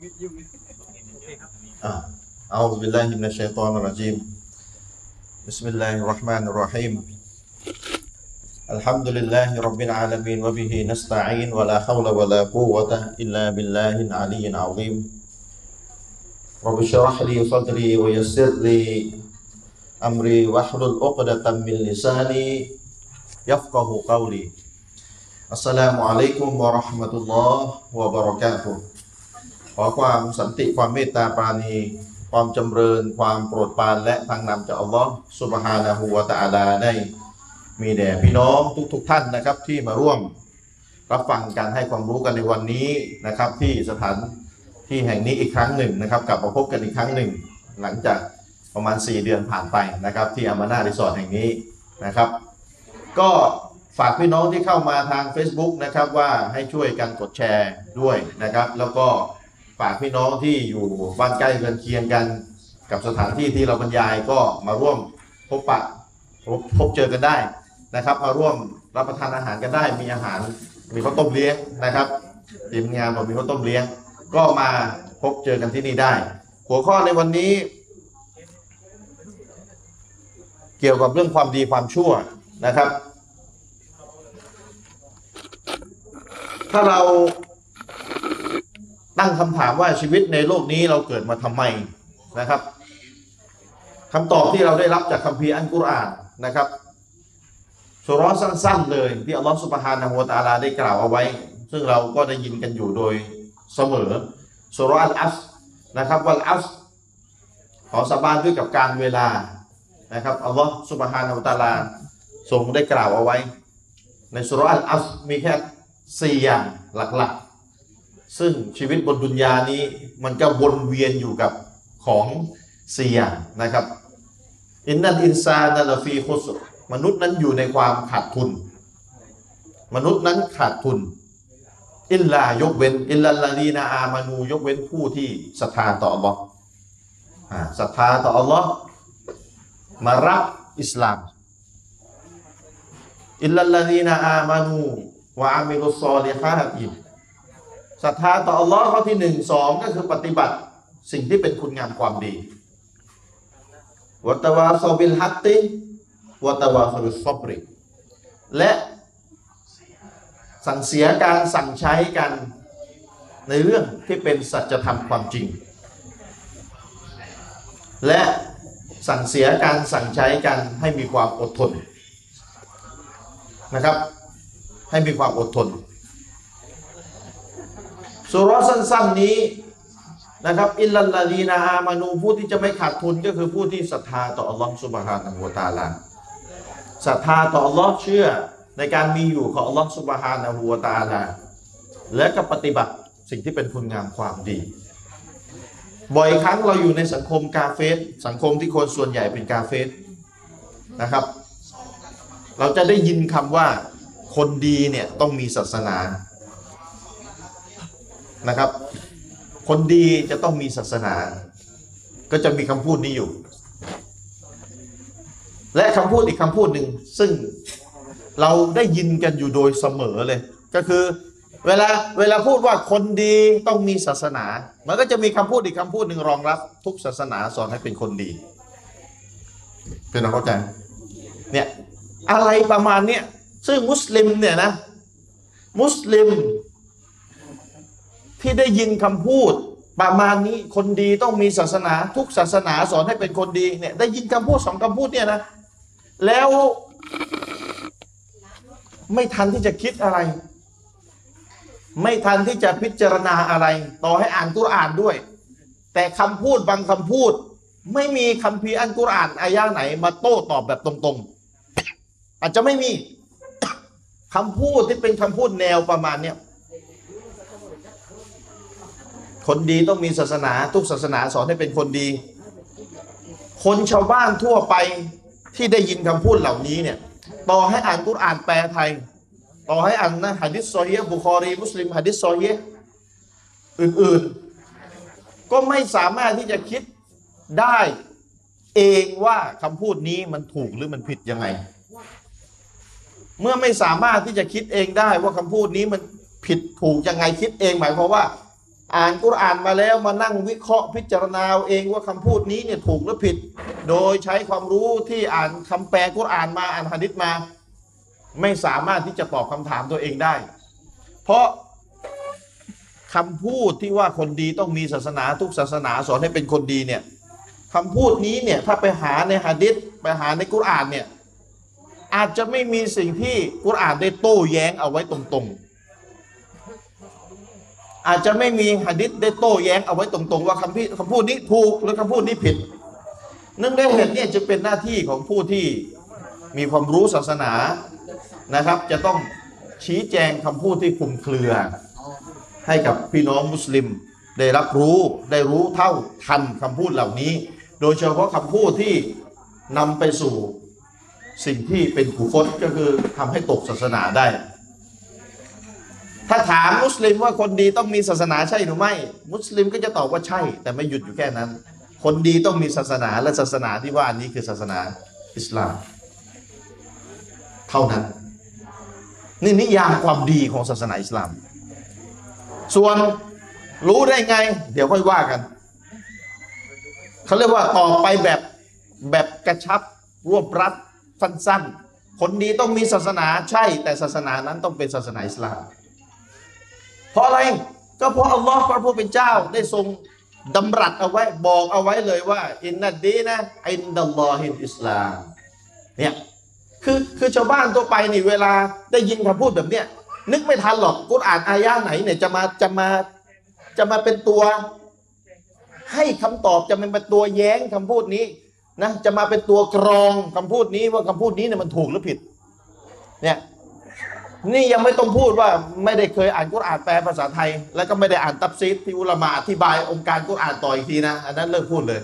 أعوذ بالله من الشيطان الرجيم بسم الله الرحمن الرحيم الحمد لله رب العالمين وبه نستعين ولا حول ولا قوة إلا بالله العلي العظيم رب اشرح لي صدري ويسر لي أمري واحلل عقدة من لساني يفقه قولي السلام عليكم ورحمة الله وبركاته ขอความสันติความเมตตาปราณีความจำเริญความโปรดปรานและทางนำจากอัลลอฮ์ซุบฮานะฮูวะตะอาลาได้มีแด่พี่น้องทุกท่านนะครับที่มาร่วมรับฟังการให้ความรู้กันในวันนี้นะครับที่สถานที่แห่งนี้อีกครั้งหนึ่งนะครับกลับมาพบกันอีกครั้งหนึ่งหลังจากประมาณ4 เดือนผ่านไปนะครับที่อามาน่ารีสอร์ทแห่งนี้นะครับก็ฝากพี่น้องที่เข้ามาทาง Facebook นะครับว่าให้ช่วยกันกดแชร์ด้วยนะครับแล้วก็ฝากพี่น้องที่อยู่บ้านใกล้เรือนเคียงกันกับสถานที่ที่เราบรรยายก็มาร่วมพบปะพบเจอกันได้นะครับมาร่วมรับประทานอาหารกันได้มีอาหารมีข้าวต้มเลี้ยงนะครับทีมงานบอกมีข้าวต้มเลี้ยงก็มาพบเจอกันที่นี่ได้หัวข้อในวันนี้เกี่ยวกับเรื่องความดีความชั่วนะครับถ้าเราตั้งคำถามว่าชีวิตในโลกนี้เราเกิดมาทำไมนะครับคำตอบที่เราได้รับจากคัมภีร์อัลกุรอานนะครับสุเราะห์สั้นๆเลยที่อัลลอฮฺซุบฮานะฮูวะตะอาลาได้กล่าวเอาไว้ซึ่งเราก็ได้ยินกันอยู่โดยเสมอสุเราะห์อัลอัศรนะครับวัลอัศรขอสาบานด้วยกับการเวลานะครับอัลลอฮฺซุบฮานะฮูวะตะอาลาทรงได้กล่าวเอาไว้ในสุเราะห์อัลอัศรมีแค่4 อย่างหลักๆซึ่งชีวิตบนดุนยานี้มันก็วนเวียนอยู่กับของ4 อย่างนะครับอินนัลอินซานะลาฟีคุสรมนุษย์นั้นอยู่ในความขาดทุนมนุษย์นั้นขาดทุนอิลลายกเว้นอิลลัลลาดีนาอามานูยกเว้นผู้ที่ศรัทธาต่ออัลลอฮ์ศรัทธาต่ออัลลอฮ์มารับอิสลามอิลลัลลาดีนาอามานูวะอามิลุศอลิฮาติศรัทธาต่ออัลลอฮ์ข้อที่1 2ก็คือปฏิบัติสิ่งที่เป็นคุณงามความดีวัตวาซอบิลฮัตติวัตวาซอบิลซอบริและสั่งเสียการสั่งใช้กันในเรื่องที่เป็นสัจธรรมความจริงและสั่งเสียการสั่งใช้กันให้มีความอดทนนะครับให้มีความอดทนสุเราะห์สั้นๆนี้นะครับอิลลัลลาดีนาอามานูผู้ที่จะไม่ขาดทุนก็คือผู้ที่ศรัทธาต่ออัลลอฮฺซุบฮานะฮูวะตะอาลาศรัทธาต่ออัลลอฮ์เชื่อในการมีอยู่ของอัลลอฮฺซุบฮานะฮูวะตะอาลาและก็ปฏิบัติสิ่งที่เป็นคุณงามความดีบ่อยครั้งเราอยู่ในสังคมกาเฟรสังคมที่คนส่วนใหญ่เป็นกาเฟรนะครับเราจะได้ยินคำว่าคนดีเนี่ยต้องมีศาสนานะครับคนดีจะต้องมีศาสนาก็จะมีคำพูดนี้อยู่และคำพูดอีกคำพูดหนึ่งซึ่งเราได้ยินกันอยู่โดยเสมอเลยก็คือเวลาพูดว่าคนดีต้องมีศาสนามันก็จะมีคำพูดอีกคำพูดหนึ่งรองรับทุกศาสนาสอนให้เป็นคนดีเป็นเข้าใจเนี่ยอะไรประมาณเนี้ยซึ่งมุสลิมเนี่ยนะมุสลิมที่ได้ยินคำพูดประมาณนี้คนดีต้องมีศาสนาทุกศาสนาสอนให้เป็นคนดีเนี่ยได้ยินคำพูด2 คำพูดเนี่ยนะแล้วไม่ทันที่จะคิดอะไรไม่ทันที่จะพิจารณาอะไรต่อให้อ่านกุรอานด้วยแต่คำพูดบางคำพูดไม่มีคัมภีร์อัลกุรอานอายะไหนมาโต้ตอบแบบตรงๆอาจจะไม่มีคำพูดที่เป็นคำพูดแนวประมาณเนี้ยคนดีต้องมีศาสนาทุกศาสนาสอนให้เป็นคนดีคนชาวบ้านทั่วไปที่ได้ยินคำพูดเหล่านี้เนี่ยต่อให้อ่านกุรอานแปลไทยต่อให้อ่านนะหะดีษซอฮีฮ์บุคอรีมุสลิมหะดีษซอฮีฮ์อื่นๆก็ไม่สามารถที่จะคิดได้เองว่าคำพูดนี้มันถูกหรือมันผิดยังไงเมื่อไม่สามารถที่จะคิดเองได้ว่าคำพูดนี้มันผิดถูกยังไงคิดเองหมายความว่าอ่านกุรอานมาแล้วมานั่งวิเคราะห์พิจารณาเองว่าคำพูดนี้เนี่ยถูกหรือผิดโดยใช้ความรู้ที่อ่านคำแปลกุรอานมาอ่านหะดีษมาไม่สามารถที่จะตอบคำถามตัวเองได้เพราะคำพูดที่ว่าคนดีต้องมีศาสนาทุกศาสนาสอนให้เป็นคนดีเนี่ยคำพูดนี้เนี่ยถ้าไปหาในหะดีษไปหาในกุรอานเนี่ยอาจจะไม่มีสิ่งที่กุรอานได้โต้แย้งเอาไว้ตรงๆอาจจะไม่มีหะดีษได้โต้แย้งเอาไว้ตรงๆว่าคำพูดนี้ถูกหรือคำพูดนี้ผิดเนื่องด้วยเหตุเนี่ยจะเป็นหน้าที่ของผู้ที่มีความรู้ศาสนานะครับจะต้องชี้แจงคำพูดที่คลุมเครือให้กับพี่น้องมุสลิมได้รับรู้ได้รู้เท่าทันคำพูดเหล่านี้โดยเฉพาะคำพูดที่นำไปสู่สิ่งที่เป็นกุฟรก็คือทำให้ตกศาสนาได้ถ้าถามมุสลิมว่าคนดีต้องมีศาสนาใช่หรือไม่มุสลิมก็จะตอบว่าใช่แต่ไม่หยุดอยู่แค่นั้นคนดีต้องมีศาสนาและศาสนาที่ว่านี้คือศาสนาอิสลามเท่านั้นนี่นิยามความดีของศาสนาอิสลามส่วนรู้ได้ไงเดี๋ยวค่อยว่ากันเขาเรียกว่าตอบไปแบบกระชับรวบรัดสั้นๆคนดีต้องมีศาสนาใช่แต่ศาสนานั้นต้องเป็นศาสนาอิสลามเพราะอะไรก็เพราะอัลลอฮ์พระผู้เป็นเจ้าได้ทรงดำรัสเอาไว้บอกเอาไว้เลยว่าอินนัดดีนะอินดัลลอฮิลอิสลามเนี่ยคือชาวบ้านทั่วไปนี่เวลาได้ยินคำพูดแบบเนี้ยนึกไม่ทันหรอกกุรอานอายะไหนเนี่ยจะมาเป็นตัวให้คำตอบจะเป็นตัวแย้งคำพูดนี้นะจะมาเป็นตัวกรองคำพูดนี้ว่าคำพูดนี้เนี่ยมันถูกหรือผิดเนี่ยนี่ยังไม่ต้องพูดว่าไม่ได้เคยอ่านกุรอานแปลภาษาไทยแล้วก็ไม่ได้อ่านตัฟซีรที่อุลามะอธิบายองค์การกุรอานต่ออีกทีนะอันนั้นเลิกพูดเลย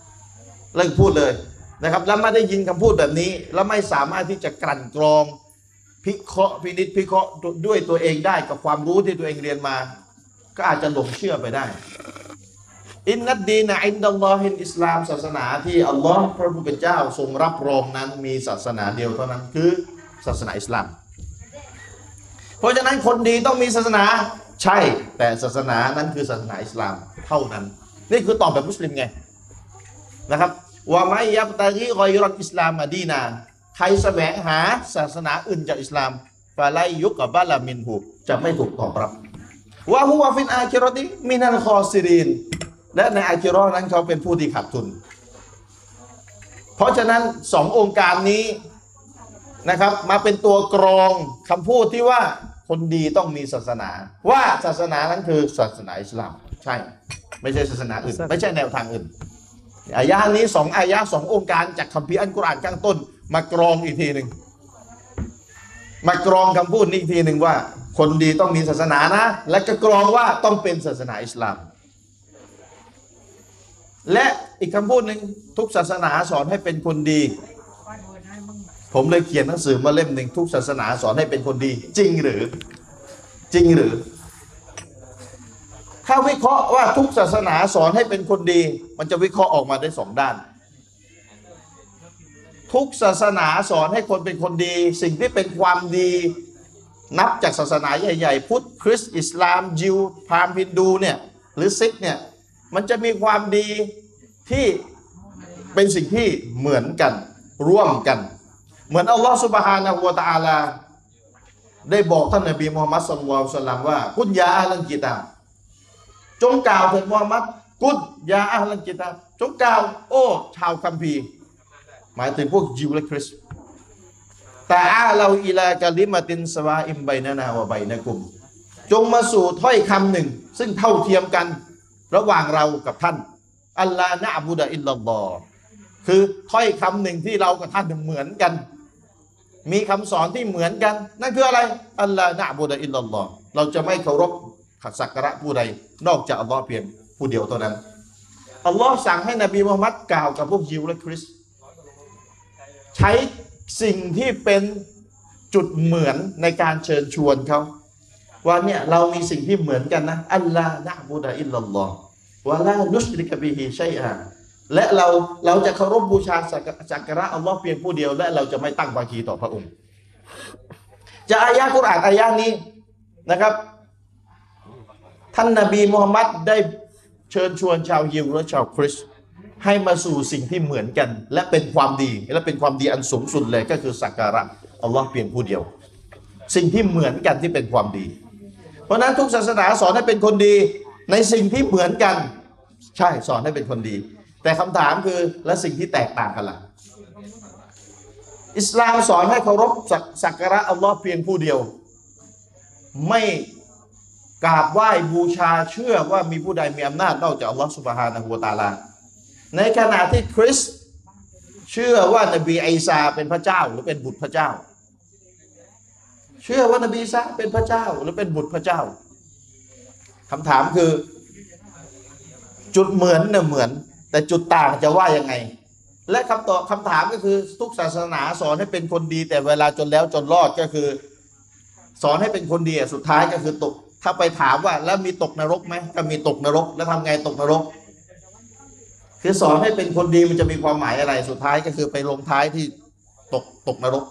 นะครับแล้วไม่ได้ยินคำพูดแบบนี้แล้วไม่สามารถที่จะกลั่นกรองพินิจพิเคราะห์ด้วยตัวเองได้กับความรู้ที่ตัวเองเรียนมาก็อาจจะหลงเชื่อไปได้อินนัดดีนะอินดัลลอฮิลอิสลามศาสนาที่อัลลอฮ์พระผู้เป็นเจ้าทรงรับรองนั้นมีศาสนาเดียวเท่านั้นคือศาสนาอิสลามเพราะฉะนั้นคนดีต้องมีศาสนาใช่แต่ศาสนานั้นคือศาสนาอิสลามเท่านั้นนี่คือตอบแบบมุสลิมไงนะครับว่าไม่ยับตากีกอยรักอิสลามมาดีนาใครแสวงหาศาสนาอื่นจากอิสลามฟาไลยุกกับบาลามินหูจะไม่ถูกตอบรับว่าฮุวาฟินอาคิรอติมินัลคอซิรินและในอาคิรอนั้นเขาเป็นผู้ที่ขาดทุนเพราะฉะนั้นสององค์การนี้นะครับมาเป็นตัวกรองคำพูดที่ว่าคนดีต้องมีศาสนาว่าศาสนานั้นคือศาสนาอิสลามใช่ไม่ใช่ศาสนาอื่นไม่ใช่แนวทางอื่นอายะนี้สองอายะสององค์การจากคัมภีร์อัลกุรอานข้างต้นมากรองอีกทีหนึ่งมากรองคำพูดนี้อีกทีหนึ่งว่าคนดีต้องมีศาสนานะและก็กรองว่าต้องเป็นศาสนาอิสลามและอีกคำพูดหนึ่งทุกศาสนาสอนให้เป็นคนดีผมเลยเขียนหนังสือมาเล่มหนึ่งทุกศาสนาสอนให้เป็นคนดีจริงหรือถ้าวิเคราะห์ว่าทุกศาสนาสอนให้เป็นคนดีมันจะวิเคราะห์ออกมาได้สองด้านทุกศาสนาสอนให้คนเป็นคนดีสิ่งที่เป็นความดีนับจากศาสนาใหญ่ๆพุทธคริสต์อิสลามยิวพราหมณ์ฮินดูเนี่ยหรือซิกเนี่ยมันจะมีความดีที่เป็นสิ่งที่เหมือนกันร่วมกันเหมือนอัลลอฮฺซุบฮานะฮูวะตะอาลาได้บอกท่านนบีมุฮัมมัดศ็อลลัลลอฮุอะลัยฮิวะซัลลัมว่ากุญยาอะห์ลัลกิตาบจงกล่าวเถิดมุฮัมมัดกุญยาอะห์ลัลกิตาบจงกล่าวโอ้ชาวคัมภีร์หมายถึงพวกยิวและคริสต์ตะอาลาอิลากะลิมะตินสวาอิมไบนะนาวะไบนะกุมจงมาสู่ถ้อยคำหนึ่งซึ่งเท่าเทียมกันระหว่างเรากับท่านอัลลานะอ์บุดะอิลลัลลอฮ์คือถ้อยคำหนึ่งที่เรากับท่านเหมือนกันมีคำสอนที่เหมือนกันนั่นคืออะไรอัลลานะอ์บุดะอิลลัลลอฮ์เราจะไม่เคารพขัดสักการะผู้ใดนอกจากอัลลอฮ์เพียงผู้เดียวเท่านั้นอัลลอฮ์สั่งให้นบีมุฮัมมัดกล่าวกับพวกยิวและคริสต์ใช้สิ่งที่เป็นจุดเหมือนในการเชิญชวนเขาว่าเนี่ยเรามีสิ่งที่เหมือนกันนะอัลลานะอ์บุดะอิลลัลลอฮ์วะลานุชริกะบิฮิชัยอะและเราจะเคารพบูชาสักการะอัลลอฮ์เพียงผู้เดียวและเราจะไม่ตั้งภาคีต่อพระองค์จะอายะกุรอานอายะนี้นะครับท่านนบีมุฮัมมัดได้เชิญชวนชาวยิวและชาวคริสต์ให้มาสู่สิ่งที่เหมือนกันและเป็นความดีและเป็นความดีอันสูงสุดเลยก็คือสักการะอัลลอฮ์เพียงผู้เดียวสิ่งที่เหมือนกันที่เป็นความดีเพราะนั้นทุกศาสนาสอนให้เป็นคนดีในสิ่งที่เหมือนกันใช่สอนให้เป็นคนดีแต่คำถามคือและสิ่งที่แตกต่างกันล่ะอิสลามสอนให้เคารพสักการะอัลลอฮ์เพียงผู้เดียวไม่กราบไหว้บูชาเชื่อว่ามีผู้ใดมีอำนาจนอกจากอัลลอฮ์ซุบฮานะฮูวะตะอาลาในขณะที่คริสต์เชื่อว่านบีอีสาเป็นพระเจ้าหรือเป็นบุตรพระเจ้าเชื่อว่านบีอีสาเป็นพระเจ้าหรือเป็นบุตรพระเจ้าคำถามคือจุดเหมือนเนี่ยเหมือนแต่จุดต่างจะว่ายังไงและคำถามก็คือทุกศาสนาสอนให้เป็นคนดีแต่เวลาจนแล้วจนรอดก็คือสอนให้เป็นคนดีสุดท้ายก็คือตกถ้าไปถามว่าแล้วมีตกนรกไหมก็มีตกนรกแล้วทำไงตกนรกคือสอนให้เป็นคนดีมันจะมีความหมายอะไรสุดท้ายก็คือไปลงท้ายที่ตกนรก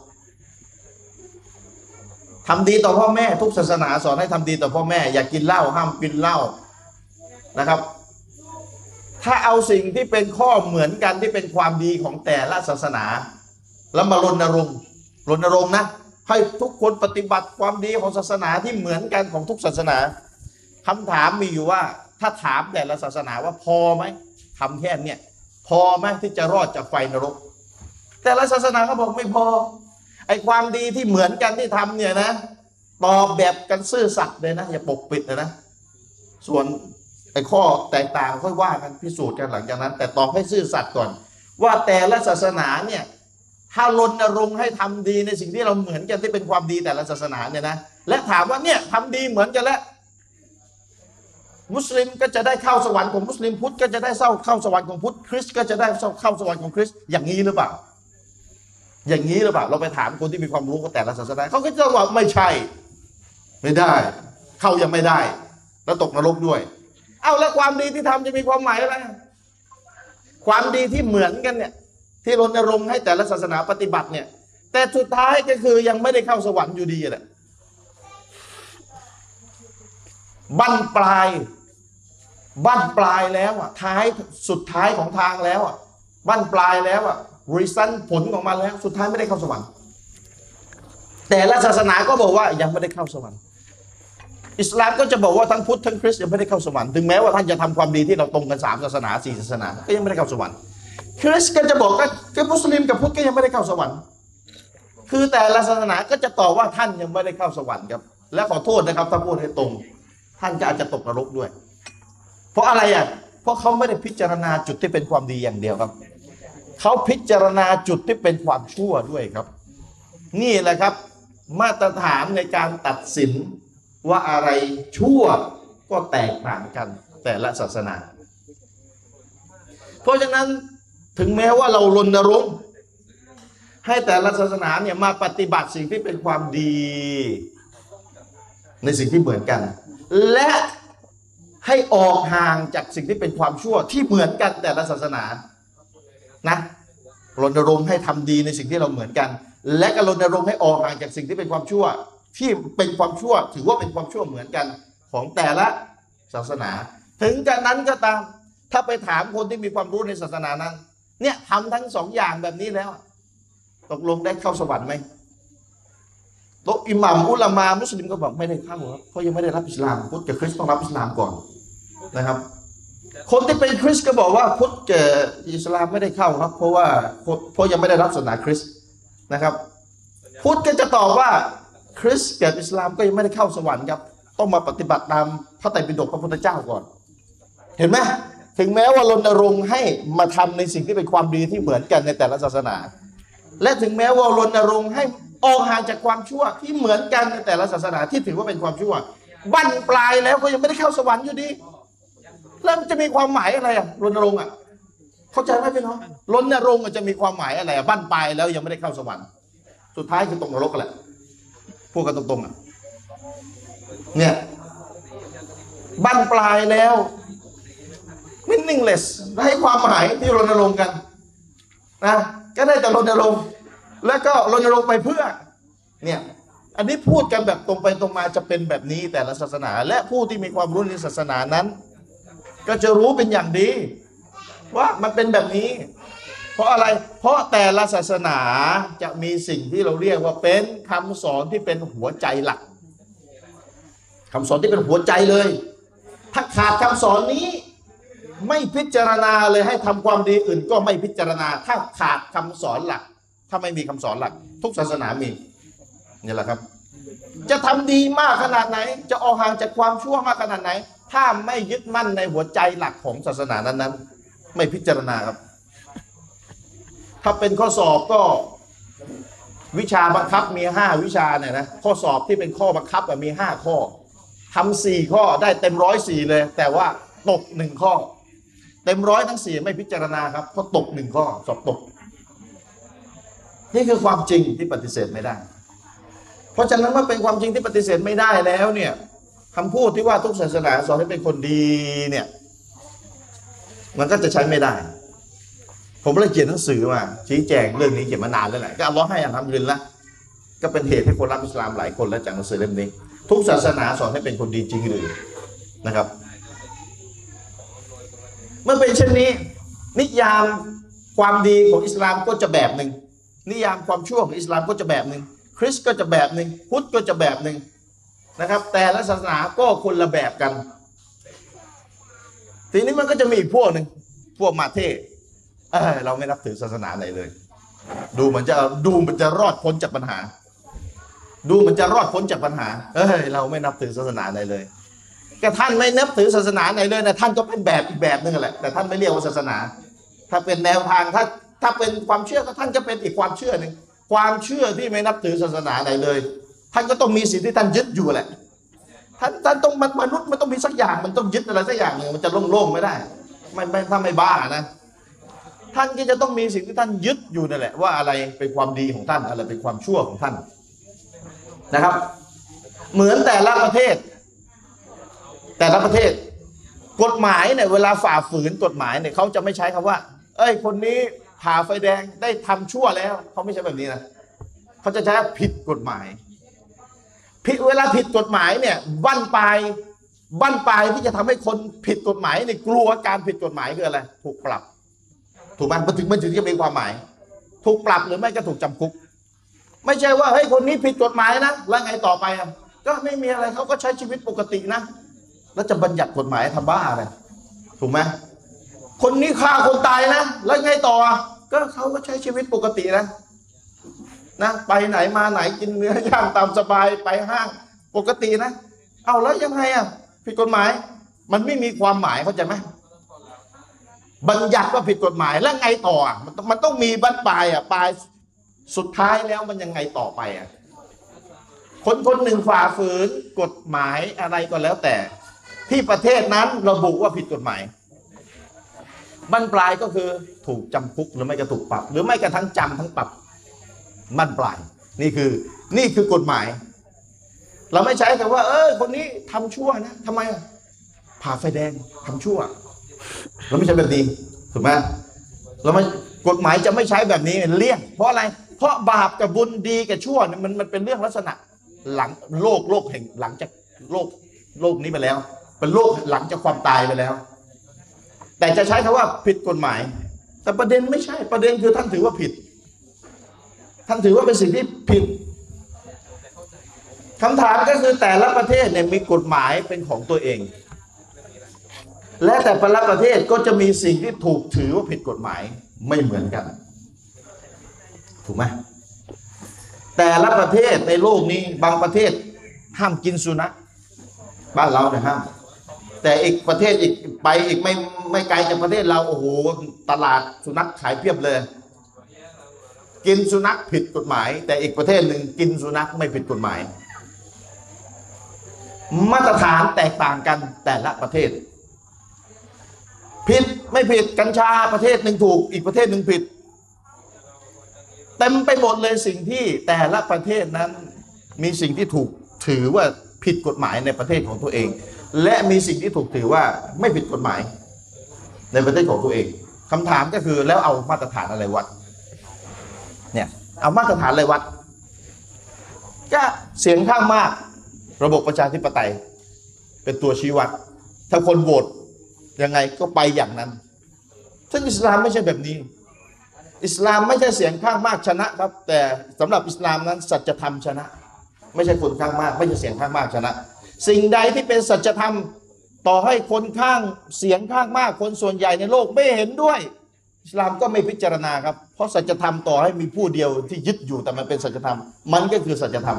ทำดีต่อพ่อแม่ทุกศาสนาสอนให้ทำดีต่อพ่อแม่อย่ากินเหล้าห้ามกินเหล้านะครับถ้าเอาสิ่งที่เป็นข้อเหมือนกันที่เป็นความดีของแต่ละศาสนาแล้วมารณรงค์นะให้ทุกคนปฏิบัติความดีของศาสนาที่เหมือนกันของทุกศาสนาคำถามมีอยู่ว่าถ้าถามแต่ละศาสนาว่าพอไหมทำแค่เนี้ยพอไหมที่จะรอดจากไฟนรกแต่ละศาสนาเขาบอกไม่พอไอความดีที่เหมือนกันที่ทำเนี่ยนะตอบแบบกันซื่อสัตย์เลยนะอย่าปกปิดนะส่วนไอข้อแตกต่างค่อยว่ากันพิสูจน์กันหลังจากนั้นแต่ตอบให้ซื่อสัตย์ก่อนว่าแต่ละศาสนาเนี่ยถ้ารณรงค์ให้ทำดีในสิ่งที่เราเหมือนกันที่เป็นความดีแต่ละศาสนาเนี่ยนะและถามว่าเนี่ยทำดีเหมือนกันแล้วมุสลิมก็จะได้เข้าสวรรค์ของมุสลิมพุทธก็จะได้เข้าสวรรค์ของพุทธคริสต์ก็จะได้เข้าสวรรค์ของคริสต์อย่างนี้หรือเปล่าอย่างนี้หรือเปล่าเราไปถามคนที่มีความรู้ของแต่ละศาสนาเขาก็จะบอกว่าไม่ใช่ไม่ได้เข้ายังไม่ได้แล้วตกนรกด้วยเอาแล้วความดีที่ทำจะมีความหมายอะไรความดีที่เหมือนกันเนี่ยที่รณรงค์ให้แต่ละศาสนาปฏิบัติเนี่ยแต่สุดท้ายก็คือยังไม่ได้เข้าสวรรค์อยู่ดีแหละบั้นปลายแล้วอ่ะสุดท้ายของทางแล้วอ่ะบั้นปลายแล้วอ่ะรีซันผลของมันแล้วสุดท้ายไม่ได้เข้าสวรรค์แต่ละศาสนาก็บอกว่ายังไม่ได้เข้าสวรรค์อิสลามก็จะบอกว่าทั้งพุทธทั้งคริสต์ยังไม่ได้เข้าสวรรค์ถึงแม้ว่าท่านจะทำความดีที่เราตรงกัน3ศาสนา4ศาสนาก็ยังไม่ได้เข้าสวรรค์คริสต์ก็จะบอกก็มุสลิมกับพุทธก็ยังไม่ได้เข้าสวรรค์คือแต่ละศาสนาก็จะตอบว่าท่านยังไม่ได้เข้าสวรรค์ครับและขอโทษนะครับถ้าพูดให้ตรงท่านก็อาจจะตกนรกด้วยเพราะอะไรอ่ะเพราะเขาไม่ได้พิจารณาจุดที่เป็นความดีอย่างเดียวครับเขาพิจารณาจุดที่เป็นความชั่วด้วยครับนี่แหละครับมาตรฐานในการตัดสินว่าอะไรชั่วก็แตกต่างกันแต่ละศาสนาเพราะฉะนั้นถึงแม้ว่าเรารณรงค์ให้แต่ละศาสนาเนี่ยมาปฏิบัติสิ่งที่เป็นความดีในสิ่งที่เหมือนกันและให้ออกห่างจากสิ่งที่เป็นความชั่วที่เหมือนกันแต่ละศาสนานะรณรงค์ให้ทำดีในสิ่งที่เราเหมือนกันและก็รณรงค์ให้ออกห่างจากสิ่งที่เป็นความชั่วที่เป็นความชั่วถือว่าเป็นความชั่วเหมือนกันของแต่ละศาสนาถึงกันนั้นก็ตามถ้าไปถามคนที่มีความรู้ในศาสนานั้นเนี่ยทำทั้ง2อย่างแบบนี้แล้วตกลงได้เข้าสวรรค์ไหมโตอิหมัมอุลามามุสลิมก็บอกไม่ได้เข้าครับเพราะยังไม่ได้รับอิสลามพุทธกับคริสต์ต้องรับอิสลามก่อนนะครับคนที่เป็นคริสต์ก็บอกว่าพุทธกับอิสลามไม่ได้เข้าครับเพราะยังไม่ได้รับศาสนาคริสต์นะครับพุทธก็จะตอบว่าคริสต์กับอิสลามก็ยังไม่ได้เข้าสวรรค์ครับต้องมาปฏิบัติตามพระไตรปิฎกพระพุทธเจ้าก่อนเห็นไหมถึงแม้ว่ารณรงค์ให้มาทำในสิ่งที่เป็นความดีที่เหมือนกันในแต่ละศาสนาและถึงแม้ว่ารณรงค์ให้ออกห่างจากความชั่วที่เหมือนกันในแต่ละศาสนาที่ถือว่าเป็นความชั่วบั้นปลายแล้วก็ยังไม่ได้เข้าสวรรค์อยู่ดีแล้วจะมีความหมายอะไรอะรณรงค์อะเข้าใจไหมพี่น้องรณรงค์จะมีความหมายอะไรบั้นปลายแล้วยังไม่ได้เข้าสวรรค์สุดท้ายคือตกนรกแหละพูดกันตรงๆอะเนี่ยบั้นปลายแล้ว meaningless ให้ความหมายที่รณรงค์กันนะก็ได้แต่รณรงค์แล้วก็รณรงค์ไปเพื่อเนี่ยอันนี้พูดกันแบบตรงไปตรงมาจะเป็นแบบนี้แต่ละศาสนาและผู้ที่มีความรู้ในศาสนานั้น ก็จะรู้เป็นอย่างดีว่ามันเป็นแบบนี้เพราะอะไรเพราะแต่ละศาสนาจะมีสิ่งที่เราเรียกว่าเป็นคำสอนที่เป็นหัวใจหลักคำสอนที่เป็นหัวใจเลยถ้าขาดคำสอนนี้ไม่พิจารณาเลยให้ทำความดีอื่นก็ไม่พิจารณาถ้าขาดคำสอนหลักถ้าไม่มีคำสอนหลักทุกศาสนามีนี่แหละครับจะทำดีมากขนาดไหนจะออกห่างจากความชั่วมากขนาดไหนถ้าไม่ยึดมั่นในหัวใจหลักของศาสนานั้นๆไม่พิจารณาครับถ้าเป็นข้อสอบก็วิชาบังคับมี5วิชาเนี่ยนะข้อสอบที่เป็นข้อบังคับมี5ข้อทำ4ข้อได้เต็ม104เลยแต่ว่าตก1ข้อเต็ม100ทั้ง4ไม่พิจารณาครับเพราะตก1ข้อสอบตกนี่คือความจริงที่ปฏิเสธไม่ได้เพราะฉะนั้นเมื่อเป็นความจริงที่ปฏิเสธไม่ได้แล้วเนี่ยคำพูดที่ว่าทุกศาสนาสอนให้เป็นคนดีเนี่ยมันก็จะใช้ไม่ได้ผมเลยเขียนหนังสือมาชี้แจงเรื่องนี้เขียนมานานแล้วแหละก็อัลเลาะห์ให้อัลฮัมดุลิลละห์ก็เป็นเหตุให้คนรับอิสลามหลายคนแล้วจากหนังสือเล่มนี้ทุกศาสนาสอนให้เป็นคนดีจริงหรือนะครับเมื่อเป็นเช่นนี้นิยามความดีของอิสลามก็จะแบบหนึ่งนิยามความชั่วของอิสลามก็จะแบบหนึ่งคริสต์ก็จะแบบหนึ่งพุทธก็จะแบบหนึ่งนะครับแต่ละศาสนาก็คนละแบบกันทีนี้มันก็จะมีอีกพวกหนึ่งพวกมาเทเราไม่นับถือศาสนาไหนเลยดูมันจะรอดพ้นจากปัญหาดูมันจะรอดพ้นจากปัญหาเราไม่นับถือศาสนาไหนเลยแต่ท่านไม่นับถือศาสนาไหนเลยนะท่านก็เป็นแบบอีกแบบนึงแหละแต่ท่านไม่เรียกว่าศาสนาถ้าเป็นแนวทางถ้าเป็นความเชื่อก็ท่านจะเป็นอีกความเชื่อหนึ่งความเชื่อที่ไม่นับถือศาสนาไหนเลยท่านก็ต้องมีสิ่งที่ท่านยึดอยู่แหละท่านต้องมนุษย์มันต้องมีสักอย่างมันต้องยึดอะไรสักอย่างหนึ่งมันจะโล่งๆไม่ได้ไม่ถ้าไม่บ้านะท่านก็จะต้องมีสิ่งที่ท่านยึดอยู่นั่นแหละว่าอะไรเป็นความดีของท่านอะไรเป็นความชั่วของท่านนะครับเหมือนแต่ละประเทศกฎหมายเนี่ยเวลาฝ่าฝืนกฎหมายเนี่ยเขาจะไม่ใช้คำว่าคนนี้ผ่าไฟแดงได้ทำชั่วแล้วเขาไม่ใช่แบบนี้นะเขาจะใช้ผิดกฎหมายเวลาผิดกฎหมายเนี่ยบั้นปลายที่จะทำให้คนผิดกฎหมายเนี่ยกลัวการผิดกฎหมายคืออะไรถูกปรับถูกไหมมันถึงจะมีความหมายถูกปรับหรือไม่ก็ถูกจำคุกไม่ใช่ว่าคนนี้ผิดกฎหมายนะแล้วไงต่อไปก็ไม่มีอะไรเขาก็ใช้ชีวิตปกตินะแล้วจะบัญญัติกฎหมายทำบ้าอะไรถูกไหมคนนี้ฆ่าคนตายนะแล้วไงต่อก็เขาก็ใช้ชีวิตปกตินะไปไหนมาไหนกินเนื้อย่างตามสบายไปห้างปกตินะเอาแล้วยังไงผิดกฎหมายมันไม่มีความหมายเข้าใจไหมบัญญัติว่าผิดกฎหมายแล้วไงต่อมันต้องมีบั้นปลายปลายสุดท้ายแล้วมันยังไงต่อไปคนหนึ่งฝ่าฝืนกฎหมายอะไรก็แล้วแต่ที่ประเทศนั้นระบุว่าผิดกฎหมายบั้นปลายก็คือถูกจำคุกหรือไม่ก็ถูกปรับหรือไม่กระทั่งจำทั้งปรับบั้นปลายนี่คือกฎหมายเราไม่ใช้คำว่าคนนี้ทำชั่วนะทำไมผ่าไฟแดงทำชั่วเราไม่ใช่แบบนี้ถูกไหมเราไม่กฎหมายจะไม่ใช้แบบนี้เลี่ยงเพราะอะไรเพราะบาปกับบุญดีกับชั่วมันเป็นเรื่องลักษณะหลังโลกแห่งหลังจากโลกนี้ไปแล้วเป็นโลกหลังจากความตายไปแล้วแต่จะใช้คำว่าผิดกฎหมายแต่ประเด็นไม่ใช่ประเด็นคือท่านถือว่าผิดท่านถือว่าเป็นสิ่งที่ผิดคำถามก็คือแต่ละประเทศเนี่ยมีกฎหมายเป็นของตัวเองและแต่ละประเทศก็จะมีสิ่งที่ถูกถือว่าผิดกฎหมายไม่เหมือนกันถูกไหมแต่ละประเทศในโลกนี้บางประเทศห้ามกินสุนัขบ้านเราเนี่ยห้ามแต่อีกประเทศอีกไม่ไกลจากประเทศเราโอ้โหตลาดสุนัขขายเพียบเลยกินสุนัขผิดกฎหมายแต่อีกประเทศหนึ่งกินสุนัขไม่ผิดกฎหมายมาตรฐานแตกต่างกันแต่ละประเทศผิดไม่ผิดกัญชาประเทศหนึ่งถูกอีกประเทศหนึ่งผิดเต็มไปหมดเลยสิ่งที่แต่ละประเทศนั้นมีสิ่งที่ถูกถือว่าผิดกฎหมายในประเทศของตัวเองและมีสิ่งที่ถูกถือว่าไม่ผิดกฎหมายในประเทศของตัวเองคำถามก็คือแล้วเอามาตรฐานอะไรวัดเนี่ยเอามาตรฐานอะไรวัดก็เสียงข้างมากระบบประชาธิปไตยเป็นตัวชี้วัดถ้าคนโหวตยังไงก็ไปอย่างนั้นซึ่งอิสลามไม่ใช่แบบนี้อิสลามไม่ใช่เสียงข้างมากชนะครับแต่สำหรับอิสลามนั้นสัจธรรมชนะ ไม่ใช่คนข้างมากไม่ใช่เสียงข้างมากชนะสิ่งใดที่เป็นสัจธรรมต่อให้คนข้างเสียงข้างมากคนส่วนใหญ่ในโลกไม่เห็นด้วยอิสลามก็ไม่พิจารณาครับเพราะสัจธรรมต่อให้มีผู้เดียวที่ยึดอยู่แต่มันเป็นสัจธรรมมันก็คือสัจธรรม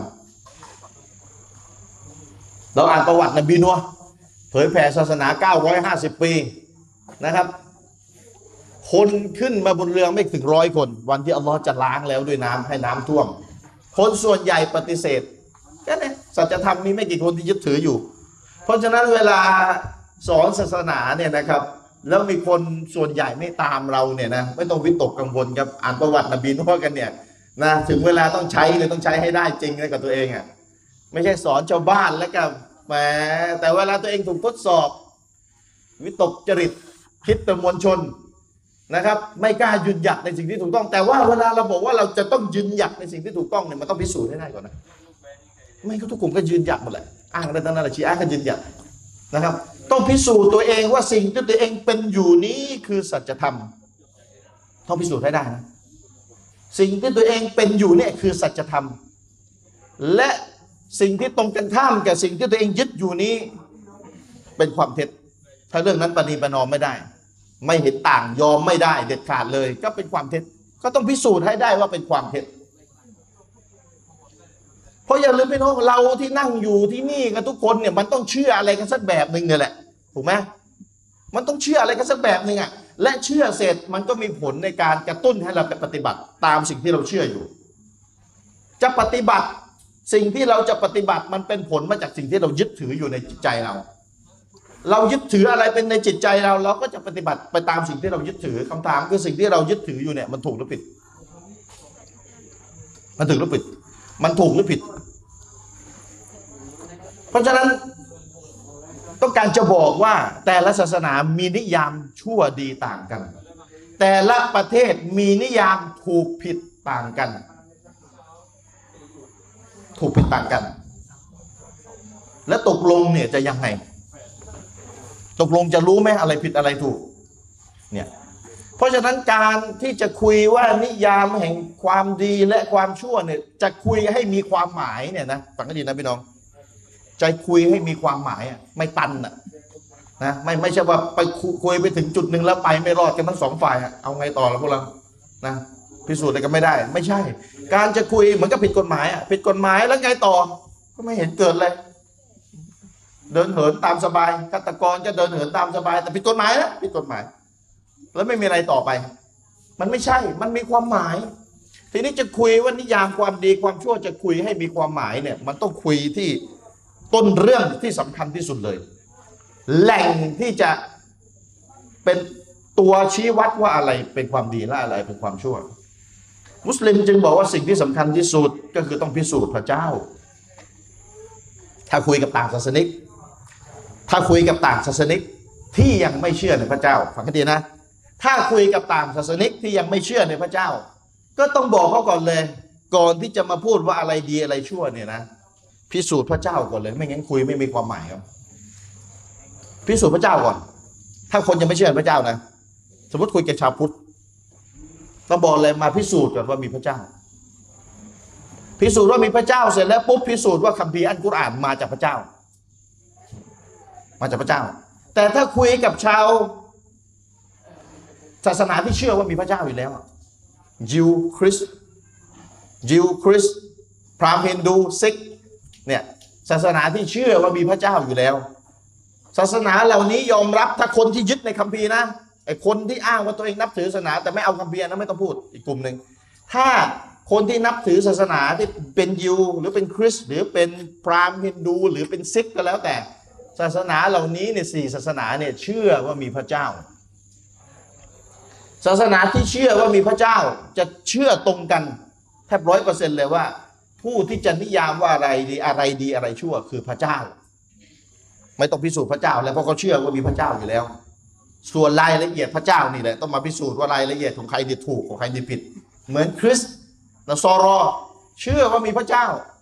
เราอ่านประวัตินบีนัวเผยแผ่ศาสนา950ปีนะครับคนขึ้นมาบนเรือไม่ถึง100 คนวันที่อัลลอฮ์จะล้างแล้วด้วยน้ำให้น้ำท่วมคนส่วนใหญ่ปฏิเสธแค่นี้สัจธรรมมีไม่กี่คนที่ยึดถืออยู่เพราะฉะนั้นเวลาสอนศาสนาเนี่ยนะครับแล้วมีคนส่วนใหญ่ไม่ตามเราเนี่ยนะไม่ต้องวิตกกังวลครับอ่านประวัตินบีนัวกันเนี่ยนะถึงเวลาต้องใช้เลยต้องใช้ให้ได้จริงนะกับตัวเองอ่ะไม่ใช่สอนชาวบ้านแล้วก็แหมแต่เวลาตัวเองถูกทดสอบวิตกจริตคิดแต่มวลชนนะครับไม่กล้ายืนหยัดในสิ่งที่ถูกต้องแต่ว่าเวลาเราบอกว่าเราจะต้องยืนหยัดในสิ่งที่ถูกต้องเนี่ยมันต้องพิสูจน์ให้ได้ก่อนนะไม่ก็ทุกกลุ่มก็ยืนหยัดหมดแหละอ้างได้ตั้งนั้นแหละชีอะห์ก็ยืนหยัดนะครับต้องพิสูจน์ตัวเองว่าสิ่งที่ตัวเองเป็นอยู่นี้คือสัจธรรมต้องพิสูจน์ให้ได้นะสิ่งที่ตัวเองเป็นอยู่เนี่ยคือสัจธรรมและสิ่งที่ตรงกันข้ามกับสิ่งที่ตัวเองยึดอยู่นี้เป็นความเท็จถ้าเรื่องนั้นปณีประนอมไม่ได้ไม่เห็นต่างยอมไม่ได้เด็ดขาดเลยก็เป็นความเท็จก็ต้องพิสูจน์ให้ได้ว่าเป็นความเท็จเพราะอย่าลืมพี่น้องเราที่นั่งอยู่ที่นี่กันทุกคนเนี่ยมันต้องเชื่ออะไรกันสักแบบหนึ่งเนี่ยแหละถูกไหมมันต้องเชื่ออะไรกันสักแบบหนึ่งอ่ะและเชื่อเสร็จมันก็มีผลในการกระตุ้นให้เราไปปฏิบัติตามสิ่งที่เราเชื่ออยู่จะปฏิบัติสิ่งที่เราจะปฏิบัติมันเป็นผลมาจากสิ่งที่เรายึดถืออยู่ในจิตใจเรายึดถืออะไรเป็นในจิตใจเราก็จะปฏิบัติไปตามสิ่งที่เรายึดถือคำถามคือสิ่งที่เรายึดถืออยู่เนี่ยมันถูกหรือผิดมันถูกหรือผิดมันถูกหรือผิดเพราะฉะนั้นต้องการจะบอกว่าแต่ละศาสนามีนิยามชั่วดีต่างกันแต่ละประเทศมีนิยามถูกผิดต่างกันถูกผิดต่างกันและตกลงเนี่ยจะยังไงตกลงจะรู้ไหมอะไรผิดอะไรถูกเนี่ยเพราะฉะนั้นการที่จะคุยว่านิยามแห่งความดีและความชั่วเนี่ยจะคุยให้มีความหมายเนี่ยนะฟังให้ดีนะพี่น้องใจคุยให้มีความหมายไม่ตันนะไม่ใช่ว่าไปคุยไปถึงจุดหนึ่งแล้วไปไม่รอดกันทั้งสองฝ่ายเอาไงต่อแล้วพวกเรานะพิสูจน์อะไรกันไม่ได้ไม่ใช่การจะคุยเหมือนกับผิดกฎหมายผิดกฎหมายแล้วไงต่อก็ไม่เห็นเกิดเลยเดินเหินตามสบายฆาตกรก็เดินเหินตามสบายแต่ผิดกฎหมายนะผิดกฎหมายแล้วไม่มีอะไรต่อไปมันไม่ใช่มันมีความหมายทีนี้จะคุยว่านิยามความดีความชั่วจะคุยให้มีความหมายเนี่ยมันต้องคุยที่ต้นเรื่องที่สำคัญที่สุดเลยแหล่งที่จะเป็นตัวชี้วัดว่าอะไรเป็นความดีและอะไรเป็นความชั่วมุสลิมจึงบอกว่าสิ่งที่สำคัญที่สุดก็คือต้องพิสูจน์พระเจ้าถ้าคุยกับต่างศาสนิกที่ยังไม่เชื่อในพระเจ้าฟังให้ดีนะถ้าคุยกับต่างศาสนิกที่ยังไม่เชื่อในพระเจ้าก็ต้องบอกเขาก่อนเลยก่อนที่จะมาพูดว่าอะไรดีอะไรชั่วเนี่ยนะพิสูจน์พระเจ้าก่อนเลยไม่งั้นคุยไม่มีความหมายครับพิสูจน์พระเจ้าก่อนถ้าคนยังไม่เชื่อในพระเจ้านะสมมติคุยกับชาวพุทธต้องบอกเลยมาพิสูจน์ก่อนว่ามีพระเจ้าพิสูจน์ว่ามีพระเจ้าเสร็จแล้วปุ๊บพิสูจน์ว่าคัมภีร์อัลกุรอานมาจากพระเจ้าแต่ถ้าคุยกับชาวศาสนาที่เชื่อว่ามีพระเจ้าอยู่แล้วยิวคริสพราหมณ์ฮินดูซิกเนี่ยศาสนาที่เชื่อว่ามีพระเจ้าอยู่แล้วศาสนาเหล่านี้ยอมรับถ้าคนที่ยึดในคัมภีร์นะไอ้คนที่อ้างว่าตัวเองนับถือศาสนาแต่ไม่เอาคัมภีร์นะไม่ต้องพูดอีกกลุ่มหนึ่งถ้าคนที่นับถือศาสนาที่เป็นยิวหรือเป็นคริสต์หรือเป็นพราหมณ์ฮินดูหรือเป็นซิกก็แล้วแต่ศาสนาเหล่านี้เนี่ย4ศาสนาเนี่ยเชื่อว่ามีพระเจ้าศาสนาที่เชื่อว่ามีพระเจ้าจะเชื่อตรงกันแทบ100%เลยว่าผู้ที่จะนิยามว่าอะไรดีอะไรชั่วคือพระเจ้าไม่ต้องพิสูจน์พระเจ้าแล้วเพราะเขาเชื่อว่ามีพระเจ้าอยู่แล้วส่วนรายละเอียดพระเจ้านี่แหละต้องมาพิสูจน์ว่ารายละเอียดของใครดีถูกของใครดีผิดเหมือนคริสต์นสรอเชื่อว่ามีพระเจ้า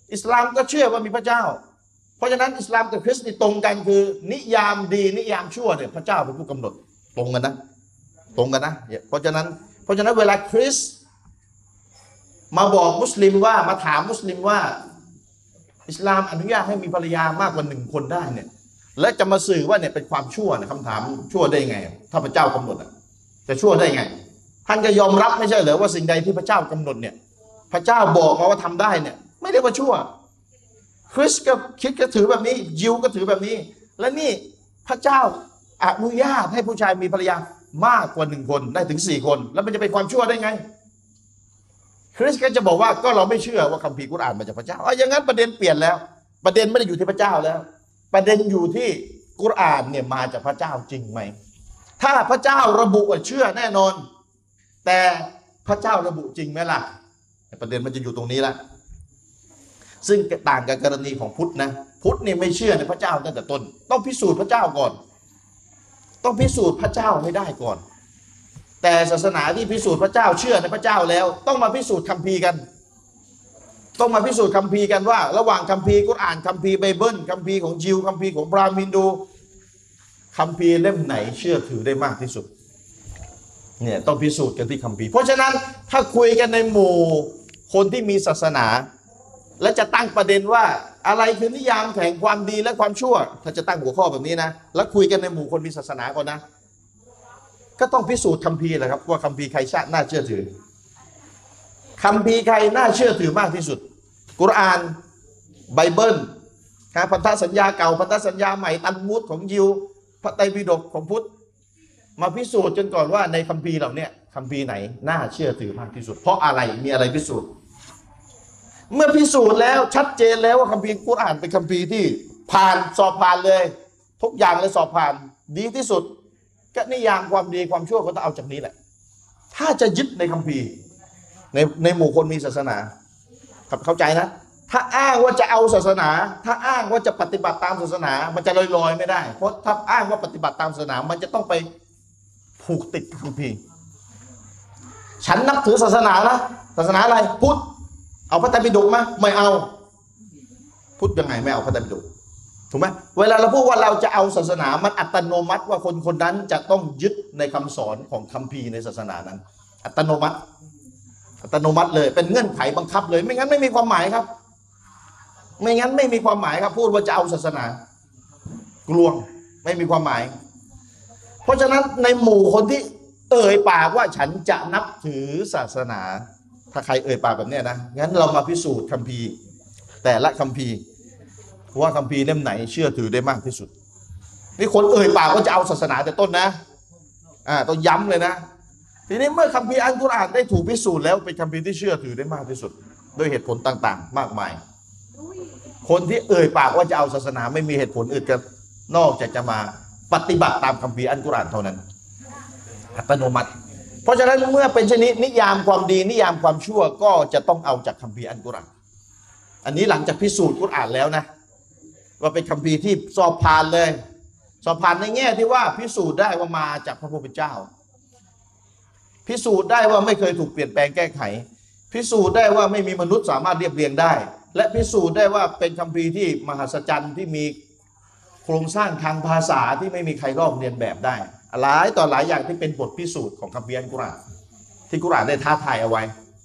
อิสลามก็เชื่อว่ามีพระเจ้าเพราะฉะนั้นอิสลามกับคริสต์นี่ตรงกันคือนิยามดีนิยามชั่วเนี่ยพระเจ้าเป็นผู้กำหนดตรงกันนะเพราะฉะนั้นเวลาคริสต์มาบอกมุสลิมว่ามาถามมุสลิมว่าอิสลามอนุญาตให้มีภรรยามากกว่า1 คนได้เนี่ยและจะมาสื่อว่าเนี่ยเป็นความชั่วเนี่ยคำถามชั่วได้ไงถ้าพระเจ้ากำหนดจะชั่วได้ไงท่านก็ยอมรับไม่ใช่เหรอว่าสิ่งใดที่พระเจ้ากำหนดเนี่ยพระเจ้าบอกมาว่าทำได้เนี่ยไม่ได้ว่าชั่วคริสต์ก็คิดก็ถือแบบนี้ยิวก็ถือแบบนี้และนี่พระเจ้าอนุญาตให้ผู้ชายมีภรรยามากกว่า1 คนได้ถึง4 คนแล้วมันจะเป็นความชั่วได้ไงคริสต์ก็จะบอกว่าก็เราไม่เชื่อว่าคัมภีร์กุรอานมาจากพระเจ้าอย่างนั้นประเด็นเปลี่ยนแล้วประเด็นไม่ได้อยู่ที่พระเจ้าแล้วประเด็นอยู่ที่กุรอานเนี่ยมาจากพระเจ้าจริงไหมถ้าพระเจ้าระบุว่าเชื่อแน่นอนแต่พระเจ้าระบุจริงไหมล่ะประเด็นมันจะอยู่ตรงนี้ละซึ่งต่างกับกรณีของพุทธนะพุทธเนี่ยไม่เชื่อในพระเจ้าตั้งแต่ต้นต้องพิสูจน์พระเจ้าก่อนต้องพิสูจน์พระเจ้าให้ได้ก่อนแต่ศาสนาที่พิสูจน์พระเจ้าเชื่อในพระเจ้าแล้วต้องมาพิสูจน์คัมภีร์กันต้องมาพิสูจน์คัมภีร์กันว่าระหว่างคัมภีร์กุรอานคัมภีร์ไบเบิลคัมภีร์ของยิวคัมภีร์ของพราหมณ์ฮินดูคัมภีร์เล่มไหนเชื่อถือได้มากที่สุดเนี่ยต้องพิสูจน์กันที่คัมภีร์เพราะฉะนั้นถ้าคุยกันในหมู่คนที่มีศาสนาและจะตั้งประเด็นว่าอะไรคือนิยามแห่งความดีและความชั่วถ้าจะตั้งหัวข้อแบบนี้นะแล้วคุยกันในหมู่คนมีศาสนาก่อนนะก็ต้องพิสูจน์คัมภีร์แหละครับว่าคัมภีร์ใครน่าเชื่อถือคัมภีร์ใครน่าเชื่อถือมากที่สุดกุรอานไบเบิลพันธสัญญาเก่าพันธสัญญาใหม่ตัลมุดของยิวพระไตรปิฎกของพุทธมาพิสูจน์จนก่อนว่าในคัมภีร์เหล่านี้คัมภีร์ไหนน่าเชื่อถือมากที่สุดเพราะอะไรมีอะไรพิสูจน์เมื่อพิสูจน์แล้วชัดเจนแล้วว่าคัมภีร์กุรอานเป็นคัมภีร์ที่ผ่านสอบผ่านเลยทุกอย่างเลยสอบผ่านดีที่สุดก็นิยามความดีความชั่วก็ต้องเอาจากนี้แหละถ้าจะยึดในคัมภีร์ในหมู่คนมีศาสนาครับเข้าใจนะถ้าอ้างว่าจะเอาศาสนาถ้าอ้างว่าจะปฏิบัติตามศาสนามันจะลอยๆไม่ได้เพราะถ้าอ้างว่าปฏิบัติตามศาสนามันจะต้องไปผูกติดคัมภีร์ฉันนับถือศาสนานะศาสนาอะไรพุทธเอาพระไตรปิฎกมาไม่เอาพุทธยังไงไม่เอาพระไตรปิฎกถูกไหมเวลาเราพูดว่าเราจะเอาศาสนามันอัตโนมัติว่าคนคนนั้นจะต้องยึดในคำสอนของคัมภีร์ในศาสนานั้นอัตโนมัติเลยเป็นเงื่อนไขบังคับเลยไม่งั้นไม่มีความหมายครับไม่งั้นไม่มีความหมายครับพูดว่าจะเอาศาสนากลวงไม่มีความหมายเพราะฉะนั้นในหมู่คนที่เอ่ยปากว่าฉันจะนับถือศาสนาถ้าใครเอ่ยปากแบบนี้นะงั้นเรามาพิสูจน์คัมภีร์แต่ละคัมภีร์ว่าคัมภีร์เล่มไหนเชื่อถือได้มากที่สุดนี่คนเอ่ยปากว่าจะเอาศาสนาแต่ต้นนะต้องย้ำเลยนะทีนี้เมื่อคัมภีร์อัลกุรอานได้ถูกพิสูจน์แล้วเป็นคัมภีร์ที่เชื่อถือได้มากที่สุดด้วยเหตุผลต่างๆมากมายคนที่เอ่ยปากว่าจะเอาศาสนาไม่มีเหตุผลอื่นกันนอกจากจะมาปฏิบัติตามคัมภีร์อัลกุรอานเท่านั้นอัตโนมัติเพราะฉะนั้นเมื่อเป็นชนิดนิยามความดีนิยามความชั่วก็จะต้องเอาจากคัมภีร์อัลกุรอานอันนี้หลังจากพิสูจน์กุรอานแล้วนะว่าเป็นคัมภีร์ที่สอบผ่านเลยสอบผ่านในแง่ที่ว่าพิสูจน์ได้ว่ามาจากพระผู้เป็นเจ้าพิสูจน์ได้ว่าไม่เคยถูกเปลี่ยนแปลงแก้ไขพิสูจน์ได้ว่าไม่มีมนุษย์สามารถเรียบเรียงได้และพิสูจน์ได้ว่าเป็นคัมภีร์ที่มหัศจรรย์ที่มีโครงสร้างทางภาษาที่ไม่มีใครลอกเลียนแบบได้หลายต่อหลายอย่างที่เป็นบทพิสูจน์ของคัมภีร์อัลกุรอานที่กุรอานได้ท้าทายเอาไว้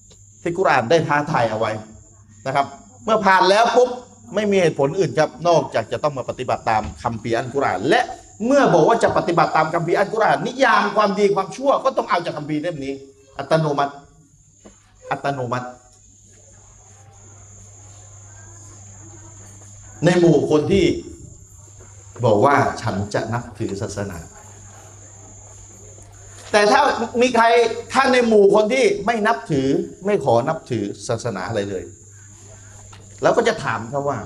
นะครับเมื่อผ่านแล้วปุ๊บไม่มีเหตุผลอื่นครับนอกจากจะต้องมาปฏิบัติตามคัมภีร์อัลกุรอานและเมื่อบอกว่าจะปฏิบัติตามคัมภีร์อัลกุรอานนิยามความดีความชั่วก็ต้องเอาจากคัมภีร์เล่มนี้อัตโนมัติในหมู่คนที่บอกว่าฉันจะนับถือศาสนาแต่ถ้ามีใครถ้าในหมู่คนที่ไม่นับถือไม่ขอนับถือศาสนาอะไรเลยเราก็จะถามเขาว่า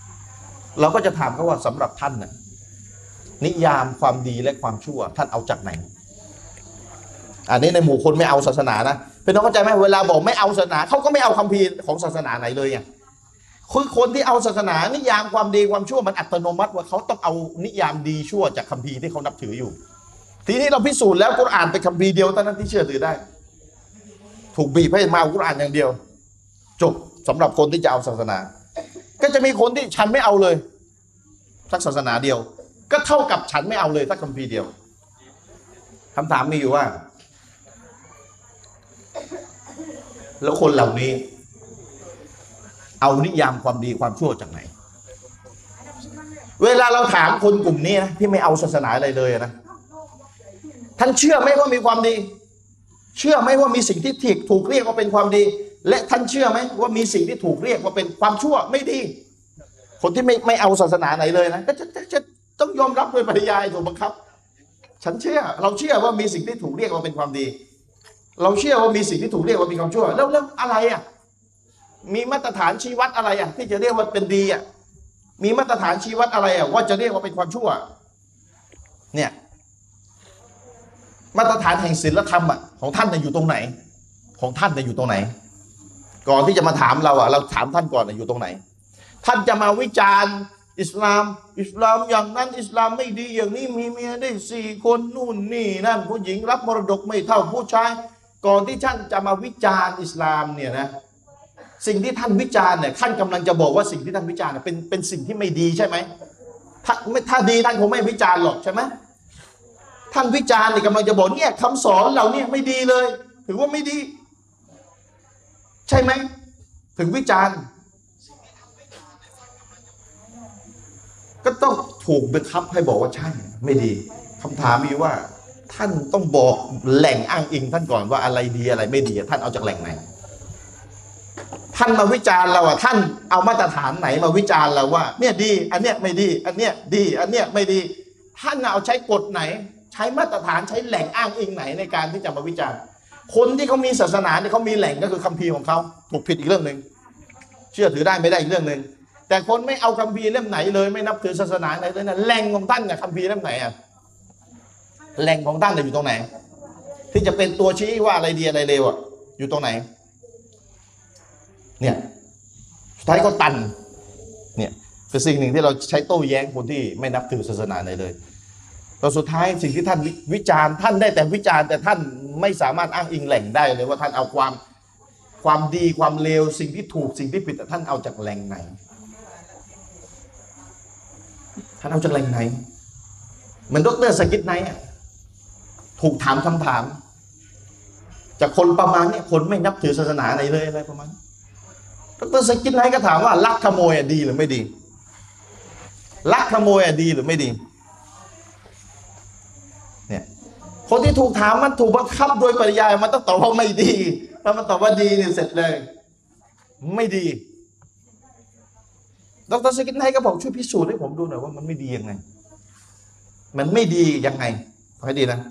สำหรับท่านน่ะนิยามความดีและความชั่วท่านเอาจากไหนอันนี้ในหมู่คนไม่เอาศาสนานะเป็นต้องเข้าใจไหมเวลาบอกไม่เอาศาสนาเขาก็ไม่เอาคัมภีร์ของศาสนาไหนเลยอย่างคือคนที่เอาศาสนานิยามความดีความชั่วมันอัตโนมัติว่าเขาต้องเอานิยามดีชั่วจากคัมภีร์ที่เขานับถืออยู่ทีนี้เราพิสูจน์แล้วกุรอานเป็นคัมภีร์เดียวเท่านั้นที่เชื่อถือได้ถูกบีบให้มาเอากุรอานอย่างเดียวจบสำหรับคนที่จะเอาศาสนาก็จะมีคนที่ฉันไม่เอาเลยสักศาสนาเดียวก็เท่ากับฉันไม่เอาเลยสักคัมภีร์เดียวคำถามมีอยู่ว่าแล้วคนเหล่านี้เอานิยามความดีความชั่วจากไหนเวลาเราถามคนกลุ่มนี้นะที่ไม่เอาศาสนาอะไรเลยนะท่านเชื่อไหมว่ามีความดีเชื่อไหมว่ามีสิ่งที่ถูกเรียกว่าเป็นความดีและท่านเชื่อไหมว่ามีสิ่งที่ถูกเรียกว่าเป็นความชั่วไม่ดีคนที่ไม่เอาศาสนาไหนเลยนะก็จะต้องยอมรับโดยปริยายถูกบังคับฉันเชื่อเราเชื่อว่ามีสิ่งที่ถูกเรียกว่าเป็นความดีเราเชื่อว่ามีสิ่งที่ถูกเรียกว่าเป็นความชั่วแล้วอะไรอ่ะมีมาตรฐานชี้วัดอะไรอ่ะที่จะเรียกว่าเป็นดีอ่ะมีมาตรฐานชี้วัดอะไรอ่ะว่าจะเรียกว่าเป็นความชั่วเนี่ยมาตรฐานแห่งศีลธรรมอ่ะของท่านเนี่ยอยู่ตรงไหนของท่านเนี่ยอยู่ตรงไหนก่อนที่จะมาถามเราอ่ะเราถามท่านก่อนอยู่ตรงไหนท่านจะมาวิจารณ์อิสลามอย่างนั้นอิสลามไม่ดีอย่างนี้มีเมียได้4 คนนู่นนี่นั่นผู้หญิงรับมรดกไม่เท่าผู้ชายก่อนที่ท่านจะมาวิจารณ์อิสลามเนี่ยนะสิ่งที่ท่านวิจารณ์เนี่ยท่านกำลังจะบอกว่าสิ่งที่ท่านวิจารณ์เป็นสิ่งที่ไม่ดีใช่ไหมถ้าดีท่านคงไม่วิจารณ์หรอกใช่ไหมท่านวิจารณ์นี่กำลังจะบอกเนี่ยคำสอนเราเนี่ยไม่ดีเลยถือว่าไม่ดีใช่ไหมถึงวิจารณ์ก็ต้องถูกบังคับให้บอกว่าใช่ไม่ดีคำถามมีว่าท่านต้องบอกแหล่งอ้างอิงท่านก่อนว่าอะไรดีอะไรไม่ดีท่านเอาจากแหล่งไหนท่านมาวิจารณ์เราท่านเอามาตรฐานไหนมาวิจารณ์เราว่าเนี่ยดีอันเนี้ยไม่ดีอันเนี้ยดีอันเนี้ยไม่ดีท่านเอาใช้กฎไหนใช้มาตรฐานใช้แหล่งอ้างอิงไหนในการที่จะมาวิจารณ์คนที่เขามีศาสนาเนี่ยเขามีแหล่งก็คือคัมภีร์ของเขาถูกผิดอีกเรื่องหนึ่งเชื่อถือได้ไม่ได้อีกเรื่องหนึ่งแต่คนไม่เอาคัมภีร์เล่มไหนเลยไม่นับถือศาสนาไหนเลยนะแหล่งของท่านเนี่ยคัมภีร์เล่มไหนอ่ะแหล่งของท่านอยู่ตรงไหนที่จะเป็นตัวชี้ว่าอะไรดีอะไรเลวอ่ะอยู่ตรงไหนเนี่ยสุดท้ายก็ตันเนี่ยคือสิ่งหนึ่งที่เราใช้โต้แย้งคนที่ไม่นับถือศาสนาไหนเลยแต่สุดท้ายสิ่งที่ท่านวิจารณ์ท่านได้แต่วิจารณ์แต่ท่านไม่สามารถอ้างอิงแหล่งได้เลยว่าท่านเอาความดีความเลวสิ่งที่ถูกสิ่งที่ผิดแต่ท่านเอาจากแหล่งไหนท่านเอาจากแหล่งไหนเหมือนดร.สกิทไนท์ถูกถามคำถามจากคนประมาณนี้คนไม่นับถือศาสนาไหนเลยอะไรประมาณดร.สกิทไนท์ก็ถามว่าลักขโมยดีหรือไม่ดีลักขโมยดีหรือไม่ดีเนี่ยคนที่ถูกถามมันถูกบังคับโดยปริยายมันต้องตอบว่าไม่ดีถ้ามันตอบว่าดีเนี่ยเสร็จเลยไม่ดีดร.สกิทไนท์ก็บอกช่วยพิสูจน์ให้ผมดูหน่อยว่ามันไม่ดียังไงมันไม่ดียังไงฟังให้ดีนะ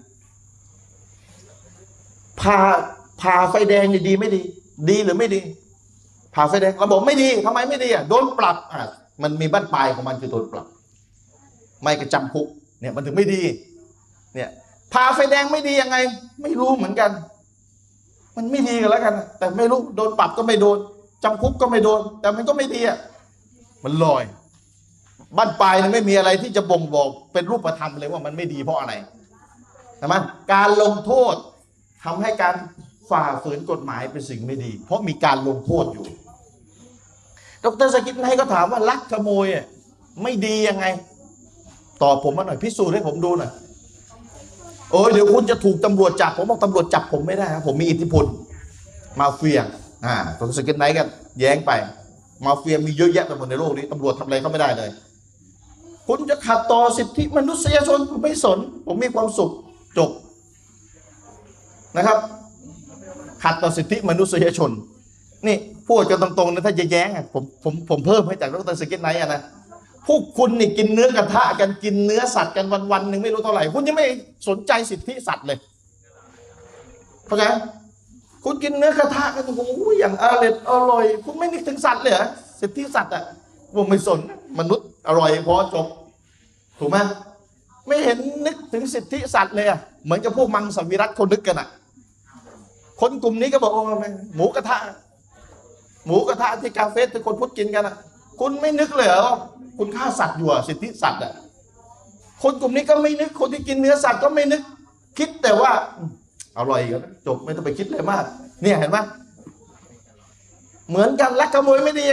ผ่าไฟแดงนี่ดีไม่ดีดีหรือไม่ดีผ่าไฟแดงเราบอกไม่ดีทำไมไม่ดีโดนปรับมันมีบั้นปลายของมันคือโดนปรับไม่ก็จำคุกเนี่ยมันถึงไม่ดีเนี่ยผ่าไฟแดงไม่ดียังไงไม่รู้เหมือนกันมันไม่ดีกันแล้วกันแต่ไม่รู้โดนปรับก็ไม่โดนจำคุกก็ไม่โดนแต่มันก็ไม่ดีมันลอยบั้นปลายไม่มีอะไรที่จะบ่งบอกเป็นรูปธรรมเลยว่ามันไม่ดีเพราะอะไรใช่ไหมการลงโทษทำให้การฝ่าฝืนกฎหมายเป็นสิ่งไม่ดีเพราะมีการลงโทษอยู่ดร.สกิทไนท์ก็ถามว่าลักขโมยไม่ดียังไงตอบผมมาหน่อยพิสูจน์ให้ผมดูหน่อยเดี๋ยวคุณจะถูกตำรวจจับผมบอกตำรวจจับผมไม่ได้ครับผมมีอิทธิพลมาเฟียดร.สกิทไนท์ก็แย้งไปมาเฟียมีเยอะแยะไปหมดในโลกนี้ตำรวจทำอะไรก็ไม่ได้เลยคุณจะขัดต่อสิทธิมนุษยชนผมไม่สนผมมีความสุขจบนะครับขัดต่อสิทธิมนุษยชนนี่พูดกันตรงๆนะถ้าจะแย้งผมเพิ่มให้จากดร.สกิทไนท์นะพวกคุณนี่กินเนื้อกระทะกันกินเนื้อสัตว์กันวันๆหนึ่งไม่รู้เท่าไหร่คุณยังไม่สนใจสิทธิสัตว์เลยเข้าใจคุณกินเนื้อกระทะกันโอ้โหอย่างอร่อยคุณไม่นึกถึงสัตว์เลยเหรอสิทธิสัตว์ผมไม่สนมนุษย์อร่อยพอจบถูกไหมไม่เห็นนึกถึงสิทธิสัตว์เลยเหมือนกับพวกมังสวิรัติคนนึกกันคนกลุ่มนี้ก็บอกหมูกระทะที่กาเฟ่ที่คนพุทธกินกันคุณไม่นึกเลยเหรอคุณฆ่าสัตว์อยู่สิทธิสัตว์คนกลุ่มนี้ก็ไม่นึกคนที่กินเนื้อสัตว์ก็ไม่นึกคิดแต่ว่าอร่อยกันจบไม่ต้องไปคิดเลยมากเนี่ยเห็นไหมเหมือนกันลักขโมยไม่ดียังไง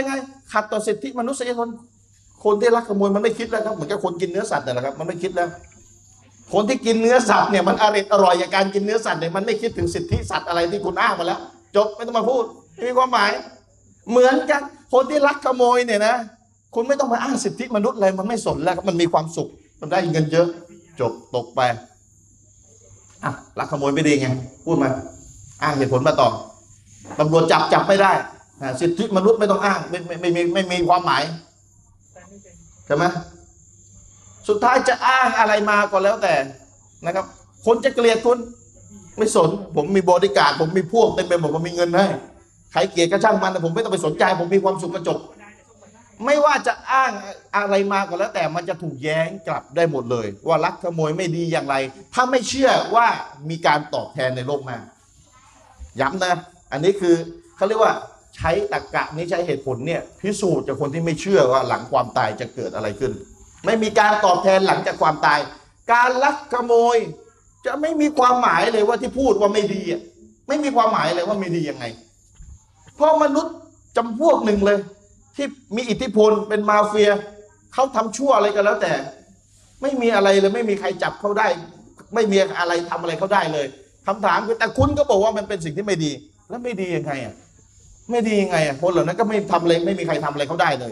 ขัดต่อสิทธิมนุษยชนคนที่ลักขโมยมันไม่คิดแล้วครับเหมือนกับคนกินเนื้อสัตว์นี่แหละครับมันไม่คิดแล้วคนที่กินเนื้อสัตว์เนี่ยมันอร่อยอย่างการกินเนื้อสัตว์เนี่ยมันไม่คิดถึงสิทธิสัตว์อะไรที่คุณอ้างมาแล้วจบไม่ต้องมาพูดไม่มีความหมายเหมือนกันคนที่ลักขโมยเนี่ยนะคุณไม่ต้องมาอ้างสิทธิมนุษย์อะไรมันไม่สนแล้วมันมีความสุขมันได้เงินเยอะจบตกไปลักขโมยไม่ดีไงพูดมาอ้างเหตุผลมาต่อตำรวจจับไม่ได้สิทธิมนุษย์ไม่ต้องอ้างไม่มีความหมายใช่ไหมสุดท้ายจะอ้างอะไรมาก็แล้วแต่นะครับคนจะเกลียดคุณไม่สนผมมีบริการผมมีพวกเต็มไปหมดผมมีเงินให้ใครเกลียดก็ช่างมันแต่ผมไม่ต้องไปสนใจผมมีความสุขกระจบไม่ว่าจะอ้างอะไรมาก็แล้วแต่มันจะถูกแย้งกลับได้หมดเลยว่าลักขโมยไม่ดีอย่างไรถ้าไม่เชื่อว่ามีการตอบแทนในโลกหน้าย้ำนะอันนี้คือเขาเรียกว่าใช้ตรรกะนี้ใช้เหตุผลเนี่ยพิสูจน์จากคนที่ไม่เชื่อว่าหลังความตายจะเกิดอะไรขึ้นไม่มีการตอบแทนหลังจากความตายการลักขโมยจะไม่มีความหมายเลยว่าที่พูดว่าไม่ดีไม่มีความหมายเลยว่าไม่ดียังไงเพราะมนุษย์จำพวกหนึ่งเลยที่มีอิทธิพลเป็นมาเฟียเขาทำชั่วอะไรกันแล้วแต่ไม่มีอะไรเลยไม่มีใครจับเขาได้ไม่มีอะไรทำอะไรเขาได้เลยคำถามคือแต่คุณก็บอกว่ามันเป็นสิ่งที่ไม่ดีแล้วไม่ดียังไงไม่ดียังไงคนเหล่านั้นก็ไม่ทำอะไรไม่มีใครทำอะไรเขาได้เลย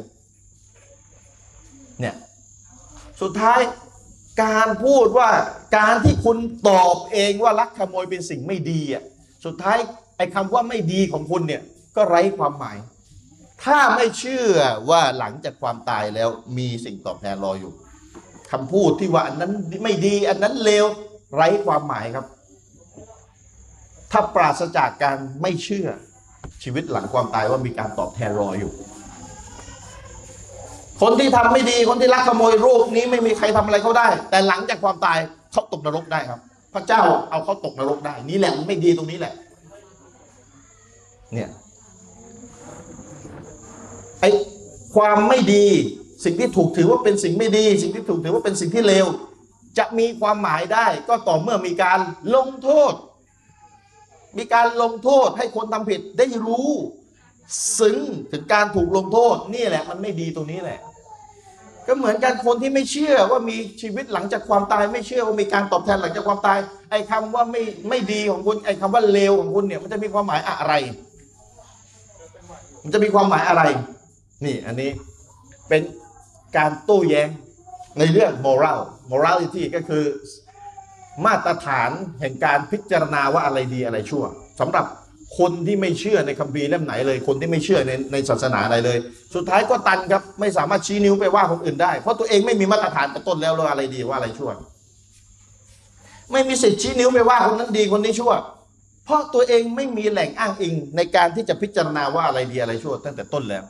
เนี่ยสุดท้ายการพูดว่าการที่คุณตอบเองว่าลักขโมยเป็นสิ่งไม่ดีสุดท้ายไอ้คำว่าไม่ดีของคุณเนี่ยก็ไร้ความหมายถ้าไม่เชื่อว่าหลังจากความตายแล้วมีสิ่งตอบแทนรออยู่คำพูดที่ว่าอันนั้นไม่ดีอันนั้นเลวไร้ความหมายครับถ้าปราศจากการไม่เชื่อชีวิตหลังความตายว่ามีการตอบแทนรออยู่คนที่ทำไม่ดีคนที่ลักขโมยรูปนี้ไม่มีใครทำอะไรเขาได้แต่หลังจากความตายเขาตกนรกได้ครับพระเจ้าเอาเขาตกนรกได้นี่แหละมันไม่ดีตรงนี้แหละเนี่ยไอ้ความไม่ดีสิ่งที่ถูกถือว่าเป็นสิ่งไม่ดีสิ่งที่ถูกถือว่าเป็นสิ่งที่เลวจะมีความหมายได้ก็ต่อเมื่อมีการลงโทษมีการลงโทษให้คนทำผิดได้รู้ซึ้งถึงการถูกลงโทษนี่แหละมันไม่ดีตรงนี้แหละก็เหมือนกันคนที่ไม่เชื่อว่ามีชีวิตหลังจากความตายไม่เชื่อว่ามีการตอบแทนหลังจากความตายไอ้คำว่าไม่ดีของคุณไอ้คำว่าเลวของคุณเนี่ยมันจะมีความหมายอะไรมันจะมีความหมายอะไรนี่อันนี้เป็นการโต้แย้งในเรื่อง morality ก็คือมาตรฐานแห่งการพิจารณาว่าอะไรดีอะไรชั่วสำหรับคนที่ไม่เชื่อในคัมภีร์เล่มไหนเลยคนที่ไม่เชื่อในศาสนาใดเลยสุดท้ายก็ตันครับไม่สามารถชี้นิ้วไปว่าคนอื่นได้เพราะตัวเองไม่มีมาตรฐานแต่ต้นแล้วว่าอะไรดีว่าอะไรชั่วไม่มีสิทธิ์ชี้นิ้วไปว่าคนนั้นดีคนนี้ชั่วเพราะตัวเองไม่มีแหล่งอ้างอิงในการที่จะพิจารณาว่าอะไรดีอะไรชั่วตั้งแต่ต้นแล้ว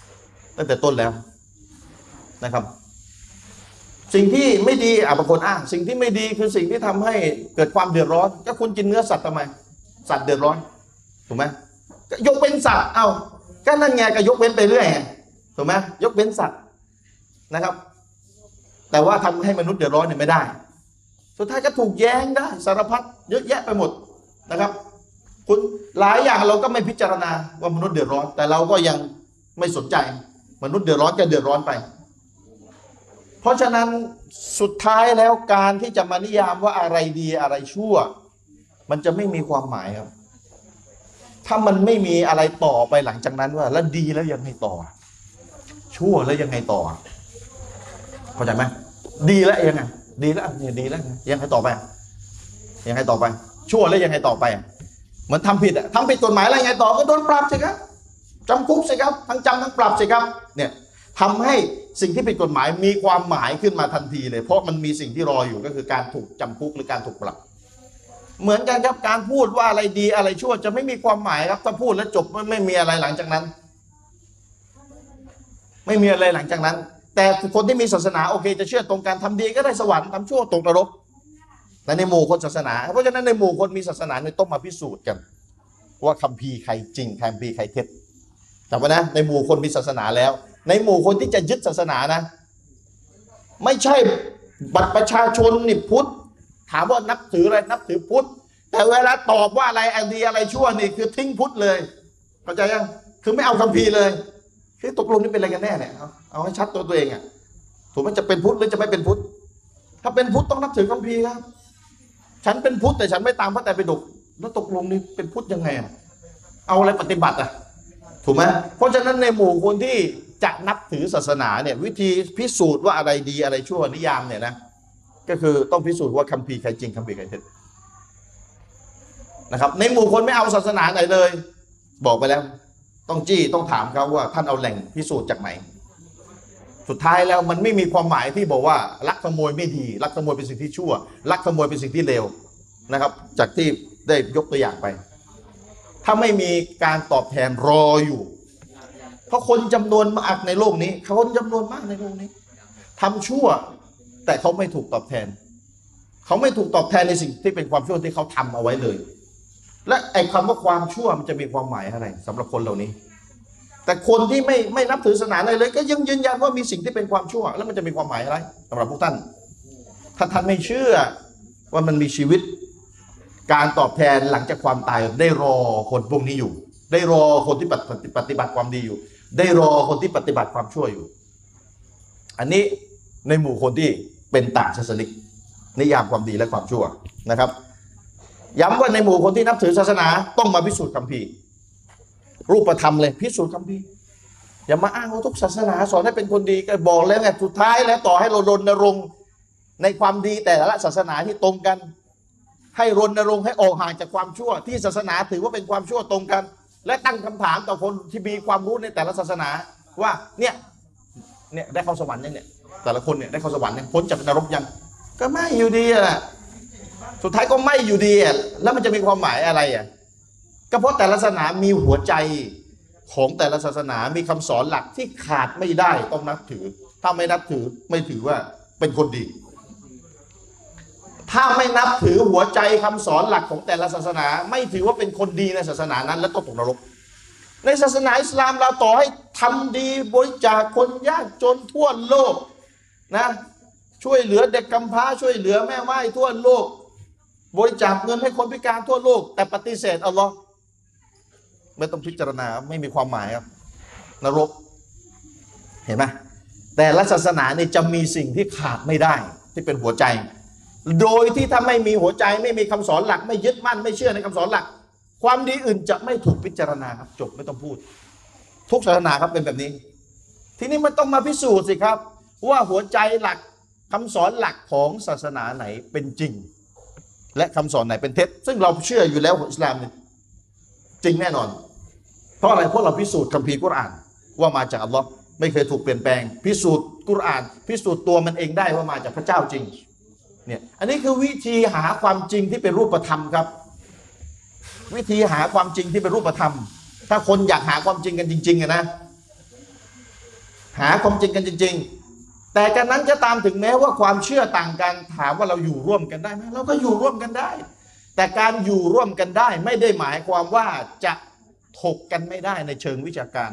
นะครับสิ่งที่ไม่ดีบางคนอ้างสิ่งที่ไม่ดีคือสิ่งที่ทำให้เกิดความเดือดร้อนก็คุณกินเนื้อสัตว์ทำไมสัตว์เดือดร้อนถูกไหมยกเว้นสัตว์ก็นั่นไงก็ยกเว้นไปเรื่อยถูกไหมยกเว้นสัตว์นะครับแต่ว่าทำให้มนุษย์เดือดร้อนเนี่ยไม่ได้สุดท้ายก็ถูกแย้งได้สารพัดเยอะแยะไปหมดนะครับคุณหลายอย่างเราก็ไม่พิจารณาว่ามนุษย์เดือดร้อนแต่เราก็ยังไม่สนใจมนุษย์เดือดร้อนก็เดือดร้อนไปเพราะฉะนั้นสุดท้ายแล้วการที่จะมานิยามว่าอะไรดีอะไรชั่วมันจะไม่มีความหมายครับถ้ามันไม่มีอะไรต่อไปหลังจากนั้นว่าแล้วดีแล้วยังไงต่อชั่วแล้วยังไงต่อเข้าใจไหมดีแล้วยังไงดีแล้วเนี่ยดีแล้วยังไงต่อไปยังไงต่อไปชั่วแล้วยังไงต่อไปเหมือนทำผิดทำผิดกฎหมายอะไรไงต่อก็โดนปรับสิครับจำคุกสิครับทั้งจำทั้งปรับสิครับเนี่ยทำให้สิ่งที่ผิดกฎหมายมีความหมายขึ้นมาทันทีเลยเพราะมันมีสิ่งที่รออยู่ก็คือการถูกจำคุกหรือการถูกปรับเหมือนกันครับการพูดว่าอะไรดีอะไรชั่วจะไม่มีความหมายครับถ้าพูดแล้วจบไม่มีอะไรหลังจากนั้นไม่มีอะไรหลังจากนั้นแต่คนที่มีศาสนาโอเคจะเชื่อตรงกันทำดีก็ได้สวรรค์ทำชั่วตกนรกแต่ในหมู่คนศาสนาเพราะฉะนั้นในหมู่คนมีศาสนาเนี่ยต้องมาพิสูจน์กันว่าคัมภีร์ใครจริงคัมภีร์ใครเท็จจำไว้นะในหมู่คนมีศาสนาแล้วในหมู่คนที่จะยึดศาสนานะไม่ใช่บัตรประชาชนนี่พุทธถามว่านับถืออะไรนับถือพุทธแต่เวลาตอบว่าอะไรดีอะไรชั่วนี่คือทิ้งพุทธเลยเข้าใจยังคือไม่เอาคัมภีร์เลยคคือตกลงนี่เป็นอะไรกันแน่เนี่ยเอาให้ชัดตัวเองอ่ะถูกไหมจะเป็นพุทธหรือจะไม่เป็นพุทธถ้าเป็นพุทธต้องนับถือคัมภีร์ครับฉันเป็นพุทธแต่ฉันไม่ตามพระไตรปิฎกแล้วตกลงนี่เป็นพุทธยังไงอ่ะเอาอะไรปฏิบัติอ่ะถูกไหมเพราะฉะนั้นในหมู่คนที่จะนับถือศาสนาเนี่ยวิธีพิสูจน์ว่าอะไรดีอะไรชั่วนิยามเนี่ยนะก็คือต้องพิสูจน์ว่าคัมภีร์ใครจริงคัมภีร์ใครเท็จนะครับในหมู่คนไม่เอาศาสนาไหนเลยบอกไปแล้วต้องจี้ต้องถามเขาว่าท่านเอาแหล่งพิสูจน์จากไหนสุดท้ายแล้วมันไม่มีความหมายที่บอกว่าลักขโมยไม่ดีลักขโมยเป็นสิ่งที่ชั่วลักขโมยเป็นสิ่งที่เลวนะครับจากที่ได้ยกตัวอย่างไปถ้าไม่มีการตอบแทนรออยู่เพราะคนจำนวนมากในโลกนี้คนจำนวนมากในโลกนี้ทำชั่วแต่เขาไม่ถูกตอบแทนเขาไม่ถูกตอบแทนในสิ่งที่เป็นความชั่วที่เขาทำเอาไว้เลยและไอ้คำว่าความชั่วมันจะมีความหมายอะไรสำหรับคนเหล่านี้แต่คนที่ไม่นับถือศาสนาเลยก็ยังยืนยันว่ามีสิ่งที่เป็นความชั่วแล้วมันจะมีความหมายอะไรสำหรับพวกท่านถ้าท่านไม่เชื่อว่ามันมีชีวิตการตอบแทนหลังจากความตายได้รอคนพวกนี้อยู่ได้รอคนที่ปฏิบัติความดีอยู่ได้รอคนที่ปฏิบัติความชั่วอยู่อันนี้ในหมู่คนที่เป็นต่างศาสนิกนิยามความดีและความชั่วนะครับย้ำว่าในหมู่คนที่นับถือศาสนาต้องมาพิสูจน์คัมภีร์รูปธรรมเลยพิสูจน์คัมภีร์อย่ามาอ้างว่าทุกศาสนาสอนให้เป็นคนดีก็บอกแล้วไงสุดท้ายแล้วต่อให้เรารณรงค์ในความดีแต่ละศาสนาที่ตรงกันให้รณรงค์ให้ออกห่างจากความชั่วที่ศาสนาถือว่าเป็นความชั่วตรงกันและตั้งคำถามต่อคนที่มีความรู้ในแต่ละศาสนาว่าเนี่ยได้เข้าสวรรค์ยังเนี่ยแต่ละคนเนี่ยได้เข้าสวรรค์ยังพ้นจากนรกยังก็ไม่อยู่ดีอ่ะสุดท้ายก็ไม่อยู่ดีอ่ะแล้วมันจะมีความหมายอะไรอ่ะก็เพราะแต่ละศาสนามีหัวใจของแต่ละศาสนามีคำสอนหลักที่ขาดไม่ได้ต้องนับถือถ้าไม่นับถือไม่ถือว่าเป็นคนดีถ้าไม่นับถือหัวใจคำสอนหลักของแต่ละศาสนาไม่ถือว่าเป็นคนดีในศาสนานั้นและต้องตกนรกในศาสนาอิสลามเราต่อให้ทำดีบริจาคคนยากจนทั่วโลกนะช่วยเหลือเด็กกำพร้าช่วยเหลือแม่ไม้ทั่วโลกบริจาคเงินให้คนพิการทั่วโลกแต่ปฏิเสธอัลลอฮ์ไม่ต้องพิจารณาไม่มีความหมายครับนรกเห็นไหมแต่ละศาสนาเนี่ยจะมีสิ่งที่ขาดไม่ได้ที่เป็นหัวใจโดยที่ถ้าไม่มีหัวใจไม่มีคำสอนหลักไม่ยึดมั่นไม่เชื่อในคำสอนหลักความดีอื่นจะไม่ถูกพิจารณาครับจบไม่ต้องพูดทุกศาสนาครับเป็นแบบนี้ทีนี้มันต้องมาพิสูจน์สิครับว่าหัวใจหลักคำสอนหลักของศาสนาไหนเป็นจริงและคำสอนไหนเป็นเท็จซึ่งเราเชื่ออยู่แล้วของอิสลามเนี่ยจริงแน่นอนเพราะอะไรเพราะเราพิสูจน์คัมภีร์กุรอานว่ามาจากอัลลอฮ์ไม่เคยถูกเปลี่ยนแปลงพิสูจน์กุรอานพิสูจน์ตัวมันเองได้ว่ามาจากพระเจ้าจริงเนี่ยอันนี้คือวิธีหาความจริงที่เป็นรูปธรรมครับวิธีหาความจริงที่เป็นรูปธรรมถ้าคนอยากหาความจริงกันจริงๆนะหาความจริงกันจริงๆแต่การนั้นจะตามถึงแม้ว่าความเชื่อต่างกันถามว่าเราอยู่ร่วมกันได้ไหมเราก็อยู่ร่วมกันได้แต่การอยู่ร่วมกันได้ไม่ได้หมายความว่าจะถกกันไม่ได้ในเชิงวิชาการ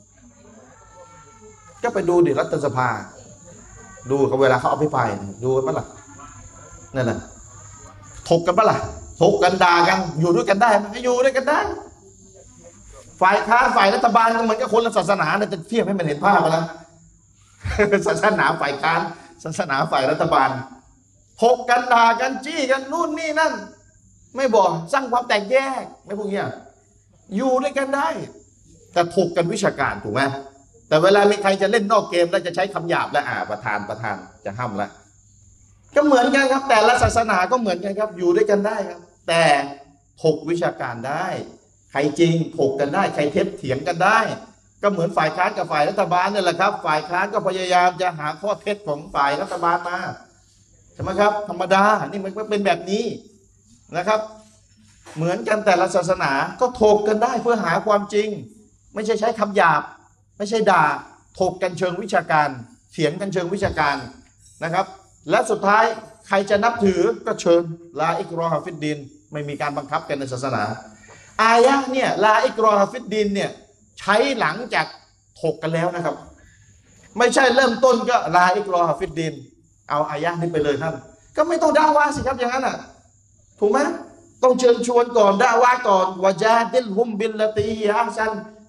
ก็ไปดูดิรัฐสภาดูเขาเวลาเขาอภิปรายดูกันปะล่ะนั่นแหละถกกันปะล่ะถกกันด่ากันอยู่ด้วยกันได้ไหมอยู่ด้วยกันได้ฝ่ายค้านฝ่ายรัฐบาลก็เหมือนกับคนละศาสนาเนี่ยจะเทียบให้มันเห็นภาพไปแล้วศาสนาฝ่ายค้านศาสนาฝ่ายรัฐบาลถกกันด่ากันจี้กันนู่นนี่นั่นไม่บอกสร้างความแตกแยกไม่พวกนี้อยู่ด้วยกันได้แต่ถกกันวิชาการถูกไหมแต่เวลามีใครจะเล่นนอกเกมแล้วจะใช้คำหยาบแล้วประธานจะห้ามแล้วก็เหมือนกันครับแต่ละศาสนาก็เหมือนกันครับอยู่ด้วยกันได้ครับแต่ถกวิชาการได้ใครจริงถกกันได้ใครเท็จเถียงกันได้ก็เหมือนฝ่ายค้านกับฝ่ายรัฐบาลนี่แหละครับฝ่ายค้านก็พยายามจะหาข้อเท็จของฝ่ายรัฐบาลมาใช่ไหมครับธรรมดานี่มันเป็นแบบนี้นะครับเหมือนกันแต่ละศาสนาก็ถกกันได้เพื่อหาความจริงไม่ใช่ใช้คำหยาบไม่ใช่ด่าถกกันเชิงวิชาการเถียงกันเชิงวิชาการนะครับและสุดท้ายใครจะนับถือก็เชิญลาอิกรอฮะฟิดดินไม่มีการบังคับกันในศาสนาอายะเนี่ยลาอิกรอฮะฟิดดินเนี่ยใช้หลังจากถกกันแล้วนะครับไม่ใช่เริ่มต้นก็ลาอิกรอฮะฟิดดินเอาอายะนี้ไปเลยท่านก็ไม่ต้องด่าว่าสิครับอย่างนั้นอ่ะถูกไหมต้องเชิญชวนก่อนด่าว่าก่อนวะจาดิลฮุมบิลลตีฮิยะซัน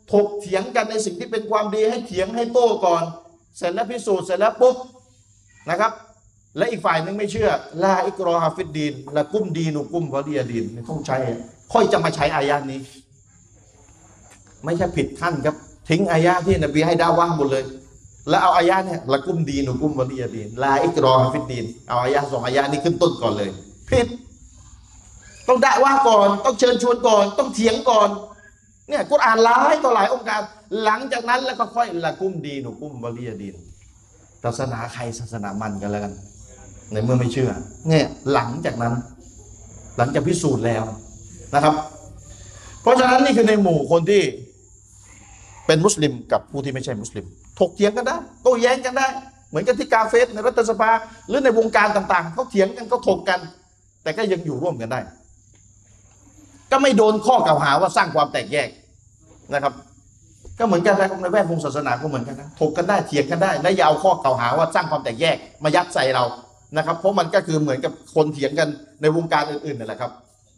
ถกเถียงกันในสิ่งที่เป็นความดีให้เถียงให้โต้ก่อนเสร็จแล้วพิสูจน์เสร็จแล้วปุ๊บนะครับและอีกฝ่ายหนึ่งไม่เชื่อลาอิกรอฮาฟิดดีนละกุมดีนุกุมวะลียดีนไม่ต้องใช้ค่อยจะมาใช้อายะนี้ ไม่ใช่ผิดขั้นครับทิ้งอายะที่นบีให้ดาว่าหมดเลยแล้วเอาอายะเนี่ยละกุมดีนุกุมวะลียดีนลาอิกรอฮาฟิดดีนเอาอายะ2 อายะนี้ขึ้นต้นก่อนเลยผิดต้องด่าว่าก่อนต้องเชิญชวนก่อนต้องเถียงก่อนเนี่ยกุรอานหลายต่อหลายองค์การหลังจากนั้นแล้วก็ค่อยละกุมดีนุกุมวะลียดีนศาสนาใครศาสนามันกันแล้วกันในเมื่อไม่เชื่อเนี่ยหลังจากนั้นหลังจากพิสูจน์แล้วนะครับเพราะฉะนั้นนี่คือในหมู่คนที่เป็นมุสลิมกับผู้ที่ไม่ใช่มุสลิมถกเถียงกันได้โต้แย้งกันได้เหมือนกันที่กาเฟสในรัฐสภาหรือในวงการต่างๆเขาเถียงกันเขาถกกันแต่ก็ยังอยู่ร่วมกันได้ก็ไม่โดนข้อกล่าวหาว่าสร้างความแตกแยกนะครับก็เหมือนกันในแวดวงศาสนาก็เหมือนกันนะถกกันได้เถียงกันได้และอย่าเอาข้อกล่าวหาว่าสร้างความแตกแยกมายัดใส่เรานะครับเพราะมันก็คือเหมือนกับคนเถียงกันในวงการอื่นๆนั่นแหละครับ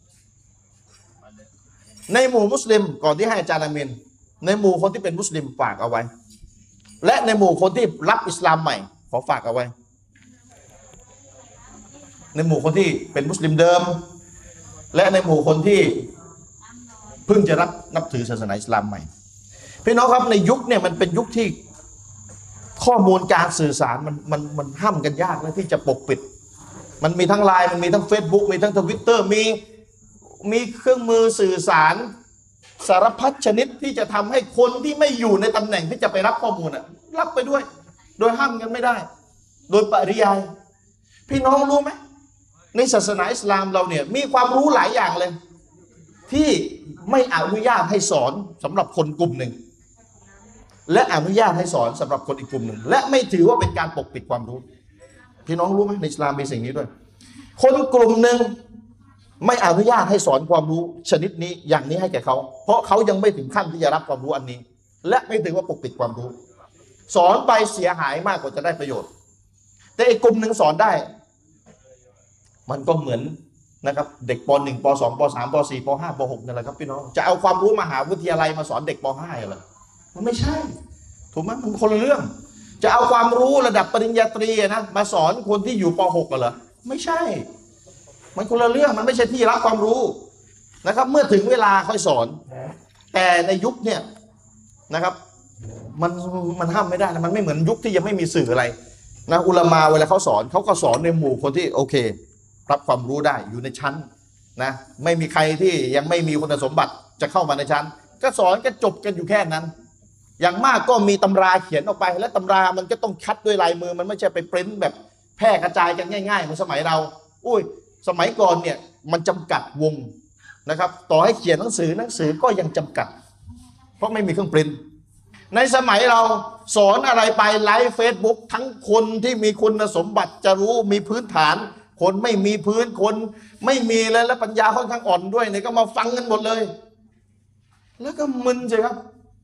ในหมู่มุสลิมก่อนที่ให้อาจารย์อามินในหมู่คนที่เป็นมุสลิมฝากเอาไว้และในหมู่คนที่รับอิสลามใหม่ขอฝากเอาไว้ในหมู่คนที่เป็นมุสลิมเดิมและในหมู่คนที่เพิ่งจะนับถือศาสนาอิสลามใหม่พี่น้องครับในยุคเนี่ยมันเป็นยุคที่ข้อมูลการสื่อสารมันห้ามกันยากและที่จะปกปิดมันมีทั้งไลน์มันมีทั้ง Facebook มีทั้ง Twitter มีเครื่องมือสื่อสารสารพัดชนิดที่จะทำให้คนที่ไม่อยู่ในตำแหน่งที่จะไปรับข้อมูลรับไปด้วยโดยห้ามกันไม่ได้โดยปริยายพี่น้องรู้ไหมในศาสนาอิสลามเราเนี่ยมีความรู้หลายอย่างเลยที่ไม่อนุญาตให้สอนสำหรับคนกลุ่มหนึ่งและอนุญาตให้สอนสำหรับคนอีกกลุ่มหนึ่งและไม่ถือว่าเป็นการปกปิดความรู้พี่น้องรู้ไหมในอิสลามมีสิ่งนี้ด้วยคนกลุ่มหนึ่งไม่อนุญาตให้สอนความรู้ชนิดนี้อย่างนี้ให้แก่เขาเพราะเขายังไม่ถึงขั้นที่จะรับความรู้อันนี้และไม่ถือว่าปกปิดความรู้สอนไปเสียหายมากกว่าจะได้ประโยชน์แต่อีกกลุ่มหนึ่งสอนได้มันก็เหมือนนะครับเด็กป .1 ป .2 ป .3 ป .4 ป .5 ป .6 นั่นแหละครับพี่น้องจะเอาความรู้มหาวิทยาลัยมาสอนเด็กป .5 เหรอมันไม่ใช่ถูกไหมมันคนละเรื่องจะเอาความรู้ระดับปริญญาตรีนะมาสอนคนที่อยู่ป .6 เหรอไม่ใช่มันคนละเรื่องมันไม่ใช่ที่รับความรู้นะครับเมื่อถึงเวลาค่อยสอนแต่ในยุคเนี่ยนะครับมันห้ามไม่ได้นะมันไม่เหมือนยุคที่ยังไม่มีสื่ออะไรนะอุลามะเวลาเขาสอนเขาก็สอนในหมู่คนที่โอเครับความรู้ได้อยู่ในชั้นนะไม่มีใครที่ยังไม่มีคุณสมบัติจะเข้ามาในชั้นก็สอนก็จบกันอยู่แค่นั้นอย่างมากก็มีตำราเขียนออกไปและตำรามันก็ต้องคัดด้วยลายมือมันไม่ใช่ไปปริ้นแบบแพร่กระจายกันง่ายๆเหมือนสมัยเราอุ้ยสมัยก่อนเนี่ยมันจำกัดวงนะครับต่อให้เขียนหนังสือก็ยังจำกัดเพราะไม่มีเครื่องปริ้นในสมัยเราสอนอะไรไปไลฟ์เฟซบุ๊กทั้งคนที่มีคุณสมบัติจะรู้มีพื้นฐานคนไม่มีพื้นคนไม่มีเลยและปัญญาค่อนข้างอ่อนด้วยเนี่ยก็มาฟังกันหมดเลยแล้วก็มึนสิครับ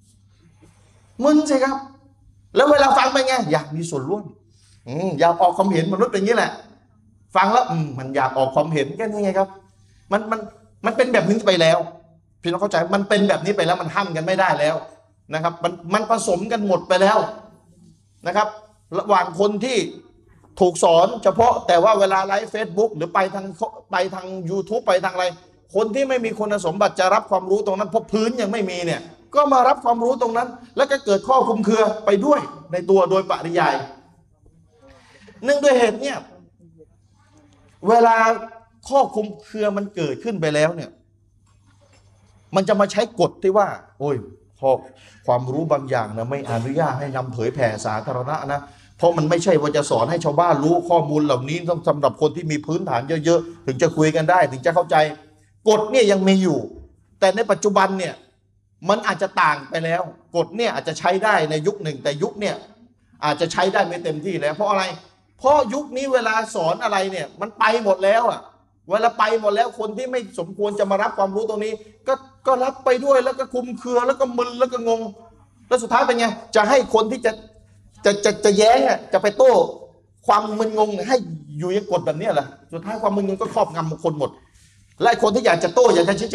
แล้วเวลาฟังไปไงอยากมีส่วนร่วมอยากออกความเห็นมนุษย์เป็นอย่างนี้แหละฟังแล้วมันอยากออกความเห็นแค่นี้ไงครับมันเป็นแบบนี้ไปแล้วพี่น้องเข้าใจมันเป็นแบบนี้ไปแล้วมันห้ามกันไม่ได้แล้วนะครับมันผสมกันหมดไปแล้วนะครับระหว่างคนที่ถูกสอนเฉพาะแต่ว่าเวลาไลฟ์เฟซบุ๊กหรือไปทาง YouTube ไปทางอะไรคนที่ไม่มีคุณสมบัติจะรับความรู้ตรงนั้นเพราะพื้นยังไม่มีเนี่ยก็มารับความรู้ตรงนั้นแล้วก็เกิดข้อคลุมเครือไปด้วยในตัวโดยปริยายเนื่องด้วยเหตุเนี่ยเวลาข้อคลุมเครือมันเกิดขึ้นไปแล้วเนี่ยมันจะมาใช้กฎที่ว่าโอ้ยข้อความรู้บางอย่างนะไม่อนุญาตให้นำเผยแผ่สาธารณะนะเพราะมันไม่ใช่ว่าจะสอนให้ชาวบ้านรู้ข้อมูลเหล่านี้ต้องสำหรับคนที่มีพื้นฐานเยอะๆถึงจะคุยกันได้ถึงจะเข้าใจกฎเนี่ยยังมีอยู่แต่ในปัจจุบันเนี่ยมันอาจจะต่างไปแล้วกฎเนี่ยอาจจะใช้ได้ในยุคหนึ่งแต่ยุคเนี่ยอาจจะใช้ได้ไม่เต็มที่แล้วเพราะอะไรเพราะยุคนี้เวลาสอนอะไรเนี่ยมันไปหมดแล้วอ่ะเวลาไปหมดแล้วคนที่ไม่สมควรจะมารับความรู้ตรงนี้ก็รับไปด้วยแล้วก็คลุมเครือแล้วก็มึนแล้วก็งงแล้วสุดท้ายเป็นไงจะให้คนที่จะแย้งจะไปโต้ความมึนงงให้อยู่ในกฎแบบนี้เหรอสุดท้ายความมึนงงก็ครอบงำคนหมดและคนที่อยากจะโต้อยากจะชี้แจง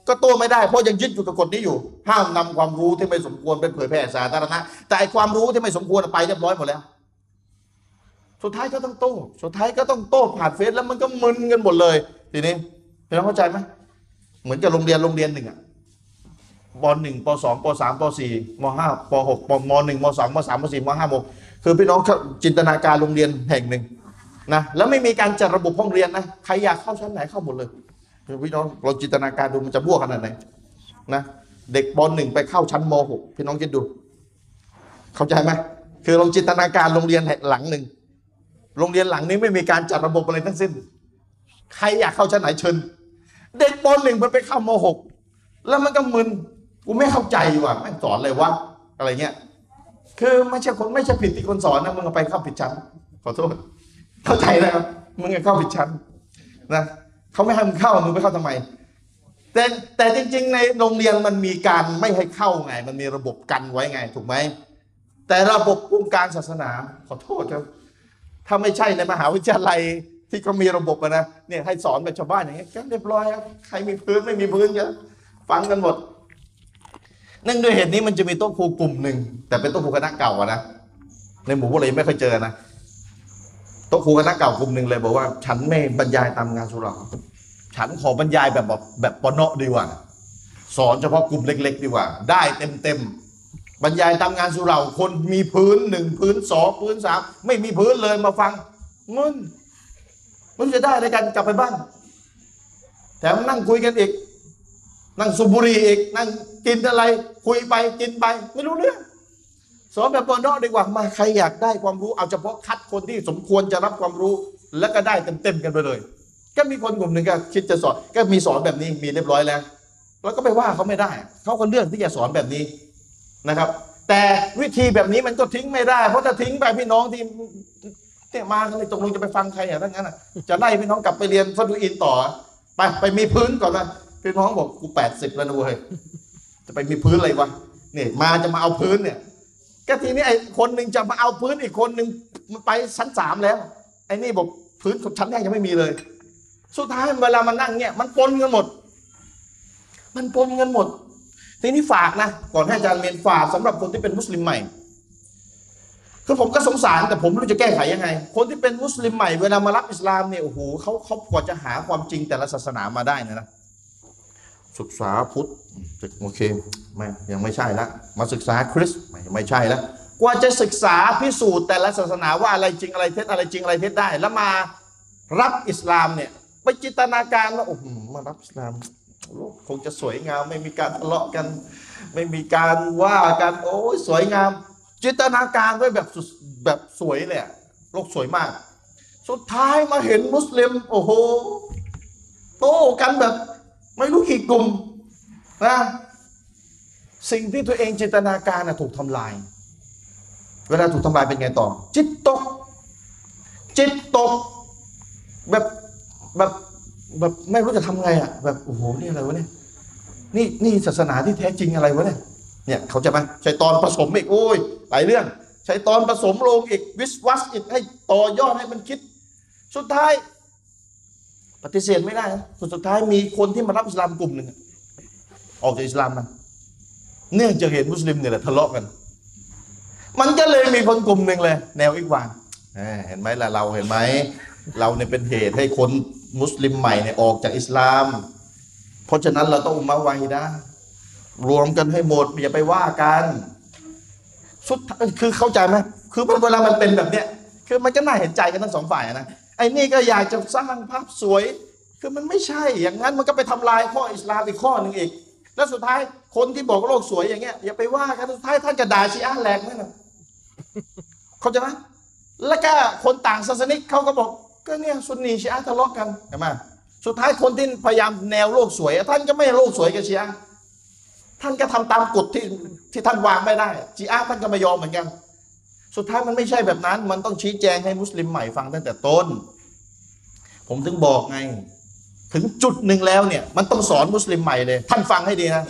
ก็โต้ไม่ได้เพราะยังยึดอยู่กับกฎนี้อยู่ห้ามนำความรู้ที่ไม่สมควรเป็นเผยแพร่สาธารณะแต่ไอความรู้ที่ไม่สมควรไปเรียบร้อยหมดแล้วสุดท้ายก็ต้องโต้ผ่านเฟซแล้วมันก็มึนกันหมดเลยทีนี้พี่น้องเข้าใจไหมเหมือนกับโรงเรียนหนึ่งอะป.1 ป.2 ป.3 ป.4 ม.5 ป.6 ป.ม.1 ม.2 ม.3 ม.4 ม.5 ม.คือพี่น้องจินตนาการโรงเรียนแห่งหนึ่งนะแล้วไม่มีการจัดระบบห้องเรียนนะใครอยากเข้าชั้นไหนเข้าหมดเลยพี่น้องเราจินตนาการดูมันจะมั่วขนาดไหนนะเด็กป.1 ไปเข้าชั้นม.6 พี่น้องคิดดูเข้าใจไหมคือลองจินตนาการโรงเรียนหลังหนึ่งโรงเรียนหลังนี้ไม่มีการจัดระบบอะไรทั้งสิ้นใครอยากเข้าชั้นไหนเชิญเด็กป.1 มันไปเข้าม.6 แล้วมันก็มึนกูไม่เข้าใจว่ะไม่สอนเลยวะอะไรเงี้ยคือไม่ใช่ผิดที่คนสอนนะมึงไปเข้าผิดชั้นขอโทษเข้าใจนะครับมึงเข้าผิดชั้นนะเขาไม่ให้มึงเข้ามึงไปเข้าทำไมแต่จริงๆในโรงเรียนมันมีการไม่ให้เข้าไงมันมีระบบกันไว้ไงถูกไหมแต่ระบบวงการศาสนาขอโทษครับถ้าไม่ใช่ในมหาวิทยาลัยที่เขามีระบบนะเนี่ยให้สอนแบบชาวบ้านอย่างเงี้ยก็เรียบร้อยครับใครมีพื้นไม่มีพื้นก็ฟังกันหมดเนื่องด้วยเหตุนี้มันจะมีโต๊ะครูกลุ่มหนึ่งแต่เป็นโต๊ะครูคณะเก่านะในหมู่พวกเราไม่เคยเจอนะโต๊ะครูคณะเก่ากลุ่มหนึ่งเลยบอกว่าฉันไม่บรรยายตามงานสุราฉันขอบรรยายแบบปนดีกว่าสอนเฉพาะกลุ่มเล็กๆดีกว่าได้เต็มบรรยายตามงานสุราคนมีพื้น1พื้น2พื้น3ไม่มีพื้นเลยมาฟังมันจะได้อะไรกันกลับไปบ้านแถมนั่งคุยกันอีกนั่งสูบบุหรี่อีกนั่งกินอะไรคุยไปกินไปไม่รู้เรื่องสอนแบบปนดีกว่ามาใครอยากได้ความรู้เอาเฉพาะคัดคนที่สมควรจะรับความรู้แล้วก็ได้เต็มกันไปเลยก็มีคนกลุ่มหนึ่งก็คิดจะสอนก็มีสอนแบบนี้มีเรียบร้อยแล้วก็ไปว่าเขาไม่ได้เขาก็เลือกที่จะสอนแบบนี้นะครับแต่วิธีแบบนี้มันก็ทิ้งไม่ได้เพราะถ้าทิ้งไปพี่น้องที่เนี่ยมาเลยตกลงจะไปฟังใครอย่างนั้นจะไล่พี่น้องกลับไปเรียนฟัดดูอินต่อไปมีพื้นก่อนนะพี่น้องบอกกู80แล้วนะเว้ยจะไปมีพื้นอะไรวะเนี่ยจะมาเอาพื้นเนี่ยก็ทีนี้ไอ้คนหนึ่งจะมาเอาพื้นอีกคนหนึ่งมันไปชั้น3แล้วไอ้นี่บอกพื้นชั้นแรกยังไม่มีเลยสุดท้ายเวลามันนั่งเนี่ยมันปนกันหมดทีนี้ฝากนะก่อนให้อาจารย์เมียนฝากสำหรับคนที่เป็นมุสลิมใหม่คือผมก็สงสารแต่ผมไม่รู้จะแก้ไขยังไงคนที่เป็นมุสลิมใหม่เวลามารับอิสลามเนี่ยโอ้โหเขากว่าจะหาความจริงแต่ละศาสนามาได้นะศึกษาพุทธโอเคไม่ยังไม่ใช่ละมาศึกษาคริสต์ไม่ใช่แล้วกว่าจะศึกษาพิสูจน์แต่ละศาสนาว่าอะไรจริงอะไรเท็จอะไรจริงอะไรเท็จได้แล้วมารับอิสลามเนี่ยไปจินตนาการว่าโอ้โหมารับอิสลามโลกคงจะสวยงามไม่มีการทะเลาะกันไม่มีการว่ากันโอ้ยสวยงามจินตนาการด้วยแบบสวยเลยโลกสวยมากสุดท้ายมาเห็นมุสลิมโอ้โหโต้กันแบบไม่รู้กี่กลุ่มนะสิ่งที่ตัวเองจินตนาการถูกทำลายเวลาถูกทำลายเป็นไงต่อจิตตกแบบไม่รู้จะทำไงแบบโอ้โหนี่อะไรวะเนี่ยนี่ศาสนาที่แท้จริงอะไรวะเนี่ยเขาจะมาชัยฏอนผสมอีกโอ้ยหลายเรื่องชัยฏอนผสมลงอีกวิสวัสอีกให้ต่อยอดให้มันคิดสุดท้ายปฏิเสธไม่ได้สุดท้ายมีคนที่มารับอิสลามกลุ่มหนึ่งออกจากอิสลามมาเนื่องจากเห็นมุสลิมเนี่ยแหละทะเลาะกันมันก็เลยมีคนกลุ่มหนึ่งเลยแนวอิกวานเห็นไหมล่ะเราเห็นไหมเราเนี่ยเป็นเหตุให้คนมุสลิมใหม่เนี่ยออกจากอิสลามเพราะฉะนั้นเราต้องอุมมะฮ์วาฮิดะห์รวมกันให้หมดอย่าไปว่ากันสุดคือเข้าใจไหมคือเวลามันเป็นแบบเนี้ยคือมันก็น่าเห็นใจกันทั้งสองฝ่ายนะไอ้นี่ก็อยากจะสร้างภาพสวยคือมันไม่ใช่อย่างนั้นมันก็ไปทำลายข้ออิสลามอีกข้อหนึ่งอีกแล้วสุดท้ายคนที่บอกว่าโลกสวยอย่างเงี้ยอย่าไปว่ากันสุดท้ายท่านจะด่าชีอะห์แรงนั่นน่ะเข้าใจไหมแล้วก็คนต่างศาสนิกเขาก็บอกก็เนี่ยซุนนีชีอะห์ทะเลาะกันใช่ไหมสุดท้ายคนที่พยายามแนวโลกสวยท่านก็ไม่โลกสวยกับชีอะห์ท่านก็ทำตามกฎที่ท่านวางไม่ได้ชีอะห์ท่านก็ไม่ยอมเหมือนกันสุดท้ายมันไม่ใช่แบบนั้นมันต้องชี้แจงให้มุสลิมใหม่ฟังตั้งแต่ต้นผมถึงบอกไงถึงจุดหนึ่งแล้วเนี่ยมันต้องสอนมุสลิมใหม่เลยท่านฟังให้ดีนะ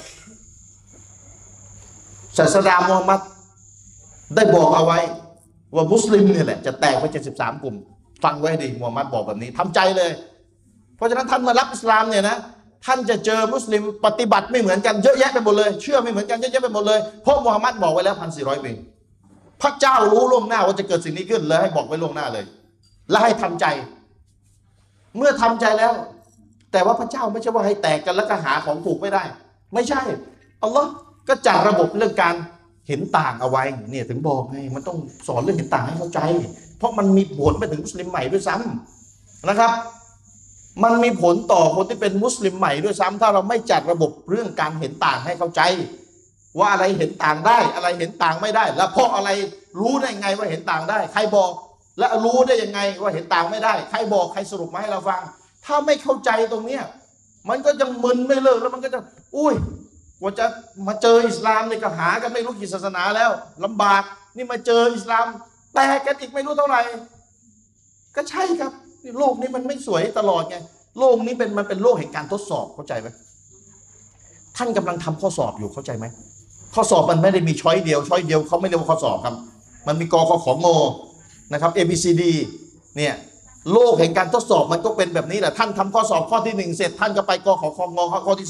ศาสดามูฮัมมัดได้บอกเอาไว้ว่ามุสลิมเนี่ยแหละจะแตกไป73กลุ่มฟังไว้ดีมูฮัมมัดบอกแบบนี้ทำใจเลยเพราะฉะนั้นท่านมารับอิสลามเนี่ยนะท่านจะเจอมุสลิมปฏิบัติไม่เหมือนกันเยอะแยะไปหมดเลยเชื่อไม่เหมือนกันเยอะแยะไปหมดเลยเพราะมุฮัมมัดบอกไว้แล้ว1,400 ปีพระเจ้ารู้ล่วงหน้าว่าจะเกิดสิ่งนี้ขึ้นเลยให้บอกไว้ล่วงหน้าเลยและให้ทำใจเมื่อทำใจแล้วแต่ว่าพระเจ้าไม่ใช่ว่าให้แตกกันแล้วก็หาของถูกไม่ได้ไม่ใช่อัลลอฮ์ก็จัดระบบเรื่องการเห็นต่างเอาไว้เนี่ยถึงบอกไงมันต้องสอนเรื่องเห็นต่างให้เข้าใจเพราะมันมีผลไปถึงมุสลิมใหม่ด้วยซ้ำนะครับมันมีผลต่อคนที่เป็นมุสลิมใหม่ด้วยซ้ำถ้าเราไม่จัดระบบเรื่องการเห็นต่างให้เข้าใจว่าอะไรเห็นต่างได้อะไรเห็นต่างไม่ได้แล้วเพราะอะไรรู้ได้ไงว่าเห็นต่างได้ใครบอกและรู้ได้ยังไงว่าเห็นต่างไม่ได้ใครบอกใครสรุปมาให้เราฟังถ้าไม่เข้าใจตรงเนี้ยมันก็ยังมึนไม่เลิกแล้วมันก็จะอุ้ยกว่าจะมาเจออิสลามเนี่ยก็หากันไม่รู้กี่ศาสนาแล้วลำบากนี่มาเจออิสลามแตกกันอีกไม่รู้เท่าไหร่ก็ใช่ครับโลกนี้มันไม่สวยตลอดไงโลกนี้มันเป็นโลกแห่งการทดสอบเข้าใจไหมท่านกำลังทำข้อสอบอยู่เข้าใจไหมข้อสอบมันไม่ได้มีช้อยเดียวเขาไม่เรียกว่าข้อสอบครับมันมีกขขงนะครับ A B C D เนี่ยโลกแห่งการทดสอบมันก็เป็นแบบนี้แหละท่านทำข้อสอบข้อที่1เสร็จท่านก็ไปกขขงข้อที่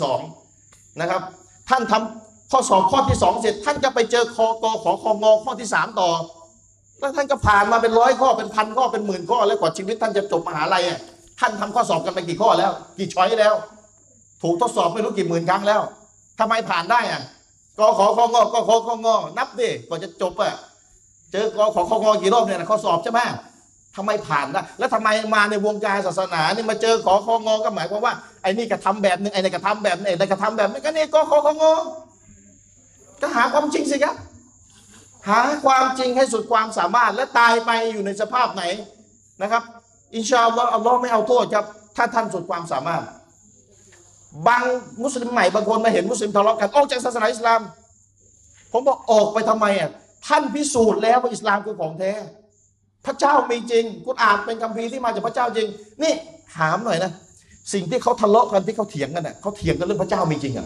2นะครับท่านทำข้อสอบข้อที่2เสร็จท่านก็ไปเจอกขขงข้อที่3ต่อแล้วท่านก็ผ่านมาเป็น100 ข้อเป็น1,000 ข้อเป็น10,000 ข้อแล้วกว่าชีวิตท่านจะจบมหาลัยท่านทำข้อสอบกันไปกี่ข้อแล้วกี่ช้อยแล้วถูกทดสอบไม่รู้กี่หมื่นครั้งแล้วทำไมผ่านได้กขขงกขขงนับดิกว่าจะจบเจอกขขงกี่รอบเนี่ยนะข้อสอบใช่ไหมทำไมผ่านได้แล้วทำไมมาในวงการศาสนานี่มาเจอขขงก็หมายความว่าไอ้นี่กระทำแบบนึงไอ้นี่กระทำแบบนึงไอ้นี่กระทำแบบนี้ก็นี่กขขงก็หาความจริงสิครับหาความจริงให้สุดความสามารถและตายไปอยู่ในสภาพไหนนะครับอินชาอัลลอฮ์อัลลอฮ์ไม่เอาโทษครับถ้าท่านสุดความสามารถบางมุสลิมใหม่บางคนมาเห็นมุสลิมทะเลาะกันออกจากศาสนาอิสลามผมบอกออกไปทำไมท่านพิสูจน์แล้วว่าอิสลามคือของแท้พระเจ้ามีจริงกุรอานเป็นคัมภีร์ที่มาจากพระเจ้าจริงนี่ถามหน่อยนะสิ่งที่เขาทะเลาะกันที่เขาเถียงกันเขาเถียงกันเรื่องพระเจ้ามีจริง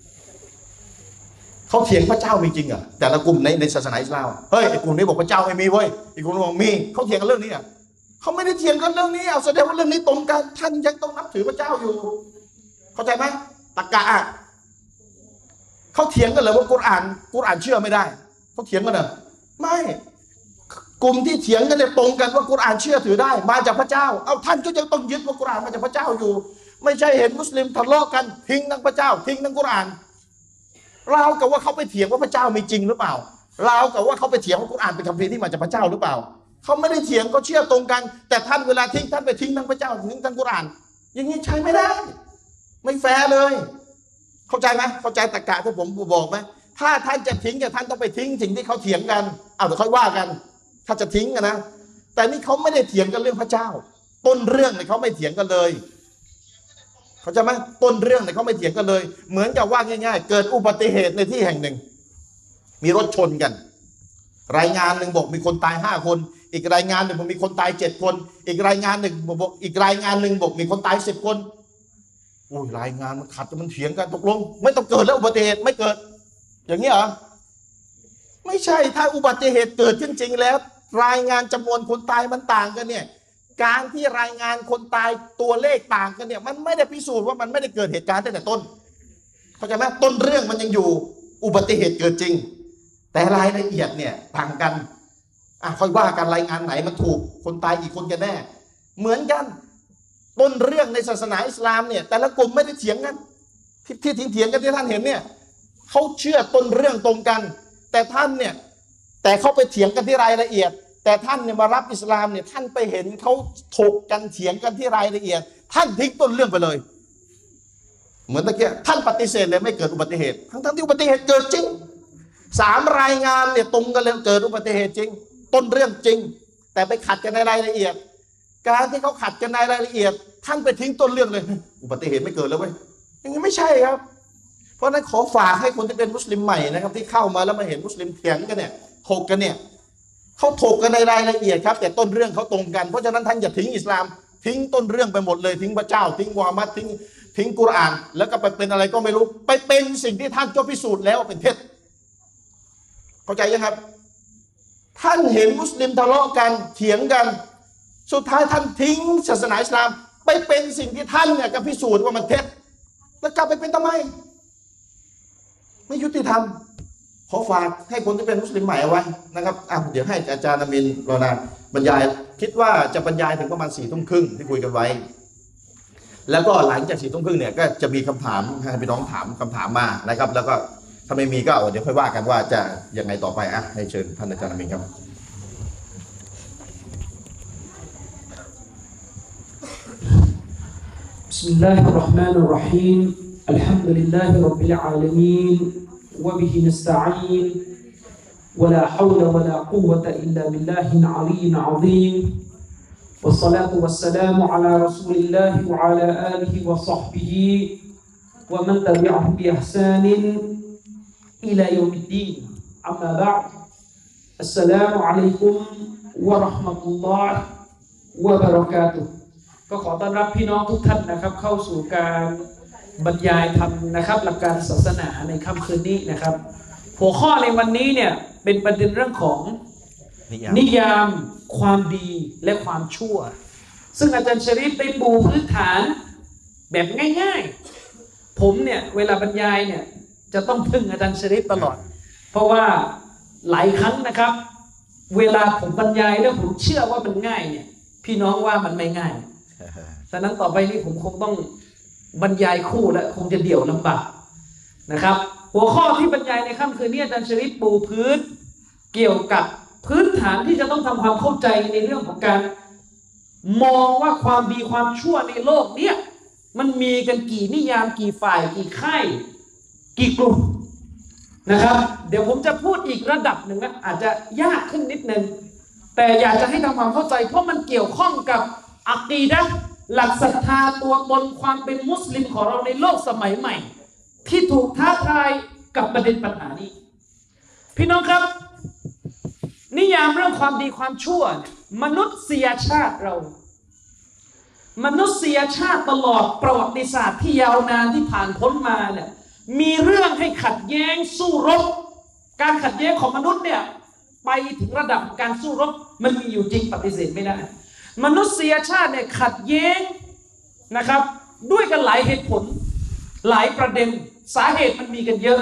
เขาเถียงพระเจ้ามีจริงแต่ละกลุ่มในศาสนาอิสลามเฮ้ยไอ้กลุ่มนี้บอกพระเจ้าไม่มีเว้ยอีกกลุ่มบอกมีเขาเถียงกันเรื่องนี้เขาไม่ได้เถียงกันเรื่องนี้แสดงว่าเรื่องนี้ตรงกันท่านยังต้องนับถือพระเจ้าอยู่เข้าใจไหมตรรกะเขาเถียงกันเลยว่ากุรอานเชื่อไม่ได้เขาเถียงกันไม่กลุ่มที่เถียงกันเนี่ยตรงกันว่ากุรอานเชื่อถือได้มาจากพระเจ้าเอาท่านก็ยังต้องยึดว่ากุรอานมาจากพระเจ้าอยู่ไม่ใช่เห็นมุสลิมทะเลาะกันทิ้งทั้งพระเจ้าทิ้งทั้งกุรอานราวกับว่าเขาไปเถียงว่าพระเจ้ามีจริงหรือเปล่าราวกับว่าเขาไปเถียงว่ากุรอานเป็นคัมภีร์ที่มาจากพระเจ้าหรือเปล่าเขาไม่ได้เถียงเขาเชื่อตรงกันแต่ท่านเวลาทิ้งท่านไปทิ้งทั้งพระเจ้าทิ้งทั้งกุรอานอย่างนี้ใช้ไม่ได้ไม่แฟร์เลยเข้าใจไหมเข้าใจตรรกะที่ผมบอกไหมถ้าท่านจะทิ้งท่านต้องไปทิ้งสิ่งที่เขาเถียงกันเอาเดี๋ยวค่อยว่ากันถ้าจะทิ้งกันนะแต่นี่เขาไม่ได้เถียงกันเรื่องพระเจ้าต้นเรื่องเนี่ยเขาไม่เถียงกันเลยเข้าใจไหมต้นเรื่องเนี่ยเขาไม่เถียงกันเลยเหมือนกับว่าง่ายๆเกิดอุบัติเหตุในที่แห่งหนึ่งมีรถชนกันรายงานหนึ่งบอกมีคนตาย5 คนอีกรายงานหนึ่งบอกมีคนตาย7 คนอีกรายงานหนึ่งบอกอีกรายงานหนึ่งบอกมีคนตาย10 คนโอ้ยรายงานมันขัดมันเถียงกันตกลงไม่ต้องเกิดแล้วอุบัติเหตุไม่เกิดอย่างนี้เหรอไม่ใช่ถ้าอุบัติเหตุเกิดขึ้นจริงแล้วรายงานจำนวนคนตายมันต่างกันเนี่ยการที่รายงานคนตายตัวเลขต่างกันเนี่ยมันไม่ได้พิสูจน์ว่ามันไม่ได้เกิดเหตุการณ์ตั้งแต่ต้นเข้าใจไหมต้นเรื่องมันยังอยู่อุบัติเหตุเกิดจริงแต่รายละเอียดเนี่ยต่างกันค่อยว่ากันรายงานไหนมันถูกคนตายกี่คนกันแน่เหมือนกันต้นเรื่องในศาสนาอิสลามเนี่ยแต่ละกลุ่มไม่ได้เถียงกันที่เถียงกันที่ท่านเห็นเนี่ยเขาเชื่อต้นเรื่องตรงกันแต่ท่านเนี่ยแต่เขาไปเถียงกันที่รายละเอียดแต่ท่านเนี่ยมารับอิสลามเนี่ยท่านไปเห็นเขาถกกันเถียงกันที่รายละเอียดท่านทิ้งต้นเรื่องไปเลยเหมือนตะเกียท่านปฏิเสธเลยไม่เกิดอุบัติเหตุทั้งที่อุบัติเหตุเกิดจริง3 รายงานเนี่ยตรงกันเลยเกิดอุบัติเหตุจริงต้นเรื่องจริงแต่ไปขัดกันในรายละเอียดการที่เขาขัดกันในรายละเอียดท่านไปทิ้งต้นเรื่องเลยอุบัติเหตุไม่เกิดแล้วเว้ยอย่างนี้ไม่ใช่ครับเพราะนั้นขอฝากให้คนที่เป็นมุสลิมใหม่นะครับที่เข้ามาแล้วมาเห็นมุสลิมเถียงกันเนี่ยถกกันเนี่ยเขาถกกันในรายละเอียดครับแต่ต้นเรื่องเขาตรงกันเพราะฉะนั้นท่านอย่าทิ้งอิสลามทิ้งต้นเรื่องไปหมดเลยทิ้งพระเจ้าทิ้งมุฮัมมัดทิ้งกุรอานแล้วก็ไปเป็นอะไรก็ไม่รู้ไปเป็นสิ่งที่ท่านก็พิสูจน์แล้วเป็นเท็จเข้าใจยังครับท่านเห็นมุสลิมทะเลาะกันเถียงกันสุดท้ายท่านทิ้งศาสนาอิสลามไปเป็นสิ่งที่ท่านเนี่ยก็พิสูจน์ว่ามันเท็จแแล้วจับไปเป็นทำไมไม่ยุติธรรมขอฝากให้คนที่เป็นมุสลิมใหม่เอาไว้นะครับเดี๋ยวให้อาจารย์อามินรอนาบรรยายคิดว่าจะบรรยายถึงประมาณ4 ทุ่มครึ่งที่คุยกันไว้แล้วก็หลังจาก4 ทุ่มครึ่งเนี่ยก็จะมีคำถามให้พี่น้องถามคำถามมานะครับแล้วก็ถ้าไม่มีก็เดี๋ยวค่อยว่ากันว่าจะยังไงต่อไปให้เชิญท่านอาจารย์อามินครับ بسم الله الرحمن الرحيم الحمد لله رب العالمين وبه نستعين ولا حول ولا قوة إلا بالله العلي العظيم والصلاة والسلام على رسول الله وعلى آله وصحبه ومن تبعهم بإحسان إلى يوم الدين أما بعد السلام عليكم ورحمة الله وبركاته ก็ขอต้อนรับพี่น้องทุกท่านนะครับเข้าสู่การบรรยายธรรมนะครับหลักการศาสนาในค่ำคืนนี้นะครับหัวข้อในวันนี้เนี่ยเป็นประเด็นเรื่องของนิยามความดีและความชั่วซึ่งอาจารย์ชะรีฟได้ปูพื้นฐานแบบง่ายๆผมเนี่ยเวลาบรรยายเนี่ยจะต้องพึ่งอาจารย์ชะรีฟตลอดเพราะว่าหลายครั้งนะครับเวลาผมบรรยายแล้วผมเชื่อว่ามันง่ายเนี่ยพี่น้องว่ามันไม่ง่ายฉะนั้นต่อไปนี้ผมคงต้องบรรยายคู่และคงจะเดี่ยวลำบากนะครับหัวข้อที่บรรยายในค่ำคืนนี้อาจารย์ชะรีฟปูพื้นเกี่ยวกับพื้นฐานที่จะต้องทำความเข้าใจในเรื่องของการมองว่าความดีความชั่วในโลกเนี้ยมันมีกันกี่นิยามกี่ฝ่ายกี่ค่ายกี่กลุ่มนะครับเดี๋ยวผมจะพูดอีกระดับหนึ่งนะอาจจะยากขึ้นนิดนึงแต่อยากจะให้ทำความเข้าใจเพราะมันเกี่ยวข้องกับอะกีดะห์หลักศรัทธาตัวตนความเป็นมุสลิมของเราในโลกสมัยใหม่ที่ถูกท้าทายกับประเด็นปัญหานี้พี่น้องครับนิยามเรื่องความดีความชั่วมนุษยชาติเรามนุษยชาติตลอดประวัติศาสตร์ที่ยาวนานที่ผ่านพ้นมาเนี่ยมีเรื่องให้ขัดแย้งสู้รบการขัดแย้งของมนุษย์เนี่ยไปถึงระดับการสู้รบมันมีอยู่จริงปฏิเสธไม่ได้มนุษยชาติเนี่ยขัดแย้งนะครับด้วยกันหลายเหตุผลหลายประเด็นสาเหตุมันมีกันเยอะ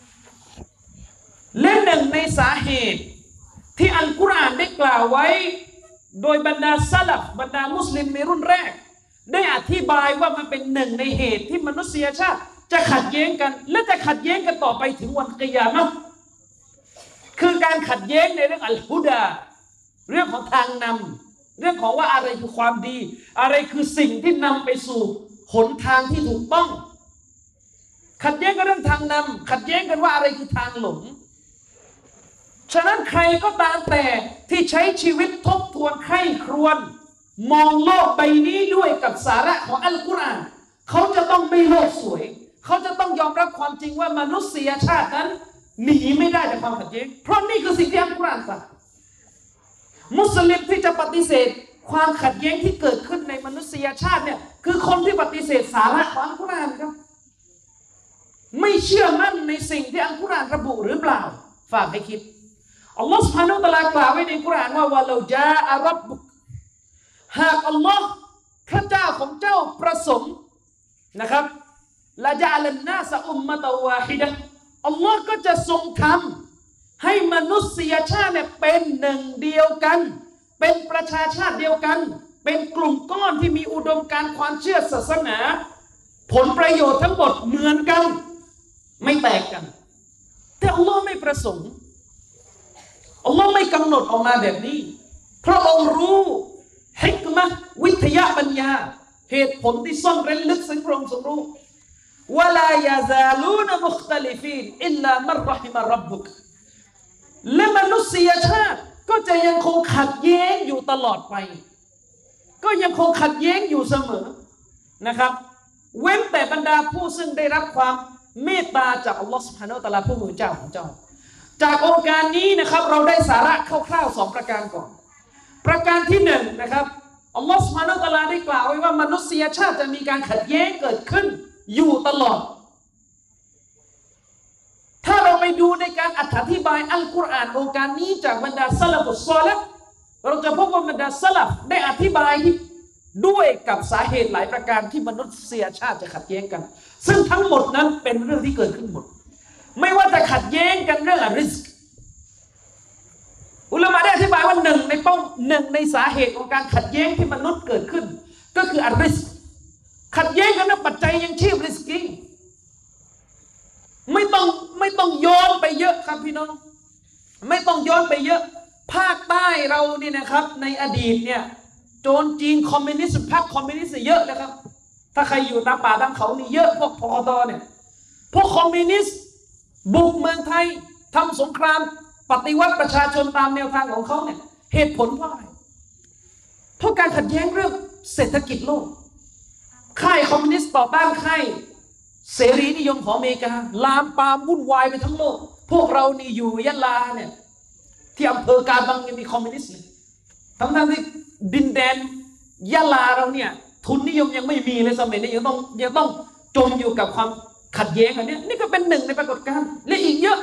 และหนึ่งในสาเหตุที่อัลกุรอานได้กล่าวไว้โดยบรรดาซะลัฟบรรดามุสลิมในรุ่นแรกได้อธิบายว่ามันเป็นหนึ่งในเหตุที่มนุษยชาติจะขัดแย้งกันและจะขัดแย้งกันต่อไปถึงวันกิยามะห์คือการขัดแย้งในเรื่องอัลฮุดาเรื่องของทางนำเรื่องของว่าอะไรคือความดีอะไรคือสิ่งที่นำไปสู่หนทางที่ถูกต้องขัดแย้งกันเรื่องทางนำขัดแย้งกันว่าอะไรคือทางหลงฉะนั้นใครก็ตามแต่ที่ใช้ชีวิตทบทวนใคร่ครวญมองโลกใบนี้ด้วยกับสาระของอัลกุรอานเขาจะต้องไม่โลกสวยเขาจะต้องยอมรับความจริงว่ามนุษยชาตินั้นหนีไม่ได้จากความขัดแย้งเพราะนี่คือสิ่งที่อัลกุรอานสั่งมุสลิมที่จะปฏิเสธความขัดแย้งที่เกิดขึ้นในมนุษยชาติเนี่ยคือคนที่ปฏิเสธสาระของอัลกุรอานครับไม่เชื่อมั่นในสิ่งที่อัลกุรอานระบุหรือเปล่าฝากให้คิดอัลลอฮฺ سبحانه และ تعالى กล่าวไว้ในกุรอานว่าวะลาจาอะรับบุกหากอัลลอฮ์พระเจ้าของเจ้าประสงค์นะครับละจาลันนาสอุมมะตะวาฮิดะห์อัลลอฮ์ก็จะทรงทำให้มนุษยชาติเนี่ยเป็นหนึ่งเดียวกันเป็นประชาชาติเดียวกันเป็นกลุ่มก้อนที่มีอุดมการณ์ความเชื่อศาสนาผลประโยชน์ทั้งหมดเหมือนกันไม่แตกกันแต่อัลลอฮ์ไม่ประสงค์อัลลอฮ์ไม่กำหนดออกมาแบบนี้พระองค์รู้ฮิกมะห์วิทยาปัญญาเหตุผลที่ซ่อนเร้นลึกซึ้งพระองค์ทรงรู้วะลายาซาลูนมุคตลิฟีนอิลลามัรเราะฮิมะร็อบบุกและมนุษยชาติก็จะยังคงขัดแย้งอยู่ตลอดไปก็ยังคงขัดแย้งอยู่เสมอนะครับเว้นแต่บรรดาผู้ซึ่งได้รับความเมตตาจากอัลลอฮฺ سبحانه และ تعالى ผู้เป็นเจ้าของเจ้าจากองค์การนี้นะครับเราได้สาระคร่าวๆ2ประการก่อนประการที่1นะครับอัลลอฮฺ سبحانه และ تعالى ได้กล่าวไว้ว่ามนุษยชาติจะมีการขัดแย้งเกิดขึ้นอยู่ตลอดถ้าเราไปดูในการอธิบายอัลกุรอานองค์การนี้จากบรรดาซะลัฟุศศอลิห์เราจะพบว่าบรรดาซะลัฟได้อธิบายที่ด้วยกับสาเหตุหลายประการที่มนุษยชาติจะขัดแย้งกันซึ่งทั้งหมดนั้นเป็นเรื่องที่เกิดขึ้นหมดไม่ว่าจะขัดแย้งกันเรื่องริสก์อุลามะได้อธิบายว่าหนึ่งในสาเหตุของการขัดแย้งที่มนุษย์เกิดขึ้นก็คือริสก์ขัดแย้งกันเรื่องปัจจัยยังชีพริสกีไม่ต้องย้อนไปเยอะครับพี่น้องไม่ต้องย้อนไปเยอะภาคใต้เรานี่นะครับในอดีตเนี่ยโจรจีนคอมมิวนิสต์พรรคคอมมิวนิสต์เยอะนะครับถ้าใครอยู่ตามป่าตามเขานี่เยอะพวกพอตเนี่ยพวกคอมมิวนิสต์บุกเมืองไทยทำสงครามปฏิวัติประชาชนตามแนวทางของเขาเนี่ยเหตุผลเพราะอะไรเพราะการขัดแย้งเรื่องเศรษฐกิจโลกค่ายคอมมิวนิสต์ต่อต้านค่ายเสรีนิยมของอเมริกาลามปามวุ่นวายไปทั้งโลกพวกเรานี่อยู่ยะลาเนี่ยที่อำเภอกาบังยังมีคอมมิวนิสต์เลยทั้งที่ดินแดนยะลาเราเนี่ยทุนนิยมยังไม่มีเลยสมัยนี้ยังต้องจมอยู่กับความขัดแย้งอันนี้นี่ก็เป็นหนึ่งในปรากฏการณ์และอีกเยอะ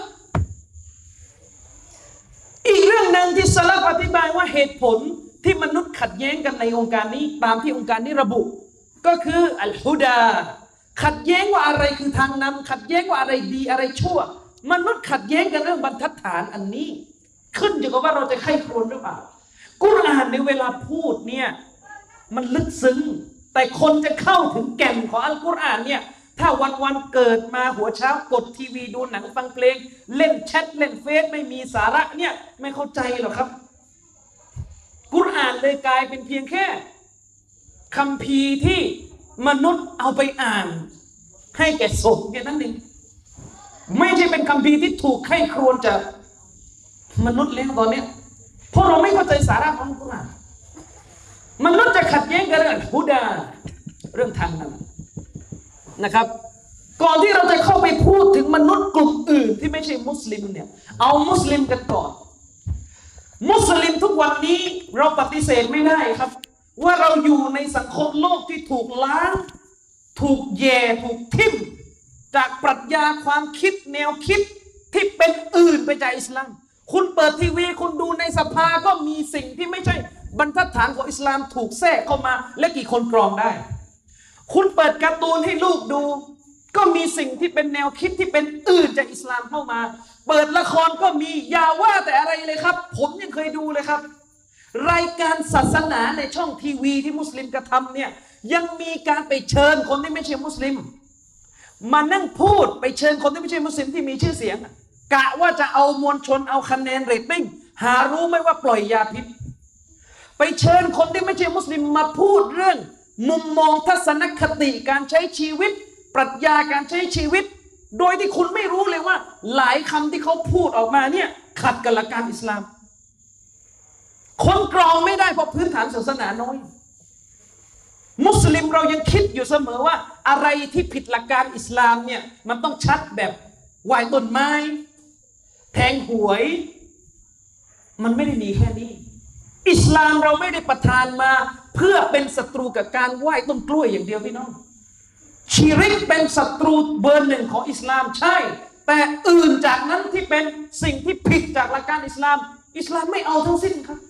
อีกเรื่องหนึ่งที่สลับอธิบายว่าเหตุผลที่มนุษย์ขัดแย้งกันในองค์การนี้ตามที่องค์การนี้ระบุก็คืออัลฮุดาขัดแย้งว่าอะไรคือทางนำขัดแย้งว่าอะไรดีอะไรชั่วมนุษย์ขัดแย้งกันเรื่องบรรทัดฐานอันนี้ขึ้นอยู่กับว่าเราจะใคร่ครวญหรือเปล่ากุรอานในเวลาพูดเนี่ยมันลึกซึ้งแต่คนจะเข้าถึงแก่นของอัลกุรอานเนี่ยถ้าวันเกิดมาหัวเช้ากดทีวีดูหนังฟังเพลงเล่นแชทเล่นเฟซไม่มีสาระเนี่ยไม่เข้าใจหรอกครับกุรอานเลยกลายเป็นเพียงแค่คัมภีร์ที่มนุษย์เอาไปอ่านให้แก่ศพแค่นั้นเองไม่ใช่เป็นคัมภีร์ที่ถูกใคร่ครวญจากมนุษย์แล้วตอนนี้เพราะเราไม่เข้าใจสาระของกุรอานมนุษย์จะขัดแย้งกันเรื่องฮุดาเรื่องทางนำนะครับก่อนที่เราจะเข้าไปพูดถึงมนุษย์กลุ่มอื่นที่ไม่ใช่มุสลิมเนี่ยเอามุสลิมกันก่อนมุสลิมทุกวันนี้เราปฏิเสธไม่ได้ครับว่าเราอยู่ในสังคมโลกที่ถูกล้างถูกแย่ถูกทิ่มจากปรัชญาความคิดแนวคิดที่เป็นอื่นไปจากอิสลามคุณเปิดทีวีคุณดูในสภาก็มีสิ่งที่ไม่ใช่บรรทัดฐานของอิสลามถูกแทรกเข้ามาและกี่คนกรองได้คุณเปิดการ์ตูนให้ลูกดูก็มีสิ่งที่เป็นแนวคิดที่เป็นอื่นจากอิสลามเข้ามาเปิดละครก็มีอย่าว่าแต่อะไรเลยครับผมยังเคยดูเลยครับรายการศาสนาในช่องทีวีที่มุสลิมกระทำเนี่ยยังมีการไปเชิญคนที่ไม่ใช่มุสลิมมานั่งพูดไปเชิญคนที่ไม่ใช่มุสลิมที่มีชื่อเสียงกะว่าจะเอามวลชนเอาคะแนนเรตติ้งหารู้ไหมว่าปล่อยยาพิษไปเชิญคนที่ไม่ใช่มุสลิมมาพูดเรื่องมุมมองทัศนคติการใช้ชีวิตปรัชญาการใช้ชีวิตโดยที่คุณไม่รู้เลยว่าหลายคำที่เขาพูดออกมาเนี่ยขัดกับหลักการอิสลามคนกรองไม่ได้เพราะพื้นฐานศาสนาน้อยมุสลิมเรายังคิดอยู่เสมอว่าอะไรที่ผิดหลักการอิสลามเนี่ยมันต้องชัดแบบไหว้ต้นไม้แทงหวยมันไม่ได้มีแค่นี้อิสลามเราไม่ได้ประทานมาเพื่อเป็นศัตรูกับการไหว้ต้นกล้วยอย่างเดียวพี่น้องชิริกเป็นศัตรูเบอร์หนึ่งของอิสลามใช่แต่อื่นจากนั้นที่เป็นสิ่งที่ผิดจากหลักการอิสลามไม่เอาทั้งสิ้นครับ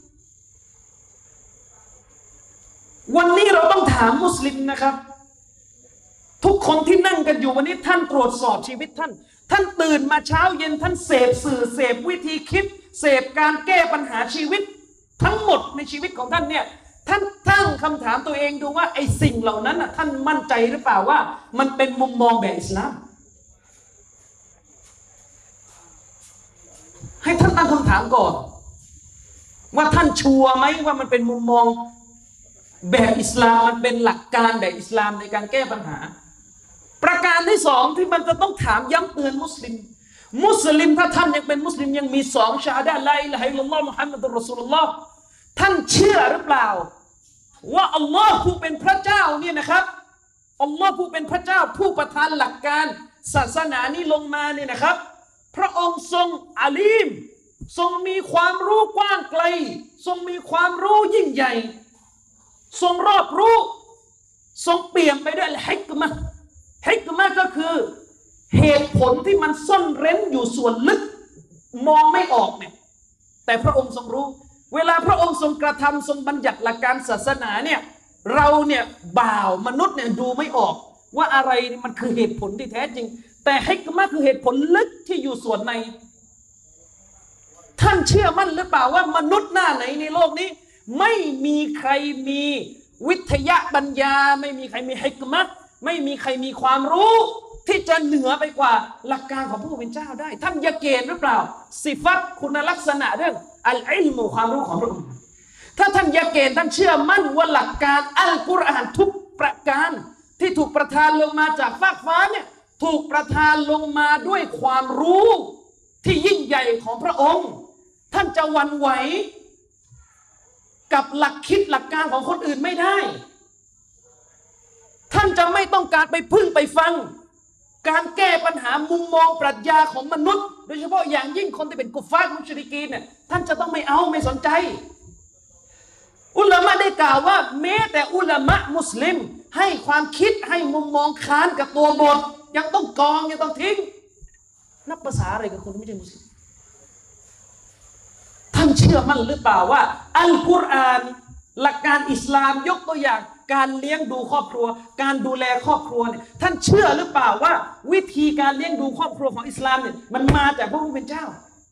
วันนี้เราต้องถามมุสลิมนะครับทุกคนที่นั่งกันอยู่วันนี้ท่านตรวจสอบชีวิตท่านตื่นมาเช้าเย็นท่านเสพสื่อเสพวิธีคิดเสพการแก้ปัญหาชีวิตทั้งหมดในชีวิตของท่านเนี่ยท่านตั้งคำถามตัวเองดูว่าไอ้สิ่งเหล่านั้นน่ะท่านมั่นใจหรือเปล่าว่ามันเป็นมุมมองแบบอิสลามให้ท่านตั้งคำถามก่อนว่าท่านชัวร์ไหมว่ามันเป็นมุมมองแบบอิสลามมันเป็นหลักการแบบอิสลามในการแก้ปัญหาประการที่สองที่มันจะต้องถามย้ำเตือนมุสลิมถ้าท่านยังเป็นมุสลิมยังมีสองชาฮาดะห์ลาอิลาฮะอิลลัลลอฮ์มุฮัมมัดุรรอซูลุลลอฮ์ท่านเชื่อหรือเปล่าว่าอัลลอฮ์ผู้เป็นพระเจ้าเนี่ยนะครับอัลลอฮ์ผู้เป็นพระเจ้าผู้ประทานหลักการศาสนานี้ลงมาเนี่ยนะครับพระองค์ทรงอาลีมทรงมีความรู้กว้างไกลทรงมีความรู้ยิ่งใหญ่ทรงรอบรู้ทรงเปี่ยมไปด้วยฮิกมะห์ก็คือเหตุผลที่มันซ่อนเร้นอยู่ส่วนลึกมองไม่ออกเนี่ยแต่พระองค์ทรงรู้เวลาพระองค์ทรงกระทำทรงบัญญัติหลักการศาสนาเนี่ยเราเนี่ยบ่าวมนุษย์เนี่ยดูไม่ออกว่าอะไรมันคือเหตุผลที่แท้จริงแต่ฮิกมะห์คือเหตุผลลึกที่อยู่ส่วนในท่านเชื่อมั่นหรือเปล่าว่ามนุษย์หน้าไหนในโลกนี้ไม่มีใครมีวิทยาปัญญาไม่มีใครมีฮิกมะห์ไม่มีใครมีความรู้ที่จะเหนือไปกว่าหลักการของผู้เป็นเจ้าได้ท่านยะเกณฑ์หรือเปล่าสิฟัตคุณลักษณะเรื่องอัลอิลมุความรู้ของพระองค์ถ้าท่านยะเกณฑ์ท่านเชื่อมั่นว่าหลักการอัลกุรอานทุกประการที่ถูกประทานลงมาจากฟากฟ้าเนี่ยถูกประทานลงมาด้วยความรู้ที่ยิ่งใหญ่ของพระองค์ท่านจะหวั่นไหวกับหลักคิดหลักการของคนอื่นไม่ได้ท่านจะไม่ต้องการไปพึ่งไปฟังการแก้ปัญหามุมมองปรัชญาของมนุษย์โดยเฉพาะอย่างยิ่งคนที่เป็นกุฟาร์มุชริกีนเนี่ยท่านจะต้องไม่เอาไม่สนใจอุลามะได้กล่าวว่าแม้แต่อุลามะมุสลิมให้ความคิดให้มุมมองค้านกับตัวบทยังต้องกองยังต้องทิ้งนับภาษาอะไรกับคนที่ไม่ใช่มุสลิมท่านเชื่อมั่นหรือเปล่าว่าอัลกุรอานหลักการอิสลามยกตัวอย่างการเลี้ยงดูครอบครัวการดูแลครอบครัวเนี่ยท่านเชื่อหรือเปล่าว่าวิธีการเลี้ยงดูครอบครัวของอิสลามเนี่ยมันมาจากพระผู้เป็นเจ้า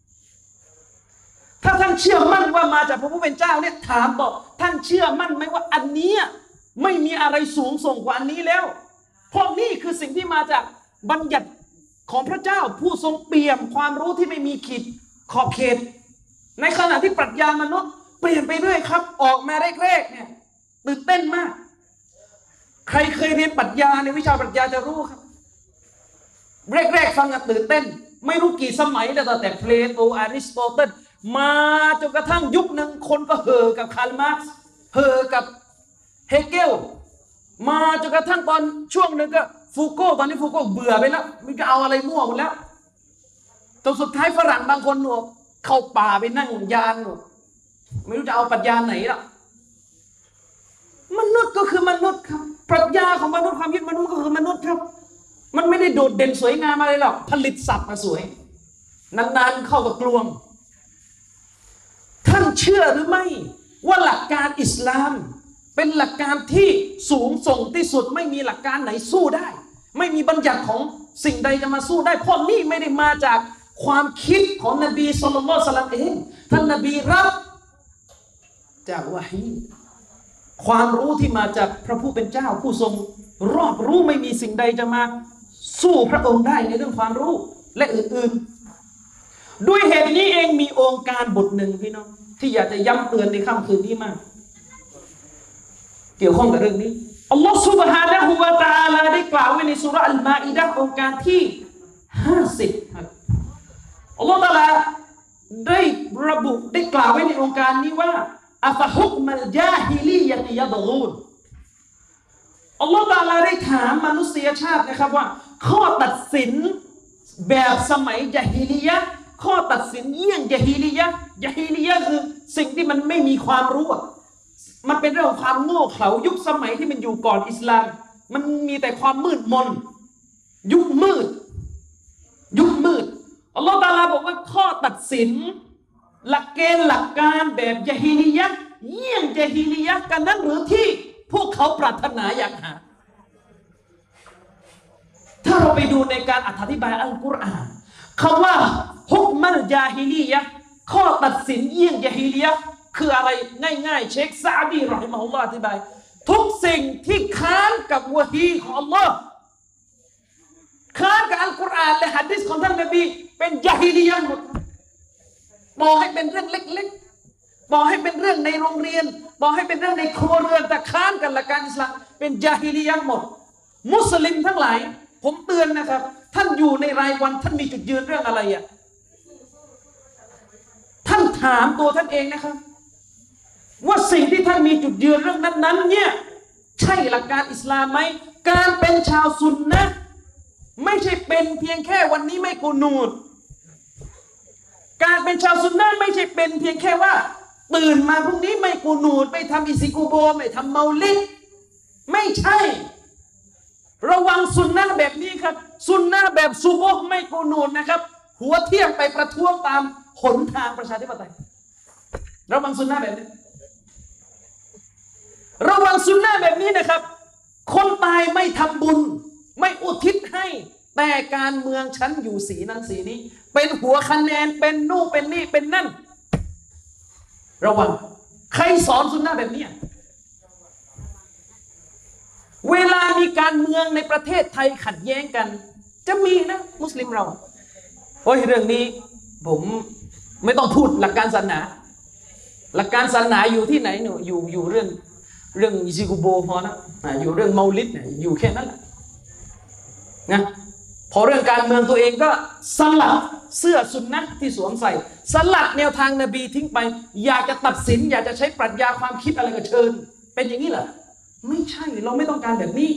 ถ้าท่านเชื่อมั่นว่ามาจากพระผู้เป็นเจ้าเนี่ยถามบอกท่านเชื่อมั่นไหมว่าอันนี้ไม่มีอะไรสูงส่งกว่าอันนี้แล้วเพราะนี่คือสิ่งที่มาจากบัญญัติของพระเจ้าผู้ทรงเปี่ยมความรู้ที่ไม่มีขีดขอบเขตในขณะที่ปรัชญามนุษย์เปลี่ยนไปเรื่อยครับออกมาแรกๆเนี่ยตื่นเต้นมากใครเคยเรียนปรัชญาในวิชาปรัชญาจะรู้ครับแรกๆฟังกันตื่นเต้นไม่รู้กี่สมัยแล้วแต่เพลโตอริสโตเติลมาจนกระทั่งยุคหนึ่งคนก็เห่อกับคาร์ลมาร์กซ์เห่อกับเฮเกลมาจนกระทั่งตอนช่วงหนึ่งก็ฟูโก้ตอนนี้ฟูโก้เบื่อไปแล้วมันก็เอาอะไรมั่วหมดแล้วจนสุดท้ายฝรั่งบางคนหนูเข้าป่าไปนั่งยานหนูไม่รู้จะเอาปรัชญาไหนล่ะมนุษย์ก็คือมนุษย์ครับปรัชญาของมนุษย์ความคิดมนุษย์ก็คือมนุษย์ครับมันไม่ได้โดดเด่นสวยงามอะไรหรอกผลิตศัพท์มาสวยนานๆเข้ากับกลวงท่านเชื่อหรือไม่ว่าหลักการอิสลามเป็นหลักการที่สูงส่งที่สุดไม่มีหลักการไหนสู้ได้ไม่มีบัญญัติของสิ่งใดจะมาสู้ได้เพราะนี่ไม่ได้มาจากความคิดของนบีศ็อลลัลลอฮุอะลัยฮิวะซัลลัมเองท่านนบีรับจากวะฮีความรู้ที่มาจากพระผู้เป็นเจ้าผู้ทรงรอบรู้ไม่มีสิ่งใดจะมาสู้พระองค์ได้ในเรื่องความรู้และอื่นๆด้วยเหตุนี้เองมีองค์การบทหนึ่งพี่น้องที่อยากจะย้ำเตือนในค่ำคืนนี้มากเกี่ยวข้องกับเรื่องนี้อัลลอฮฺซุบฮานะฮูวะตะอาลาได้กล่าวไว้ในซูเราะห์อัลมาอิดะห์องค์การที่50ครับอัลลอฮฺตะอาลาได้ระบุได้กล่าวไว้ในองค์การนี้ว่าอัฟะฮุกมัลญาฮิลียะติยะบกูนอัลลอฮฺตะอาลาได้ถามมนุษยชาตินะครับว่าข้อตัดสินแบบสมัยญะฮิลียะห์ข้อตัดสินเยี่ยงญะฮิลียะห์คือสิ่งที่มันไม่มีความรู้มันเป็นเรื่องของความโง่เขลายุคสมัยที่มันอยู่ก่อนอิสลามมันมีแต่ความมืดมนยุคมืดอัลลอฮฺตะอาลาบอกว่าข้อตัดสินหลักเกณฑ์หลักการแบบญะฮิลียะห์เยี่ยงญะฮิลียะห์กันนั้นหรือที่พวกเขาปรารถนาอยากหาถ้าเราไปดูในการอธิบายอัลกุรอานคำว่าฮุกมัลญาฮิลียะห์ข้อตัดสินเยี่ยงญะฮิลียะห์คืออะไรง่ายๆเชคซาดีรอฮิมะฮุลลอฮ์อธิบายทุกสิ่งที่ค้านกับวะฮีของอัลลอฮ์ค้านกับอัลกุรอานและหะดีษของท่านนบีเป็นญะฮิลียะห์หมดบอกให้เป็นเรื่องเล็กๆบอกให้เป็นเรื่องในโรงเรียนบอกให้เป็นเรื่องในครัวเรือนแต่ค้านกันหลักการอิสลามเป็นญะฮิลียะห์หมดมุสลิมทั้งหลายผมเตือนนะครับท่านอยู่ในรายวันท่านมีจุดยืนเรื่องอะไรอ่ะท่านถามตัวท่านเองนะครับว่าสิ่งที่ท่านมีจุดยืนเรื่องนั้นๆเนี่ยใช่หลักการอิสลามไหมการเป็นชาวซุนนะห์ไม่ใช่เป็นเพียงแค่วันนี้ไม่กูนูดการเป็นชาวซุนนะห์ไม่ใช่เป็นเพียงแค่ว่าตื่นมาพรุ่งนี้ไม่กูนูดไม่ทำอิซิกูโบไม่ทำเมาลิดไม่ใช่ระวังซุนนะห์แบบนี้ครับซุนนะห์แบบซุบฮ์ไม่กูนูดนะครับหัวเที่ยงไปประท้วงตามหนทางประชาธิปไตยระวังซุนนะห์แบบนี้ระวังสุนนะแบบนี้นะครับคนตายไม่ทำบุญไม่อุทิศให้แต่การเมืองฉันอยู่สีนั้นสีนี้เป็นหัวคะแนนเป็นนู่นเป็นนี่เป็นนั่นระวังใครสอนสุนนะแบบนี้เวลามีการเมืองในประเทศไทยขัดแย้งกันจะมีนะมุสลิมเราโอ้ยเรื่องนี้ผมไม่ต้องพูดหลักการศาสนาหลักการศาสนาอยู่ที่ไหนเนี่ยอยู่เรื่องอิซิกุโบพอนะอยู่เรื่องเมาลิดเนี่ยอยู่แค่นั้นแหละนะพอเรื่องการเมืองตัวเองก็สลัดเสื้อสุนนะที่สวมใส่สลัดแนวทางนบีทิ้งไปอยากจะตัดสินอยากจะใช้ปรัชญาความคิดอะไรก็เชิญเป็นอย่างนี้เหรอไม่ใช่เราไม่ต้องการแบบนี้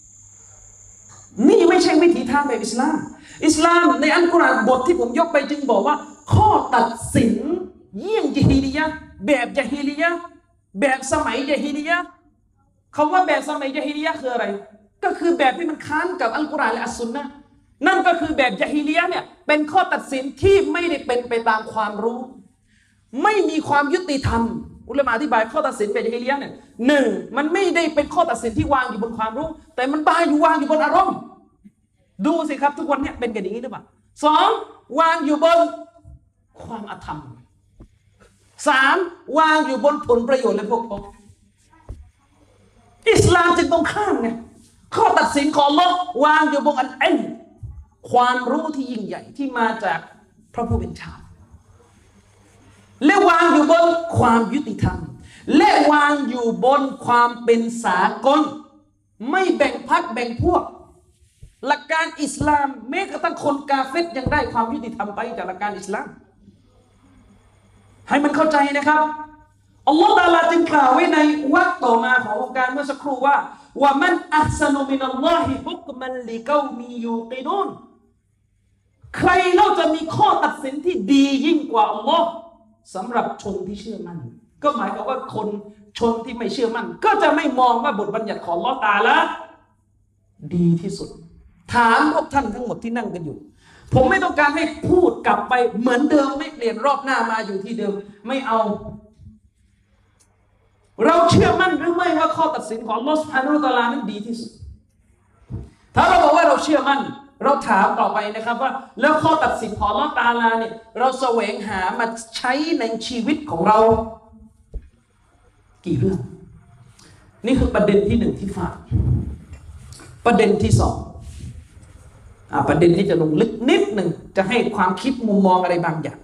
นี่ไม่ใช่วิถีทางแบบอิสลามอิสลามในอัลกุรอานบทที่ผมยกไปจึงบอกว่าข้อตัดสินเยี่ยงญะฮีลิยะห์แบบญะฮีลิยะห์แบบสมัยญะฮีลิยะห์คำว่าแบบสมัยญะฮีลิยะห์คืออะไรก็คือแบบที่มันค้านกับอัลกุรอานและอัสซุนนะห์นั่นก็คือแบบญะฮีลิยะห์เนี่ยเป็นข้อตัดสินที่ไม่ได้เป็นไปตามความรู้ไม่มีความยุติธรรมอุลามะอธิบายข้อตัดสินแบบญะฮีลิยะห์เนี่ยหนึ่งมันไม่ได้เป็นข้อตัดสินที่วางอยู่บนความรู้แต่มันวางอยู่บนอารมณ์ดูสิครับทุกวันเนี่ยเป็นกันอย่างนี้หรือเปล่าสองวางอยู่บนความอธรรมสามวางอยู่บนผลประโยชน์และพวกพ้องอิสลามจึงตรงข้ามไงข้อตัดสินของอัลเลาะห์วางอยู่บนอัลอิลม์ความรู้ที่ยิ่งใหญ่ที่มาจากพระผู้เป็นเจ้าและวางอยู่บนความยุติธรรมและวางอยู่บนความเป็นสากลไม่แบ่งพรรคแบ่งพวกหลักการอิสลามแม้กระทั่งคนกาเฟรยังได้ความยุติธรรมไปจากหลักการอิสลามให้มันเข้าใจนะครับอัลลอฮฺตะอาลาจึงกล่าวไว้ในวรรคต่อมาขององค์การเมื่อสักครู่ว่ามันอัพซานุมินัลลอฮิฮุกมันลิกอมียูกินูนใครเล่าจะมีข้อตัดสินที่ดียิ่งกว่าอัลลอฮ์สำหรับชนที่เชื่อมั่นก็หมายความว่าคนชนที่ไม่เชื่อมั่นก็จะไม่มองว่าบทบัญญัติของอัลลอฮ์ตะอาลาดีที่สุดถามพวกท่านทั้งหมดที่นั่งกันอยู่ผมไม่ต้องการให้พูดกลับไปเหมือนเดิมไม่เปลี่ยนรอบหน้ามาอยู่ที่เดิมไม่เอาเราเชื่อมั่นหรือไม่ว่าข้อตัดสินของอัลลอฮฺซุบฮานะฮูวะตะอาลานั้นดีที่สุดถ้าเราบอกว่าเราเชื่อมั่นเราถามต่อไปนะครับว่าแล้วข้อตัดสินของอัลลอฮฺตะอาลาเนี่ยเราแสวงหามาใช้ในชีวิตของเรากี่เรื่องนี่คือประเด็นที่หนึ่งที่ฝากประเด็นที่สองประเด็นที่จะลงลึกนิดหนึ่งจะให้ความคิดมุมมองอะไรบางอย่าง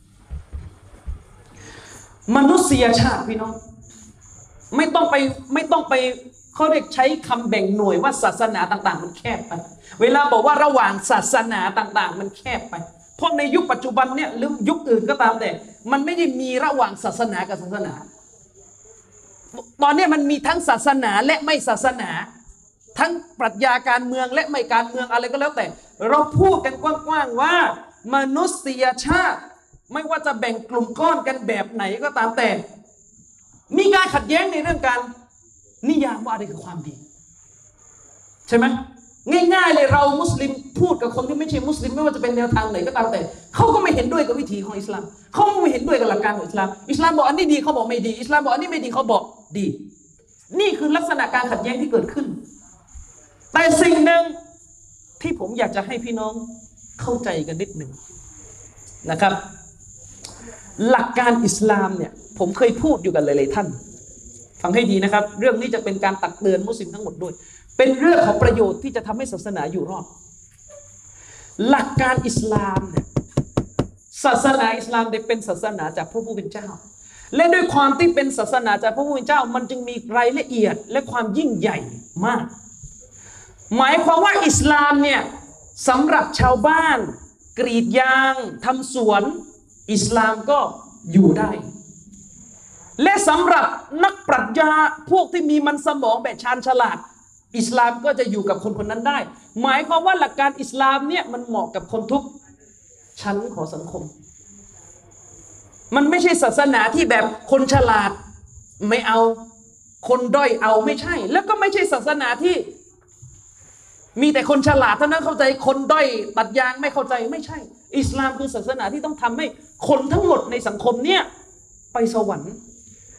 มนุษยชาติพี่น้องไม่ต้องไปเขาเรียกใช้คำแบ่งหน่วยว่าศาสนาต่างๆมันแคบไปเวลาบอกว่าระหว่างศาสนาต่างๆมันแคบไปเพราะในยุคปัจจุบันเนี่ยหรือยุคอื่นก็ตามแต่มันไม่ได้มีระหว่างศาสนากับศาสนาตอนนี้มันมีทั้งศาสนาและไม่ศาสนาทั้งปรัชญาการเมืองและไม่การเมืองอะไรก็แล้วแต่เราพูดกันกว้างๆว่ามนุษยชาติไม่ว่าจะแบ่งกลุ่มก้อนกันแบบไหนก็ตามแต่มีการขัดแย้งในเรื่องการนิยามว่าอะไรคือความดีใช่ไหมง่ายๆเลยเรามุสลิมพูดกับคนที่ไม่ใช่มุสลิมไม่ว่าจะเป็นแนวทางไหนก็ตามแต่เขาก็ไม่เห็นด้วยกับวิถีของอิสลามเขาไม่เห็นด้วยกับหลักการของอิสลามอิสลามบอกอันนี้ดีเขาบอกไม่ดีอิสลามบอกอันนี้ไม่ดีเขาบอกดีนี่คือลักษณะการขัดแย้งที่เกิดขึ้นแต่สิ่งหนึ่งที่ผมอยากจะให้พี่น้องเข้าใจกันนิดหนึ่งนะครับหลักการอิสลามเนี่ยผมเคยพูดอยู่กันหลายๆท่านฟังให้ดีนะครับเรื่องนี้จะเป็นการตักเตือนมุสลิมทั้งหมดด้วยเป็นเรื่องของประโยชน์ที่จะทำให้ศาสนาอยู่รอดหลักการอิสลามเนี่ยศาสนาอิสลามได้เป็นศาสนาจากพระผู้เป็นเจ้าและด้วยความที่เป็นศาสนาจากพระผู้เป็นเจ้ามันจึงมีรายละเอียดและความยิ่งใหญ่มากหมายความว่าอิสลามเนี่ยสำหรับชาวบ้านกรีดยางทำสวนอิสลามก็อยู่ได้และสำหรับนักปรัชญาพวกที่มีมันสมองแบบชาญฉลาดอิสลามก็จะอยู่กับคนคนนั้นได้หมายความว่าหลักการอิสลามเนี่ยมันเหมาะกับคนทุกชั้นของสังคมมันไม่ใช่ศาสนาที่แบบคนฉลาดไม่เอาคนด้อยเอาไม่ใช่แล้วก็ไม่ใช่ศาสนาที่มีแต่คนฉลาดเท่านั้นเข้าใจคนด้อยตัดยางไม่เข้าใจไม่ใช่อิสลามคือศาสนาที่ต้องทำให้คนทั้งหมดในสังคมเนี่ยไปสวรรค์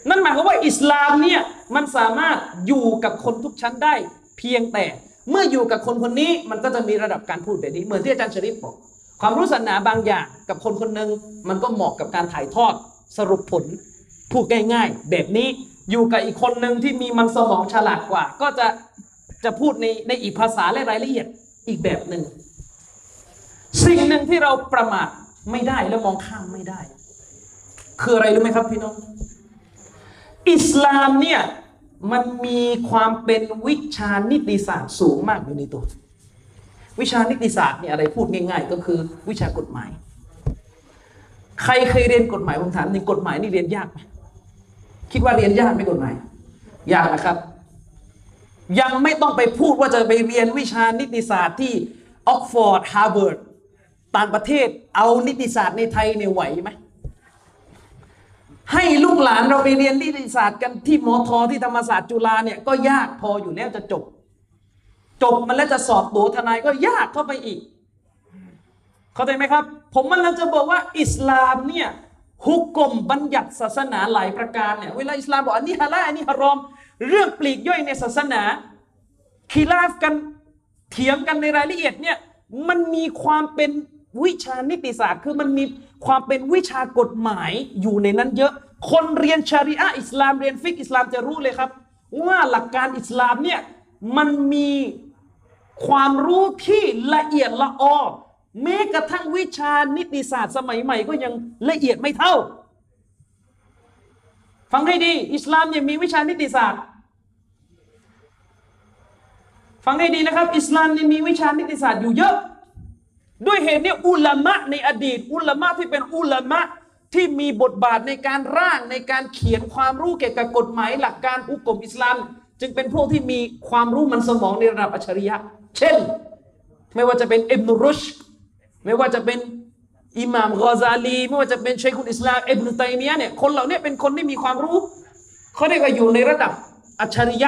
นั่นหมายความว่าอิสลามเนี่ยมันสามารถอยู่กับคนทุกชั้นได้เพียงแต่เมื่ออยู่กับคนคนนี้มันก็จะมีระดับการพูดแบบนี้เหมือนที่อาจารย์ชริฟบอกความรู้ศาสนาบางอย่างกับคนคนหนึ่งมันก็เหมาะกับการถ่ายทอดสรุปผลพูดง่ายๆแบบนี้อยู่กับอีกคนหนึ่งที่มีมันสมองฉลาดกว่าก็จะพูดในอีกภาษาและรายละเอียดอีกแบบหนึ่งสิ่งหนึ่งที่เราประมาทไม่ได้และมองข้ามไม่ได้คืออะไรรู้ไหมครับพี่น้องอิสลามเนี่ยมันมีความเป็นวิชานิติศาสตร์สูงมากอยู่ในตัววิชานิติศาสตร์เนี่ยอะไรพูดง่ายๆก็คือวิชากฎหมายใครเคยเรียนกฎหมายผมถามนี่กฎหมายนี่เรียนยากไหมคิดว่าเรียนยากไหมกฎหมายยากนะครับยังไม่ต้องไปพูดว่าจะไปเรียนวิชานิติศาสตร์ที่ออกฟอร์ดฮาร์วาร์ดต่างประเทศเอานิติศาสตร์ในไทยเนี่ยไหวไหมให้ลูกหลานเราไปเรียนนิติศาสตร์กันที่มทที่ธรรมศาสตร์จุฬาเนี่ยก็ยากพออยู่แล้วจะจบมันแล้วจะสอบตัวทนายก็ยากเข้าไปอีกเข้าใจไหมครับผมมันจะบอกว่าอิสลามเนี่ยฮุกกลมบัญญัติศาสนาหลายประการเนี่ยเวลาอิสลามบอกอันนี้ฮาลาลอันนี้ฮารอมเรื่องปลีกย่อยในศาสนาคีราฟกันเถียงกันในรายละเอียดเนี่ยมันมีความเป็นวิชานิติศาสตร์คือมันมีความเป็นวิชากฎหมายอยู่ในนั้นเยอะคนเรียนชาริอะห์อิสลามเรียนฟิกอิสลามจะรู้เลยครับว่าหลักการอิสลามเนี่ยมันมีความรู้ที่ละเอียดละออแม้กระทั่งวิชานิติศาสตร์สมัยใหม่ก็ยังละเอียดไม่เท่าฟังให้ดีอิสลามเนี่ยมีวิชานิติศาสตร์ฟังให้ดีนะครับอิสลามเนี่ยมีวิชานิติศาสตร์อยู่เยอะด้วยเหตุนี้อุลามะในอดีตอุลามะที่เป็นอุลามะที่มีบทบาทในการร่างในการเขียนความรู้เกี่ยวกับกฎหมายหลักการอุกมอิสลามจึงเป็นพวกที่มีความรู้มันสมองในระดับอัจฉริยะเช่นไม่ว่าจะเป็นอิบนุรุชด์ไม่ว่าจะเป็นอิหม่ามกอซาลีไม่ว่าจะเป็นชัยคุลอิสลามอิบนุตัยมียะห์เนี่ยคนเหล่านี้เป็นคนที่มีความรู้เขาเรียกว่าอยู่ในระดับอัจฉริยะ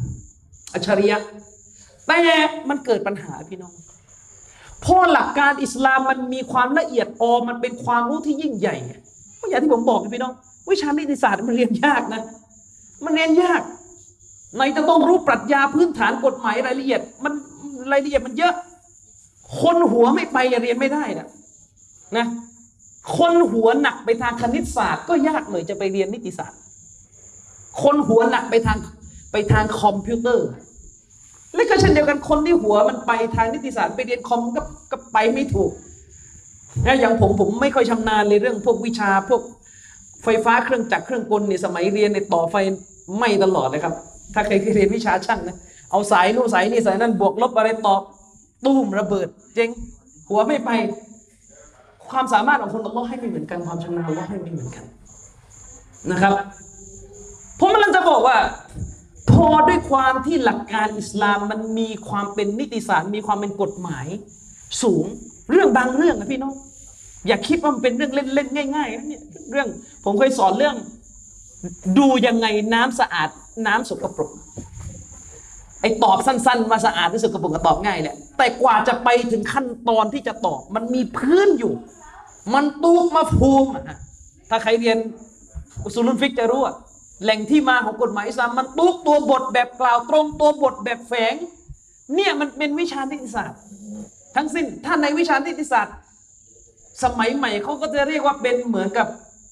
แต่มันเกิดปัญหาพี่น้องเพราะหลักการอิสลามมันมีความละเอียดอ่อนมันเป็นความรู้ที่ยิ่งใหญ่เพราะอย่างที่ผมบอกพี่น้องวิชานิติศาสตร์มันเรียนยากนะมันเรียนยากไหนจะต้องรู้ปรัชญาพื้นฐานกฎหมายรายละเอียดมันเยอะคนหัวไม่ไปเรียนไม่ได้นะคนหัวหนักไปทางคณิตศาสตร์ก็ยากเลยจะไปเรียนนิติศาสตร์คนหัวหนักไปทางคอมพิวเตอร์และก็เช่นเดียวกันคนที่หัวมันไปทางนิติศาสตร์ไปเรียนคอมก็ไปไม่ถูกนะอย่างผมไม่ค่อยชำนาญในเรื่องพวกวิชาพวกไฟฟ้าเครื่องจักรเครื่องกลในสมัยเรียนในต่อไฟไม่ตลอดเลยครับถ้าใครเคยเรียนวิชาช่างนะเอาสายนู่นสายนี่สายนั่นบวกลบอะไรต่อตุ้มระเบิดเจ๊งหัวไม่ไปความสามารถของคนอัลเลาะห์ให้ไม่เหมือนกันความชำนาญอัลเลาะห์ให้ไม่เหมือนกันนะครับผมกำลังจะบอกว่าพอด้วยความที่หลักการอิสลามมันมีความเป็นนิติศาสตร์มีความเป็นกฎหมายสูงเรื่องบางเรื่องนะพี่น้องอย่าคิดว่ามันเป็นเรื่องเล่นๆง่ายๆนะเนี่ยเรื่องผมเคยสอนเรื่องดูยังไงน้ำสะอาดน้ำสกปรกไอ้ตอบสั้นๆว่าสะอาดหรือสกปรกก็ตอบง่ายแหละแต่กว่าจะไปถึงขั้นตอนที่จะตอบมันมีพื้นอยู่มันตูกมาภูมิถ้าใครเรียนอุซูลุลฟิกจะรู้แหล่งที่มาของกฎหมายอิสลามมันตุกตัวบทแบบกล่าวตรงตัวบทแบบแฝงเนี่ยมันเป็นวิชานิติศาสตร์ทั้งสิ้นถ้าในวิชานิติศาสตร์สมัยใหม่เขาก็จะเรียกว่าเป็นเหมือนกับ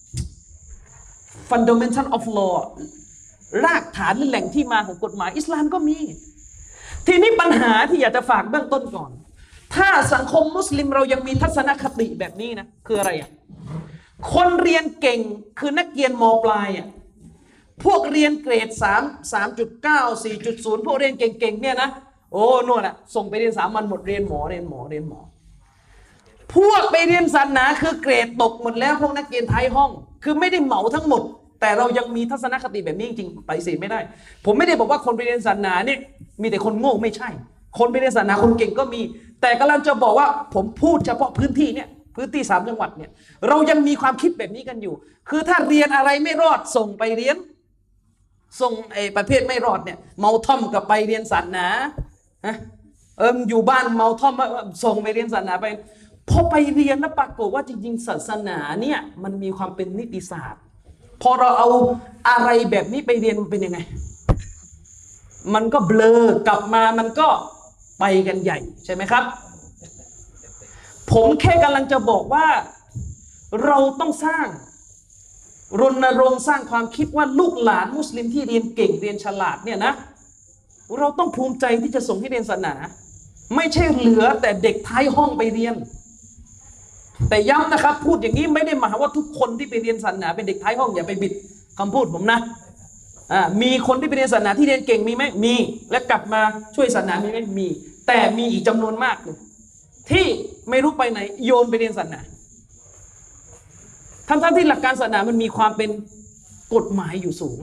fundamental of law รากฐานหรือแหล่งที่มาของกฎหมายอิสลามก็มีทีนี้ปัญหาที่อยากจะฝากเบื้องต้นก่อนถ้าสังคมมุสลิมเรายังมีทัศนคติแบบนี้นะคืออะไรคนเรียนเก่งคือนักเรียนม.ปลายพวกเรียนเกรด3.9 4.0 พวกเรียนเก่งๆเนี่ยนะโอ้โน่นส่งไปเรียน3 วันหมดเรียนหมอพวกไปเรียนศาสนาคือเกรดตกหมดแล้วพวกนักเรียนท้ายห้องคือไม่ได้เหมาทั้งหมดแต่เรายังมีทัศนคติแบบนี้จริงๆปฏิเสธไม่ได้ผมไม่ได้บอกว่าคนไปเรียนศาสนาเนี่ยมีแต่คนโง่ไม่ใช่คนไปเรียนศาสนาคนเก่งก็มีแต่กำลังจะบอกว่าผมพูดเฉพาะพื้นที่เนี่ยพื้นที่3 จังหวัดเนี่ยเรายังมีความคิดแบบนี้กันอยู่คือถ้าเรียนอะไรไม่รอดส่งไปเรียนส่งประเภทไม่รอดเนี่ยเมาท่อมกับไปเรียนศาสนาอยู่บ้านเมาท่อมส่งไปเรียนศาสนาไปพอไปเรียนแล้วปรากฏว่าจริงๆศาสนาเนี่ยมันมีความเป็นนิติศาสตร์พอเราเอาอะไรแบบนี้ไปเรียนมันเป็นยังไงมันก็เบลอกลับมามันก็ไปกันใหญ่ใช่ไหมครับผมแค่กำลังจะบอกว่าเราต้องสร้างรณรงค์สร้างความคิดว่าลูกหลานมุสลิมที่เรียนเก่งเรียนฉลาดเนี่ยนะเราต้องภูมิใจที่จะส่งให้เรียนศาสนาไม่ใช่เหลือแต่เด็กท้ายห้องไปเรียนแต่ย้ำนะครับพูดอย่างนี้ไม่ได้หมายว่าทุกคนที่ไปเรียนศาสนาเป็นเด็กท้ายห้องอย่าไปบิดคำพูดผมนะมีคนที่ไปเรียนศาสนาที่เรียนเก่งมีไหมมีและกลับมาช่วยศาสนามีไหมมีแต่มีอีกจำนวนมากเลยที่ไม่รู้ไปไหนโยนไปเรียนศาสนาทั้งที่หลักการศาสนามันมีความเป็นกฎหมายอยู่สูง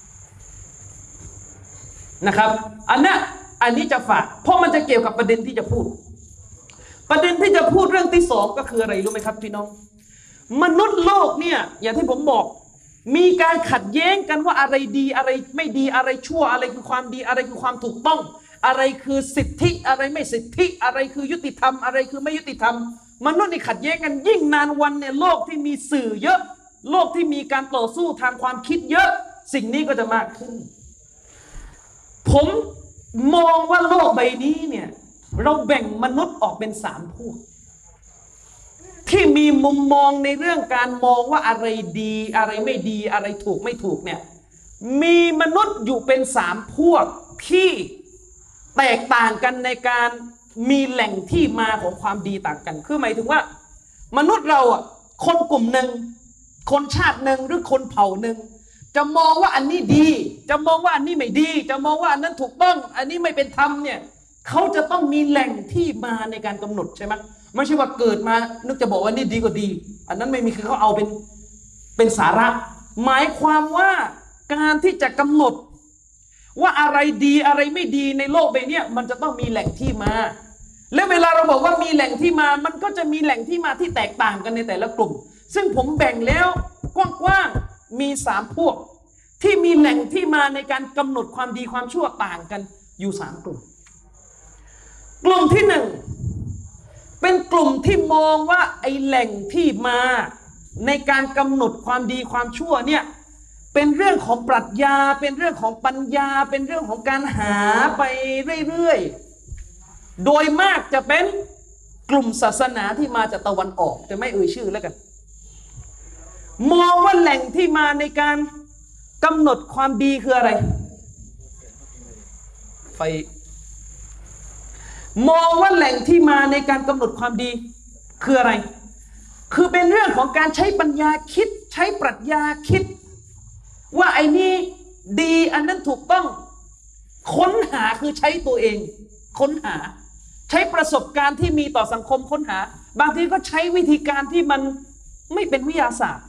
นะครับอันนี้จะฝากเพราะมันจะเกี่ยวกับประเด็นที่จะพูดประเด็นที่จะพูดเรื่องที่สองก็คืออะไรรู้ไหมครับพี่น้องมนุษย์โลกเนี่ยอย่างที่ผมบอกมีการขัดแย้งกันว่าอะไรดีอะไรไม่ดีอะไรชั่วอะไรคือความดีอะไรคือความถูกต้องอะไรคือสิทธิอะไรไม่สิทธิอะไรคือยุติธรรมอะไรคือไม่ยุติธรรมมนุษย์นี่ขัดแย้งกันยิ่งนานวันเนี่ยโลกที่มีสื่อเยอะโลกที่มีการต่อสู้ทางความคิดเยอะสิ่งนี้ก็จะมากขึ้นผมมองว่าโลกใบนี้เนี่ยเราแบ่งมนุษย์ออกเป็น3พวกที่มีมุมมองในเรื่องการมองว่าอะไรดีอะไรไม่ดีอะไรถูกไม่ถูกเนี่ยมีมนุษย์อยู่เป็น3พวกที่แตกต่างกันในการมีแหล่งที่มาของความดีต่างกันคือหมายถึงว่ามนุษย์เราคนกลุ่มหนึ่งคนชาติหนึ่งหรือคนเผ่าหนึ่งจะมองว่าอันนี้ดีจะมองว่าอันนี้ไม่ดีจะมองว่าอันนั้นถูกต้องอันนี้ไม่เป็นธรรมเนี่ยเขาจะต้องมีแหล่งที่มาในการกำหนดใช่ไหมไม่ใช่ว่าเกิดมานึกจะบอกว่านี่ดีก็ดีอันนั้นไม่มีคือเขาเอาเป็นสาระหมายความว่าการที่จะกำหนดว่าอะไรดีอะไรไม่ดีในโลกใบนี้มันจะต้องมีแหล่งที่มาและเวลาเราบอกว่ามีแหล่งที่มามันก็จะมีแหล่งที่มาที่แตกต่างกันในแต่ละกลุ่มซึ่งผมแบ่งแล้วกว้างๆมี3พวกที่มีแหล่งที่มาในการกำหนดความดีความชั่วต่างกันอยู่3กลุ่มกลุ่มที่1เป็นกลุ่มที่มองว่าไอ้แหล่งที่มาในการกำหนดความดีความชั่วเนี่ยเป็นเรื่องของปรัชญาเป็นเรื่องของปัญญาเป็นเรื่องของการหาไปเรื่อยๆโดยมากจะเป็นกลุ่มศาสนาที่มาจากตะวันออกจะไม่เอ่ยชื่อแล้วกันมองว่าแหล่งที่มาในการกำหนดความดีคืออะไรมองว่าแหล่งที่มาในการกำหนดความดีคืออะไรคือเป็นเรื่องของการใช้ปัญญาคิดใช้ปรัชญาคิดว่าไอ้นี่ดีอันนั้นถูกต้องค้นหาคือใช้ตัวเองค้นหาใช้ประสบการณ์ที่มีต่อสังคมค้นหาบางทีก็ใช้วิธีการที่มันไม่เป็นวิทยาศาสตร์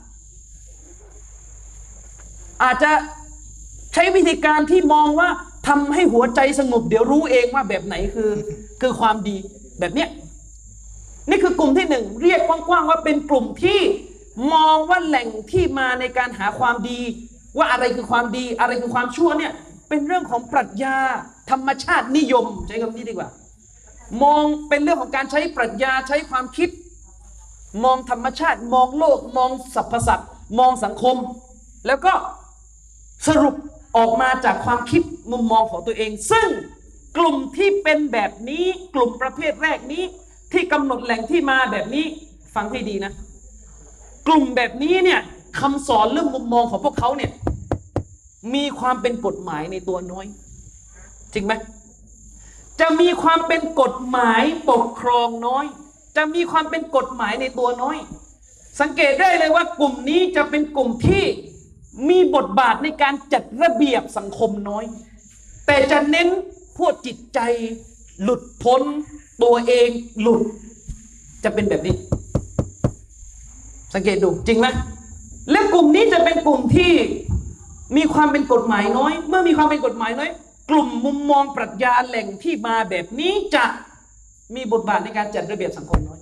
อาจจะใช้วิธีการที่มองว่าทำให้หัวใจสงบเดี๋ยวรู้เองว่าแบบไหนคือความดีแบบเนี้ยนี่คือกลุ่มที่1เรียกกว้างๆว่าเป็นกลุ่มที่มองว่าแหล่งที่มาในการหาความดีว่าอะไรคือความดีอะไรคือความชั่วเนี่ยเป็นเรื่องของปรัชญาธรรมชาตินิยมใช้คำนี้ดีกว่ามองเป็นเรื่องของการใช้ปรัชญาใช้ความคิดมองธรรมชาติมองโลกมองสรรพสัตว์มองสังคมแล้วก็สรุปออกมาจากความคิดมุมมองของตัวเองซึ่งกลุ่มที่เป็นแบบนี้กลุ่มประเภทแรกนี้ที่กำหนดแหล่งที่มาแบบนี้ฟังให้ดีนะกลุ่มแบบนี้เนี่ยคำสอนเรื่องมุมมองของพวกเขาเนี่ยมีความเป็นกฎหมายในตัวน้อยจริงไหมจะมีความเป็นกฎหมายปกครองน้อยจะมีความเป็นกฎหมายในตัวน้อยสังเกตได้เลยว่ากลุ่มนี้จะเป็นกลุ่มที่มีบทบาทในการจัดระเบียบสังคมน้อยแต่จะเน้นพวกจิตใจหลุดพ้นตัวเองหลุดจะเป็นแบบนี้สังเกตดูจริงไหมและกลุ่มนี้จะเป็นกลุ่มที่มีความเป็นกฎหมายน้อยเมื่อมีความเป็นกฎหมายน้อยกลุ่มมุมมองปรัชญาแหล่งที่มาแบบนี้จะมีบทบาทในการจัดระเบียบสังคมน้อย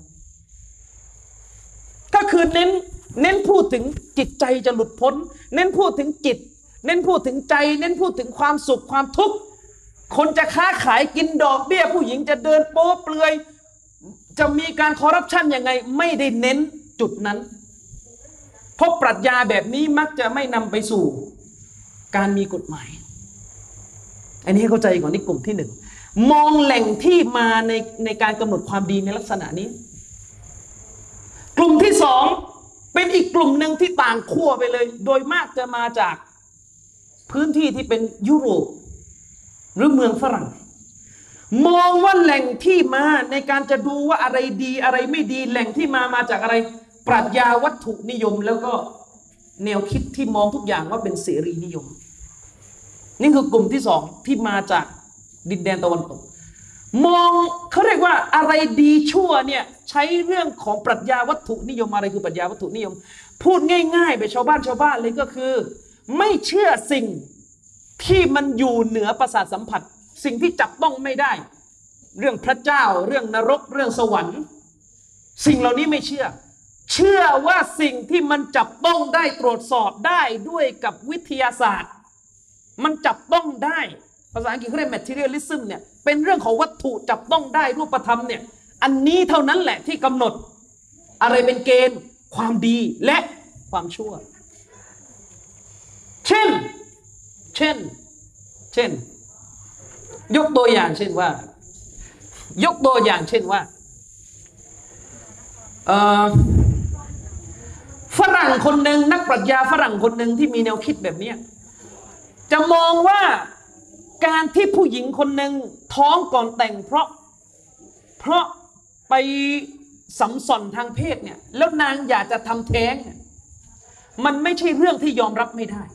ก็คือเน้นพูดถึงจิตใจจะหลุดพ้นเน้นพูดถึงจิตเน้นพูดถึงใจเน้นพูดถึงความสุขความทุกข์คนจะค้าขายกินดอกเบี้ยผู้หญิงจะเดินโป๊เปลือยจะมีการคอร์รัปชันยังไงไม่ได้เน้นจุดนั้นเพราะปรัชญาแบบนี้มักจะไม่นำไปสู่การมีกฎหมายอันนี้ให้เข้าใจก่อนนี่กลุ่มที่หนึ่งมองแหล่งที่มาในการกำหนดความดีในลักษณะนี้กลุ่มที่สองเป็นอีกกลุ่มหนึ่งที่ต่างขั้วไปเลยโดยมากจะมาจากพื้นที่ที่เป็นยุโรปหรือเมืองฝรั่งมองว่าแหล่งที่มาในการจะดูว่าอะไรดีอะไรไม่ดีแหล่งที่มาจากอะไรปรัชญาวัตถุนิยมแล้วก็แนวคิดที่มองทุกอย่างว่าเป็นเสรีนิยมนี่คือกลุ่มที่สองที่มาจากดินแดนตะวันตกมองเขาเรียกว่าอะไรดีชั่วเนี่ยใช้เรื่องของปรัชญาวัตถุนิยมอะไรคือปรัชญาวัตถุนิยมพูดง่ายๆไปชาวบ้านเลยก็คือไม่เชื่อสิ่งที่มันอยู่เหนือประสาทสัมผัสสิ่งที่จับต้องไม่ได้เรื่องพระเจ้าเรื่องนรกเรื่องสวรรค์สิ่งเหล่านี้ไม่เชื่อว่าสิ่งที่มันจับต้องได้ตรวจสอบได้ด้วยกับวิทยาศาสตร์มันจับต้องได้ภาษาอังกฤษเขาเรียก materialism เนี่ยเป็นเรื่องของวัตถุจับต้องได้รูปธรรมเนี่ยอันนี้เท่านั้นแหละที่กำหนดอะไรเป็นเกณฑ์ความดีและความชั่วเช่นยกตัวอย่างเช่นว่าฝรั่งคนหนึ่งนักปรัชญาฝรั่งคนหนึ่งที่มีแนวคิดแบบนี้จะมองว่าการที่ผู้หญิงคนหนึ่งท้องก่อนแต่งเพราะไปสัมสอนทางเพศเนี่ยแล้วนางอยากจะทำแท้งมันไม่ใช่เรื่องที่ยอมรับไม่ได้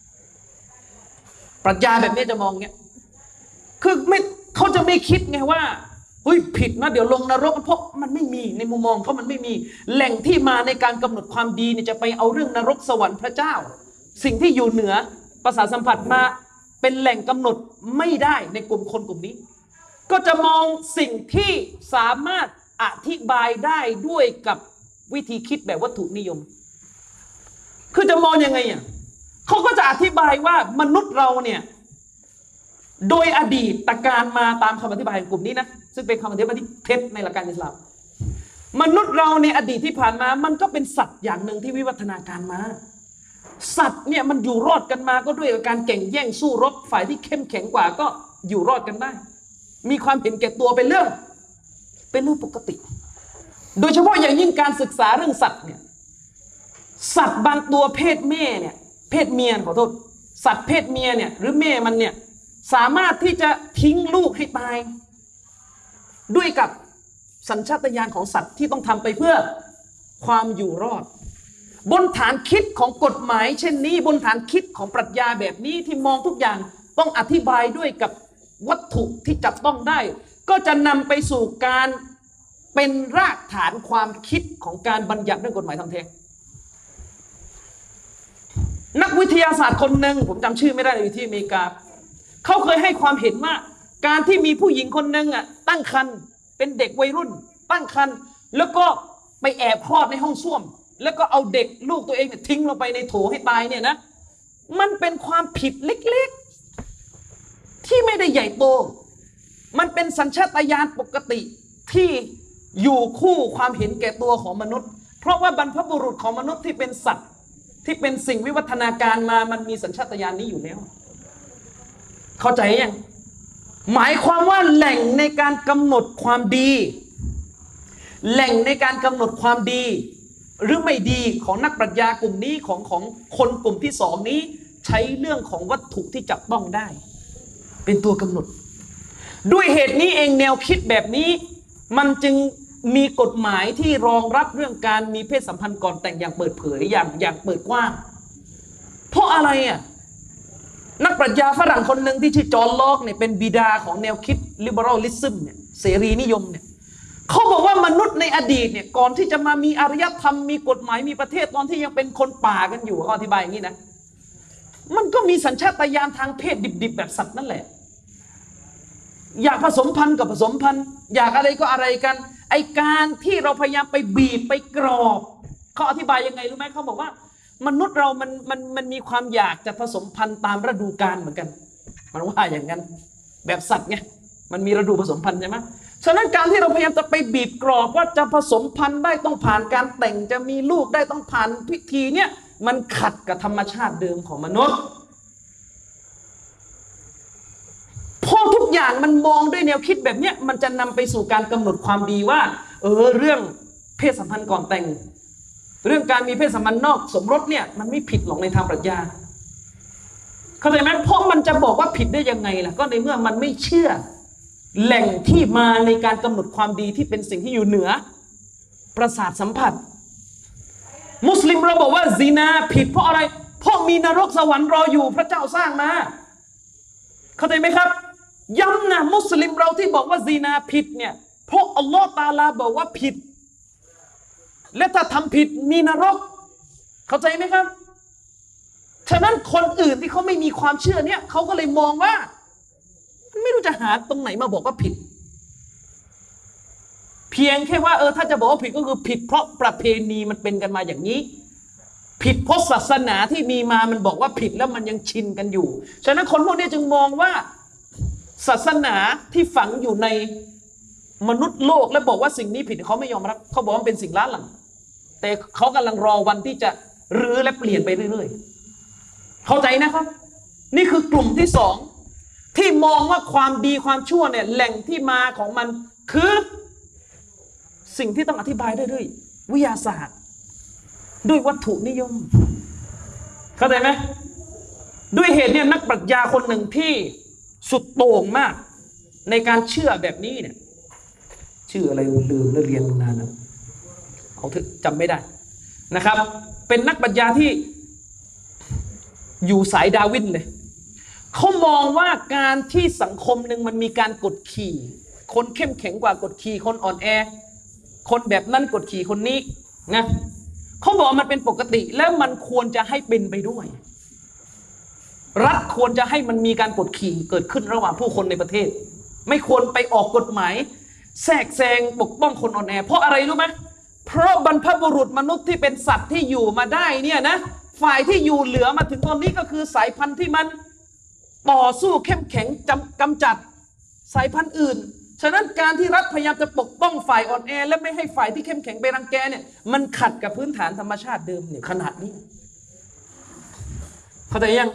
ปรัชญาแบบนี้จะมองเงี้ยคือไม่เขาจะไม่คิดไงว่าเฮ้ยผิดนะเดี๋ยวลงนรกเพราะมันไม่มีในมุมมองเขามันไม่มีแหล่งที่มาในการกำหนดความดีเนี่ยจะไปเอาเรื่องนรกสวรรค์พระเจ้าสิ่งที่อยู่เหนือประสาทสัมผัสมาเป็นแหล่งกำหนดไม่ได้ในกลุ่มคนกลุ่มนี้ก็จะมองสิ่งที่สามารถอธิบายได้ด้วยกับวิธีคิดแบบวัตถุนิยมคือจะมองยังไงอ่ะเขาก็จะอธิบายว่ามนุษย์เราเนี่ยโดยอดีตการมาตามคำอธิบายของกลุ่มนี้นะซึ่งเป็นคำอธิบายที่เท็จในหลักการอิสลามมนุษย์เราในอดีตที่ผ่านมามันก็เป็นสัตว์อย่างหนึ่งที่วิวัฒนาการมาสัตว์เนี่ยมันอยู่รอดกันมาก็ด้วยการแข่งแย่งสู้รบฝ่ายที่เข้มแข็งกว่าก็อยู่รอดกันได้มีความเห็นแก่ตัวเป็นเรื่องปกติโดยเฉพาะอย่างยิ่งการศึกษาเรื่องสัตว์เนี่ยสัตว์บางตัวเพศแม่เนี่ยเพศเมียขอโทษสัตว์เพศเมียเนี่ยหรือแม่มันเนี่ยสามารถที่จะทิ้งลูกให้ตายด้วยกับสัญชาตญาณของสัตว์ที่ต้องทำไปเพื่อความอยู่รอดบนฐานคิดของกฎหมายเช่นนี้บนฐานคิดของปรัชญาแบบนี้ที่มองทุกอย่างต้องอธิบายด้วยกับวัตถุที่จับต้องได้ก็จะนำไปสู่การเป็นรากฐานความคิดของการบัญญัติเรื่องกฎหมายทำแท้งนักวิทยาศาสตร์คนหนึ่งผมจำชื่อไม่ได้อยู่ที่อเมริกาเขาเคยให้ความเห็นว่าการที่มีผู้หญิงคนหนึ่งตั้งครรภ์เป็นเด็กวัยรุ่นตั้งครรภ์แล้วก็ไปแอบคลอดในห้องส้วมแล้วก็เอาเด็กลูกตัวเองทิ้งลงไปในโถให้ตายเนี่ยนะมันเป็นความผิดเล็กๆที่ไม่ได้ใหญ่โตมันเป็นสัญชาตญาณปกติที่อยู่คู่ความเห็นแก่ตัวของมนุษย์เพราะว่าบรรพบุรุษของมนุษย์ที่เป็นสัตว์ที่เป็นสิ่งวิวัฒนาการมามันมีสัญชาตญาณนี้อยู่แล้วเข้าใจยังหมายความว่าแหล่งในการกำหนดความดีแหล่งในการกำหนดความดีหรือไม่ดีของนักปรัชญากลุ่มนี้ของคนกลุ่มที่สองนี้ใช้เรื่องของวัตถุที่จับต้องได้เป็นตัวกำหนดด้วยเหตุนี้เองแนวคิดแบบนี้มันจึงมีกฎหมายที่รองรับเรื่องการมีเพศสัมพันธ์ก่อนแต่งอย่างเปิดเผยอย่างเปิดกว้างเพราะอะไรนักปรัชญาฝรั่งคนหนึ่งที่ชื่อจอห์นล็อกเนี่ยเป็นบิดาของแนวคิด liberalism เนี่ยเสรีนิยมเนี่ยเขาบอกว่ามนุษย์ในอดีตเนี่ยก่อนที่จะมามีอารยธรรมมีกฎหมายมีประเทศตอนที่ยังเป็นคนป่ากันอยู่เขาอธิบายอย่างนี้นะมันก็มีสัญชาตญาณทางเพศดิบๆแบบสัตว์นั่นแหละอยากผสมพันธุ์กับผสมพันธุ์อยากอะไรก็อะไรกันไอการที่เราพยายามไปบีบไปกรอบเขาอธิบายยังไงรู้ไหมเขาบอกว่ามนุษย์เรามันมีความอยากจะผสมพันธุ์ตามฤดูกาลเหมือนกันมันว่าอย่างนั้นแบบสัตว์ไงมันมีฤดูผสมพันธุ์ใช่ไหมฉะนั้นการที่เราพยายามจะไปบีบกรอบว่าจะผสมพันธุ์ได้ต้องผ่านการแต่งจะมีลูกได้ต้องผ่านพิธีเนี่ยมันขัดกับธรรมชาติเดิมของมนุษย์พอทุกอย่างมันมองด้วยแนวคิดแบบเนี้ยมันจะนำไปสู่การกำหนดความดีว่าเรื่องเพศสัมพันธ์ก่อนแต่งเรื่องการมีเพศสัมพันธ์นอกสมรสเนี่ยมันไม่ผิดหรอกในทางปรัชญาเข้าใจไหมเพราะมันจะบอกว่าผิดได้ยังไงล่ะก็ในเมื่อมันไม่เชื่อแหล่งที่มาในการกำหนดความดีที่เป็นสิ่งที่อยู่เหนือประสาทสัมผัสมุสลิมเราบอกว่าซินาผิดเพราะอะไรเพราะมีนรกสวรรค์รออยู่พระเจ้าสร้างมาเข้าใจไหมครับย้ำนะมุสลิมเราที่บอกว่าซินาผิดเนี่ยเพราะอัลลอฮฺตะอาลาบอกว่าผิดและถ้าทำผิดมีนรกเข้าใจไหมครับฉะนั้นคนอื่นที่เขาไม่มีความเชื่อเนี่ยเขาก็เลยมองว่าไม่รู้จะหาตรงไหนมาบอกว่าผิดเพียงแค่ว่าถ้าจะบอกว่าผิดก็คือผิดเพราะประเพณีมันเป็นกันมาอย่างนี้ผิดเพราะศาสนาที่มีมามันบอกว่าผิดแล้วมันยังชินกันอยู่ฉะนั้นคนพวกนี้จึงมองว่าศาสนาที่ฝังอยู่ในมนุษย์โลกและบอกว่าสิ่งนี้ผิดเขาไม่ยอมรับเขาบอกว่าเป็นสิ่งล้าหลังแต่เขากำลังรอวันที่จะรื้อและเปลี่ยนไปเรื่อยๆเข้าใจนะครับนี่คือกลุ่มที่สองที่มองว่าความดีความชั่วเนี่ยแหล่งที่มาของมันคือสิ่งที่ต้องอธิบายได้ด้วยวิทยาศาสตร์ด้วยวัตถุนิยมเข้าใจไหมด้วยเหตุเนี่ยนักปรัชญาคนหนึ่งที่สุดโต่งมากในการเชื่อแบบนี้เนี่ยชื่ออะไรลืมแล้วเรียนนานแล้วเอาถึงจำไม่ได้นะครับเป็นนักปรัชญาที่อยู่สายดาร์วินเลยเขามองว่าการที่สังคมหนึ่งมันมีการกดขี่คนเข้มแข็งกว่ากดขี่คนอ่อนแอคนแบบนั้นกดขี่คนนี้นะเขาบอกมันเป็นปกติแล้วมันควรจะให้เป็นไปด้วยรัฐควรจะให้มันมีการกดขี่เกิดขึ้นระหว่างผู้คนในประเทศไม่ควรไปออกกฎหมายแทรกแซงปกป้องคนอ่อนแอเพราะอะไรรู้ไหมเพราะบรรพบุรุษมนุษย์ที่เป็นสัตว์ที่อยู่มาได้เนี่ยนะฝ่ายที่อยู่เหลือมาถึงตอนนี้ก็คือสายพันธุ์ที่มันต่อสู้เข้มแข็งกำจัดสายพันธุ์อื่นฉะนั้นการที่รัฐพยายามจะปกป้องฝ่ายอ่อนแอและไม่ให้ฝ่ายที่เข้มแข็งไปรังแกเนี่ยมันขัดกับพื้นฐานธรรมชาติเดิมเนี่ยขนาดนี้เข้าใจยัง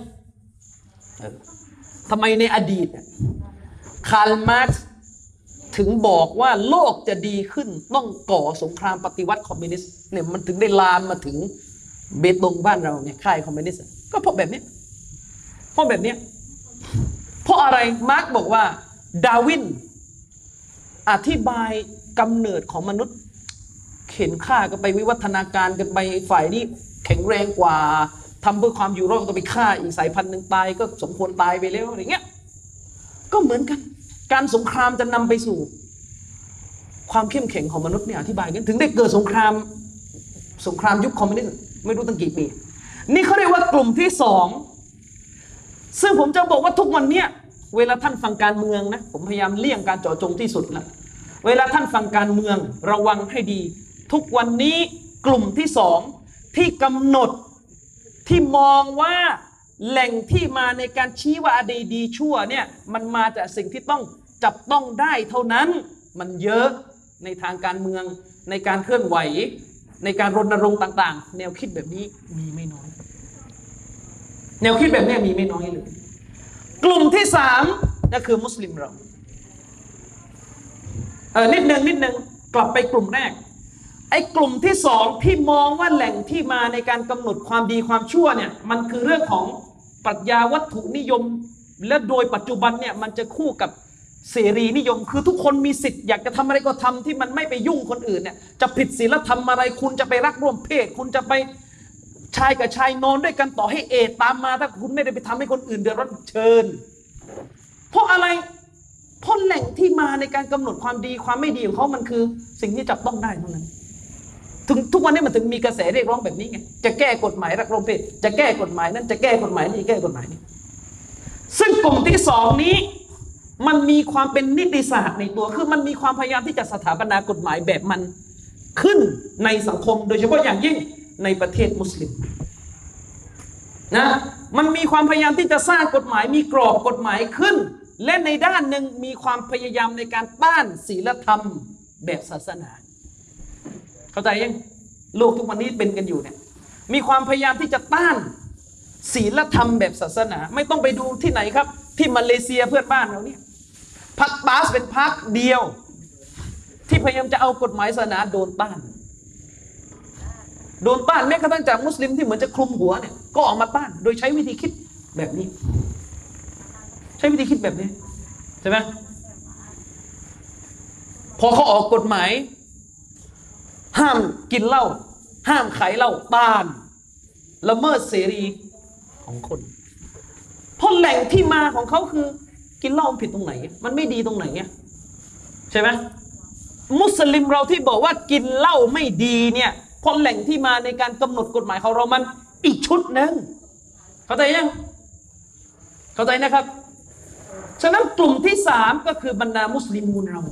ทำไมในอดีตคาร์ลมาร์กซ์ถึงบอกว่าโลกจะดีขึ้นต้องก่อสงครามปฏิวัติคอมมิวนิสต์เนี่ยมันถึงได้ลามมาถึงเบตงบ้านเราเนี่ยค่ายคอมมิวนิสต์ก็เพราะแบบนี้เพราะแบบนี้เพราะอะไรมาร์กบอกว่าดาร์วินอธิบายกำเนิดของมนุษย์เข็นฆ่ากันไปวิวัฒนาการกันไปฝ่ายนี้แข็งแรงกว่าทำเพื่อความอยู่รอดก็ไปฆ่าอีกสายพันธุ์หนึ่งตายก็สมควรตายไปแล้วอะไรเงี้ยก็เหมือนกันการสงครามจะนำไปสู่ความเข้มแข็งของมนุษย์เนี่ยอธิบายกันถึงได้เกิดสงครามยุคคอมมิวนิสต์ไม่รู้ตั้งกี่ปีนี่เขาเรียกว่ากลุ่มที่สองซึ่งผมจะบอกว่าทุกวันเนี้ยเวลาท่านฟังการเมืองนะผมพยายามเลี่ยงการเจาะจงที่สุดแล้วเวลาท่านฟังการเมืองระวังให้ดีทุกวันนี้กลุ่มที่สองที่กำหนดที่มองว่าแหล่งที่มาในการชี้ว่าดีชั่วเนี่ยมันมาจากสิ่งที่ต้องจับต้องได้เท่านั้นมันเยอะในทางการเมืองในการเคลื่อนไหวในการรณรงค์ต่างๆแนวคิดแบบนี้มีไม่น้อยแนวคิดแบบนี้มีไม่น้อยเลยกลุ่มที่สามก็คือมุสลิมเรานิดนึงกลับไปกลุ่มแรกไอ้กลุ่มที่สองที่มองว่าแหล่งที่มาในการกำหนดความดีความชั่วเนี่ยมันคือเรื่องของปรัชญาวัตถุนิยมและโดยปัจจุบันเนี่ยมันจะคู่กับเสรีนิยมคือทุกคนมีสิทธิ์อยากจะทำอะไรก็ทำที่มันไม่ไปยุ่งคนอื่นเนี่ยจะผิดศีลธรรมอะไรคุณจะไปรักร่วมเพศคุณจะไปชายกับชายนอนด้วยกันต่อให้เอดตามมาถ้าคุณไม่ได้ไปทำให้คนอื่นเดือดร้อนเชิญเพราะอะไรเพราะแหล่งที่มาในการกำหนดความดีความไม่ดีของเขามันคือสิ่งที่จับต้องได้เท่านั้นถึงทุกวันนี้มันถึงมีกระแสเรียกร้องแบบนี้ไงจะแก้กฎหมายรักร่วมเพศจะแก้กฎหมายนั้นจะแก้กฎหมายนี้แก้กฎหมายนี้ซึ่งกลุ่มที่สองนี้มันมีความเป็นนิติศาสตร์ในตัวคือมันมีความพยายามที่จะสถาปนากฎหมายแบบมันขึ้นในสังคมโดยเฉพาะอย่างยิ่งในประเทศมุสลิมนะมันมีความพยายามที่จะสร้างกฎหมายมีกรอบกฎหมายขึ้นและในด้านหนึ่งมีความพยายามในการต้านศีลธรรมแบบศาสนาเข้าใจยังโลกทุกวันนี้เป็นกันอยู่เนี่ยมีความพยายามที่จะต้านศีลธรรมแบบศาสนาไม่ต้องไปดูที่ไหนครับที่มาเลเซียเพื่อนบ้านเราเนี่ยพรรคบาสเป็นพรรคเดียวที่พยายามจะเอากฎหมายศาสนาโดนต้านแม้กระทั่งจากมุสลิมที่เหมือนจะคลุมหัวเนี่ยก็ออกมาต้านโดยใช้วิธีคิดแบบนี้ใช้วิธีคิดแบบนี้ใช่ไหมพอเขาออกกฎหมายห้ามกินเหล้าห้ามขายเหล้าต้านละเมิดเสรีของคนเพราะแหล่งที่มาของเขาคือกินเหล้าผิดตรงไหนมันไม่ดีตรงไหนเนี่ยใช่ไหมมุสลิมเราที่บอกว่ากินเหล้าไม่ดีเนี่ยเพราะแหล่งที่มาในการกำหนดกฎหมายของเรามันอีกชุดหนึ่งเข้าใจยังเข้าใจนะครับฉะนั้นกลุ่มที่3ก็คือบรรดามุสลิมูนเรา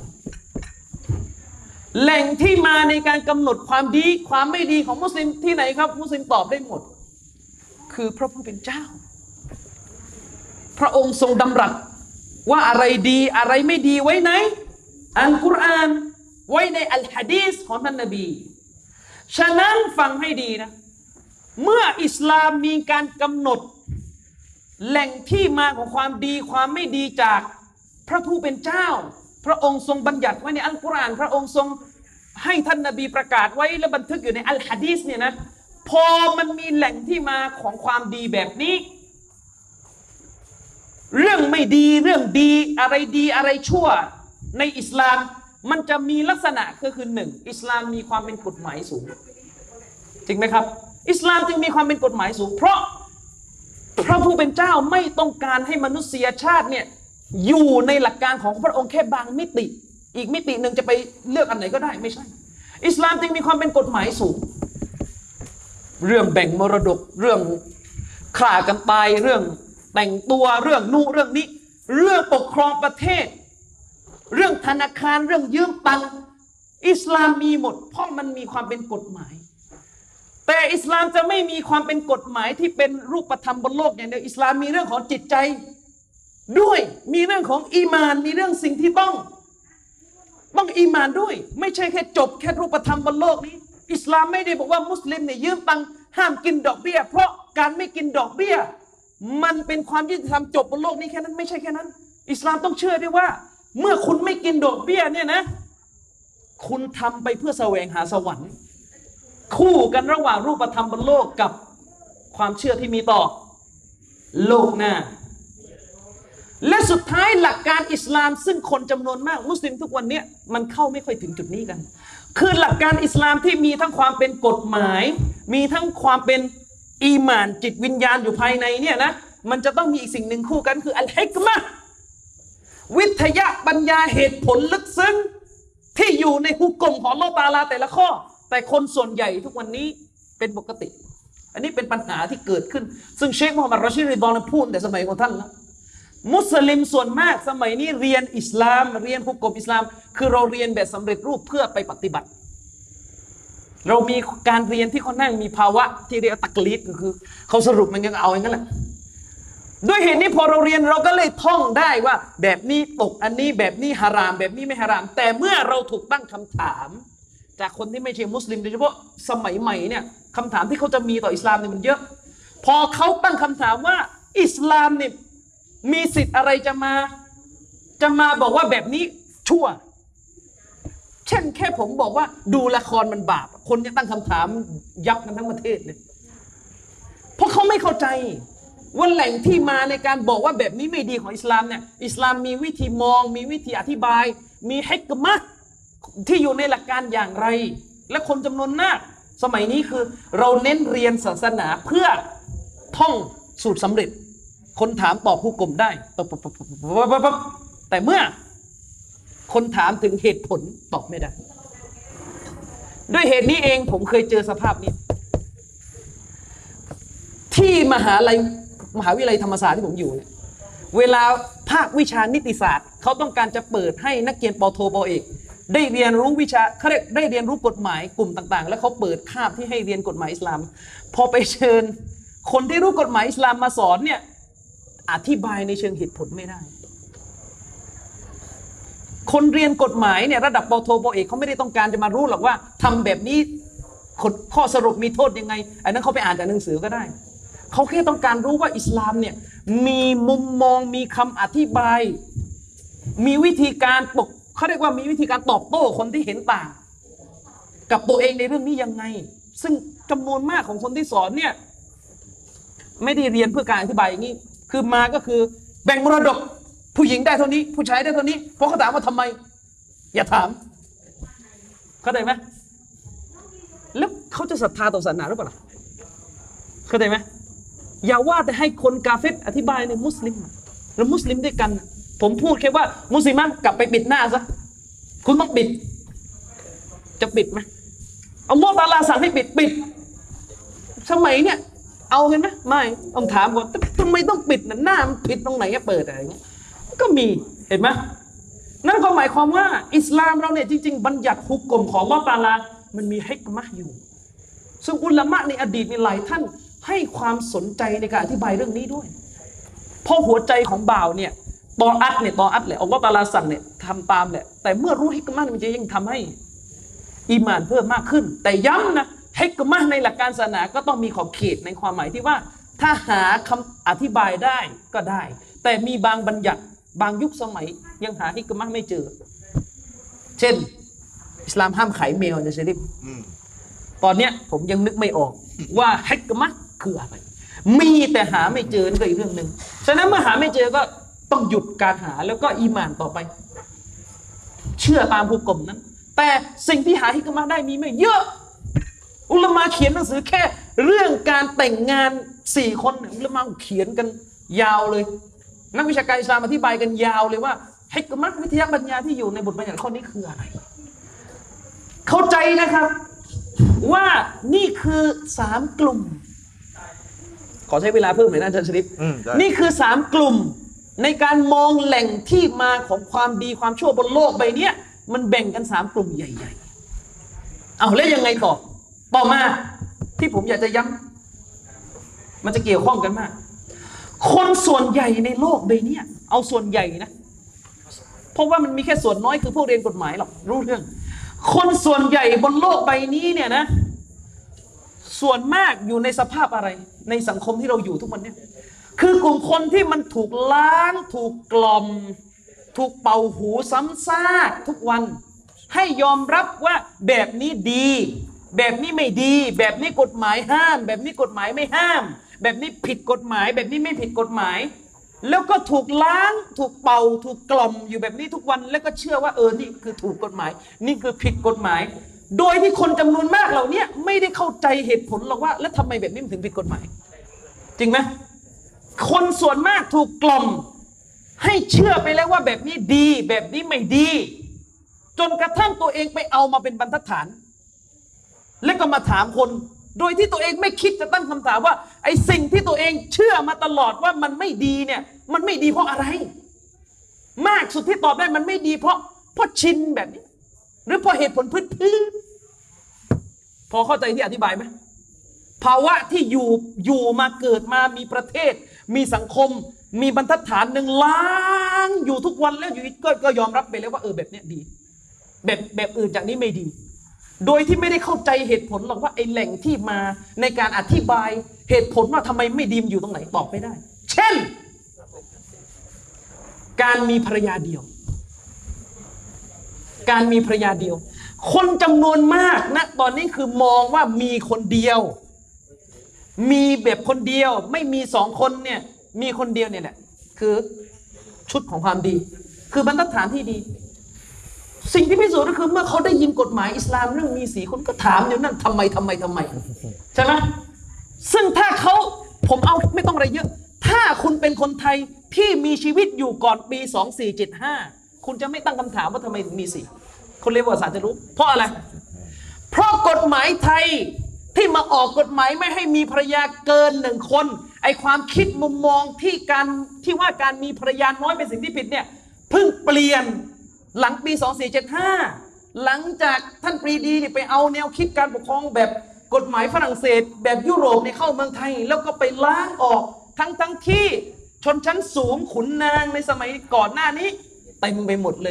แหล่งที่มาในการกำหนดความดีความไม่ดีของมุสลิมที่ไหนครับมุสลิมตอบได้หมดคือพระผู้เป็นเจ้าพระองค์ทรงดำรัสว่าอะไรดีอะไรไม่ดีไว้ในอัลกุรอานไว้ในอัลหะดีษของท่านนบีฉะนั้นฟังให้ดีนะเมื่ออิสลามมีการกำหนดแหล่งที่มาของความดีความไม่ดีจากพระผู้เป็นเจ้าพระองค์ทรงบัญญัติไว้ในอัลกุรอานพระองค์ทรงให้ท่านนบีประกาศไว้และบันทึกอยู่ในอัลหะดีษเนี่ยนะพอมันมีแหล่งที่มาของความดีแบบนี้เรื่องไม่ดีเรื่องดีอะไรชั่วในอิสลามมันจะมีลักษณะก็คือ1อิสลามมีความเป็นกฎหมายสูงจริงไหมครับอิสลามจึงมีความเป็นกฎหมายสูงเพราะพระผู้เป็นเจ้าไม่ต้องการให้มนุษยชาติเนี่ยอยู่ในหลักการของพระองค์แค่บางมิติอีกมิติหนึ่งจะไปเลือกอันไหนก็ได้ไม่ใช่อิสลามจึงมีความเป็นกฎหมายสูงเรื่องแบ่งมรดกเรื่องฆ่ากันตายเรื่องแต่งตัวเรื่องนู้เรื่องนี้เรื่องปกครองประเทศเรื่องธนาคารเรื่องยืมตังค์อิสลามมีหมดเพราะมันมีความเป็นกฎหมายแต่อิสลามจะไม่มีความเป็นกฎหมายที่เป็นรูปธรรมบนโลกอย่างเดียวอิสลามมีเรื่องของจิตใจด้วยมีเรื่องของอีมานมีเรื่องสิ่งที่ต้องอีมานด้วยไม่ใช่แค่จบแค่รูปธรรมบนโลกนี้อิสลามไม่ได้บอกว่ามุสลิมเนี่ยยืมตังค์ห้ามกินดอกเบี้ยเพราะการไม่กินดอกเบี้ยมันเป็นความยุติธรรมจบบนโลกนี้แค่นั้นไม่ใช่แค่นั้นอิสลามต้องเชื่อด้วยว่าเมื่อคุณไม่กินดอกเบี้ยเนี่ยนะคุณทำไปเพื่อแสวงหาสวรรค์คู่กันระหว่างรูปธรรมบนโลกกับความเชื่อที่มีต่อโลกหน้าและสุดท้ายหลักการอิสลามซึ่งคนจำนวนมากมุสลิมทุกวันนี้มันเข้าไม่ค่อยถึงจุดนี้กันคือหลักการอิสลามที่มีทั้งความเป็นกฎหมายมีทั้งความเป็นอีหม่านจิตวิญญาณอยู่ภายในเนี่ยนะมันจะต้องมีอีกสิ่งหนึ่งคู่กันคืออัลฮิกมะห์วิทยาปัญญาเหตุผลลึกซึ้งที่อยู่ในหุกกลมของอัลเลาะห์ตะอาลาแต่ละข้อแต่คนส่วนใหญ่ทุกวันนี้เป็นปกติอันนี้เป็นปัญหาที่เกิดขึ้นซึ่งเชคมูฮัมหมัด รอชิด ริฎอห์พูดแต่สมัยของท่านแล้วมุสลิมส่วนมากสมัยนี้เรียนอิสลามเรียนหุกกลมอิสลามคือเราเรียนแบบสำเร็จรูปเพื่อไปปฏิบัติเรามีการเรียนที่ค่อนข้างมีภาวะที่เรียกตักลีดก็คือเขาสรุปมันยังเอาอย่างนั้นแหละด้วยเหตุนี้พอเราเรียนเราก็เลยท่องได้ว่าแบบนี้ตกอันนี้แบบนี้ฮารามแบบนี้ไม่ฮารามแต่เมื่อเราถูกตั้งคำถามจากคนที่ไม่ใช่มุสลิมโดยเฉพาะสมัยใหม่เนี่ยคำถามที่เขาจะมีต่ออิสลามเนี่ยมันเยอะพอเขาตั้งคำถามว่าอิสลามเนี่ยมีสิทธิ์อะไรจะมาบอกว่าแบบนี้ชั่วเช่นแค่ผมบอกว่าดูละครมันบาปคนจะตั้งคำถามยับกันทั้งประเทศเลยเพราะเขาไม่เข้าใจว่าแหล่งที่มาในการบอกว่าแบบนี้ไม่ดีของอิสลามเนี่ยอิสลามมีวิธีมองมีวิธีอธิบายมีฮิกมะห์ที่อยู่ในหลักการอย่างไรและคนจำนวนมากสมัยนี้คือเราเน้นเรียนศาสนาเพื่อท่องสูตรสำเร็จคนถามตอบผู้กลมได้แต่เมื่อคนถามถึงเหตุผลตอบไม่ได้ด้วยเหตุนี้เองผมเคยเจอสภาพนี้ที่มหาวิทยาลัยธรรมศาสตร์ที่ผมอยู่เนี่ยเวลาภาควิชานิติศาสตร์เขาต้องการจะเปิดให้นักเรียนป.โท ป.เอกได้เรียนรู้วิชาเขาเรียกได้เรียนรู้กฎหมายกลุ่มต่างๆแล้วเขาเปิดคาบที่ให้เรียนกฎหมายอิสลามพอไปเชิญคนที่รู้กฎหมายอิสลามมาสอนเนี่ยอธิบายในเชิงเหตุผลไม่ได้คนเรียนกฎหมายเนี่ยระดับป.โทป.เอกเขาไม่ได้ต้องการจะมารู้หรอกว่าทำแบบนี้ข้อสรุปมีโทษยังไงอันนั้นเขาไปอ่านจากหนังสือก็ได้เขาแค่ต้องการรู้ว่าอิสลามเนี่ยมีมุมมองมีคำอธิบายมีวิธีการเขาเรียกว่ามีวิธีการตอบโต้คนที่เห็นต่างกับตัวเองในเรื่องนี้ยังไงซึ่งจำนวนมากของคนที่สอนเนี่ยไม่ได้เรียนเพื่อการอธิบายอย่างนี้คือมาก็คือแบ่งมรดกผู้หญิงได้เท่านี้ผู้ชายได้เท่านี้เพราะเขาถามว่าทำไมอย่าถามเข้าใจไหมแล้วเขาจะศรัทธาต่อศาสนาหรือเปล่าเข้าใจไหมอย่าว่าแต่ให้คนกาเฟรอธิบายในมุสลิมแล้วมุสลิมด้วยกันผมพูดแค่ว่ามุสลิมกลับไปปิดหน้าซะคุณต้องปิดจะปิดไหมอัลลอฮฺตะอาลาสั่งให้ปิดสมัยเนี่ยเอาเห็นไหมไม่ต้องถามก่อนทำไมต้องปิดหน้ามันผิดตรงไหนเปิดอะไรเงี้ยก็มีเห็นไหมนั่นก็หมายความว่าอิสลามเราเนี่ยจริงๆบัญญัติฮุกกลมของอัลลอฮฺตะอาลามันมีฮิกมะห์อยู่ซึ่งอุลามะในอดีตมีหลายท่านให้ความสนใจในการอธิบายเรื่องนี้ด้วยเพราะหัวใจของบ่าวเนี่ยตออัตแหละอัลลอฮฺตะอาลาสั่งเนี่ยทำตามแหละแต่เมื่อรู้ฮิกมะห์มันจะยิ่งทำให้อีหม่านเพิ่มมากขึ้นแต่ย้ำนะฮิกมะห์ในหลักการศาสนาก็ต้องมีขอบเขตในความหมายที่ว่าถ้าหาคำอธิบายได้ก็ได้แต่มีบางบัญญัติบางยุคสมัยยังหาฮิกมะห์ไม่เจอเช่นอิสลามห้ามขายเมลนะเชริฟตอนเนี้ยผมยังนึกไม่ออกว่าฮิกมะห์คืออะไรมีแต่หาไม่เจอก็อีกเรื่องนึงฉะนั้นเมื่อหาไม่เจอก็ต้องหยุดการหาแล้วก็อีหม่านต่อไปเชื่อตามฮุกกลมนั้นแต่สิ่งที่หาฮิกมะห์ได้มีไม่เยอะอุลามะเขียนหนังสือแค่เรื่องการแต่งงาน4 คนอุลามะเขียนกันยาวเลยนักวิชาการอิสลามอธิบายกันยาวเลยว่าฮิกมะห์วิทยาปัญญาที่อยู่ในบทบัญญัติข้อนี้คืออะไรเข้าใจนะครับว่านี่คือ3 กลุ่มขอใช้เวลาเพิ่มหน่อยนะอาจารย์ชริฟนี่คือ3 กลุ่มในการมองแหล่งที่มาของความดีความชั่วบนโลกใบนี้มันแบ่งกัน3 กลุ่มใหญ่ๆเอาแล้วยังไงต่อมาที่ผมอยากจะย้ำมันจะเกี่ยวข้องกันมากคนส่วนใหญ่ในโลกใบนี้เอาส่วนใหญ่นะเพราะว่ามันมีแค่ส่วนน้อยคือพวกเรียนกฎหมายหรอกรู้เรื่องคนส่วนใหญ่บนโลกใบนี้เนี่ยนะส่วนมากอยู่ในสภาพอะไรในสังคมที่เราอยู่ทุกวันนี้คือกลุ่มคนที่มันถูกล้างถูกกล่อมถูกเป่าหูซ้ำซากทุกวันให้ยอมรับว่าแบบนี้ดีแบบนี้ไม่ดีแบบนี้กฎหมายห้ามแบบนี้กฎหมายไม่ห้ามแบบนี้ผิดกฎหมายแบบนี้ไม่ผิดกฎหมายแล้วก็ถูกล้างถูกเป่าถูกกล่อมอยู่แบบนี้ทุกวันแล้วก็เชื่อว่านี่คือถูกกฎหมายนี่คือผิดกฎหมายโดยที่คนจำนวนมากเหล่านี้ไม่ได้เข้าใจเหตุผลหรอกว่าแล้วทำไมแบบนี้มันถึงผิดกฎหมายจริงไหมคนส่วนมากถูกกล่อมให้เชื่อไปแล้วว่าแบบนี้ดีแบบนี้ไม่ดีจนกระทั่งตัวเองไปเอามาเป็นบรรทัดฐานแล้วก็มาถามคนโดยที่ตัวเองไม่คิดจะตั้งคำถามว่าไอ้สิ่งที่ตัวเองเชื่อมาตลอดว่ามันไม่ดีเนี่ยมันไม่ดีเพราะอะไรมากสุดที่ตอบได้มันไม่ดีเพราะชินแบบนี้หรือเพราะเหตุผลพื้นพอเข้าใจที่อธิบายไหมภาวะที่อยู่มาเกิดมามีประเทศมีสังคมมีบรรทัดฐานหนึ่งล้างอยู่ทุกวันแล้วอยู่ก็ยอมรับไปแล้วว่าแบบเนี้ยดีแบบอื่นจากนี้ไม่ดีโดยที่ไม่ได้เข้าใจเหตุผลหรอกว่าไอ้แหล่งที่มาในการอธิบายเหตุผลว่าทำไมไม่ดีมอยู่ตรงไหนตอบไม่ได้เช่นการมีภรรยาเดียวคนจำนวนมากนะตอนนี้คือมองว่ามีคนเดียวมีแบบคนเดียวไม่มี2 คนเนี่ยมีคนเดียวเนี่ยแหละคือชุดของความดีคือบรรทัดฐานที่ดีสิ่งที่พิสูจน์ก็คือเมื่อเขาได้ยินกฎหมายอิสลามเรื่องมี4 คนก็ถามอยู่นั่นทำไมใช่ไหมซึ่งถ้าผมเอาไม่ต้องอะไรเยอะถ้าคุณเป็นคนไทยที่มีชีวิตอยู่ก่อนปี2475คุณจะไม่ตั้งคำถามว่าทำไมถึงมี4คนเรียนประวัติศาสตร์จะรู้เพราะอะไรเพราะกฎหมายไทยที่มาออกกฎหมายไม่ให้มีภรรยาเกิน1 คนไอความคิดมุมมองที่ว่าการมีภรรยาน้อยเป็นสิ่งที่ผิดเนี่ยเพิ่งเปลี่ยนหลังปี2475หลังจากท่านปรีดีไปเอาแนวคิดการปกครองแบบกฎหมายฝรั่งเศสแบบยุโรปเนี่ยเข้าเมืองไทยแล้วก็ไปล้างออกทั้งที่ชนชั้นสูงขุนนางในสมัยก่อนหน้านี้เต็มไปหมดเลย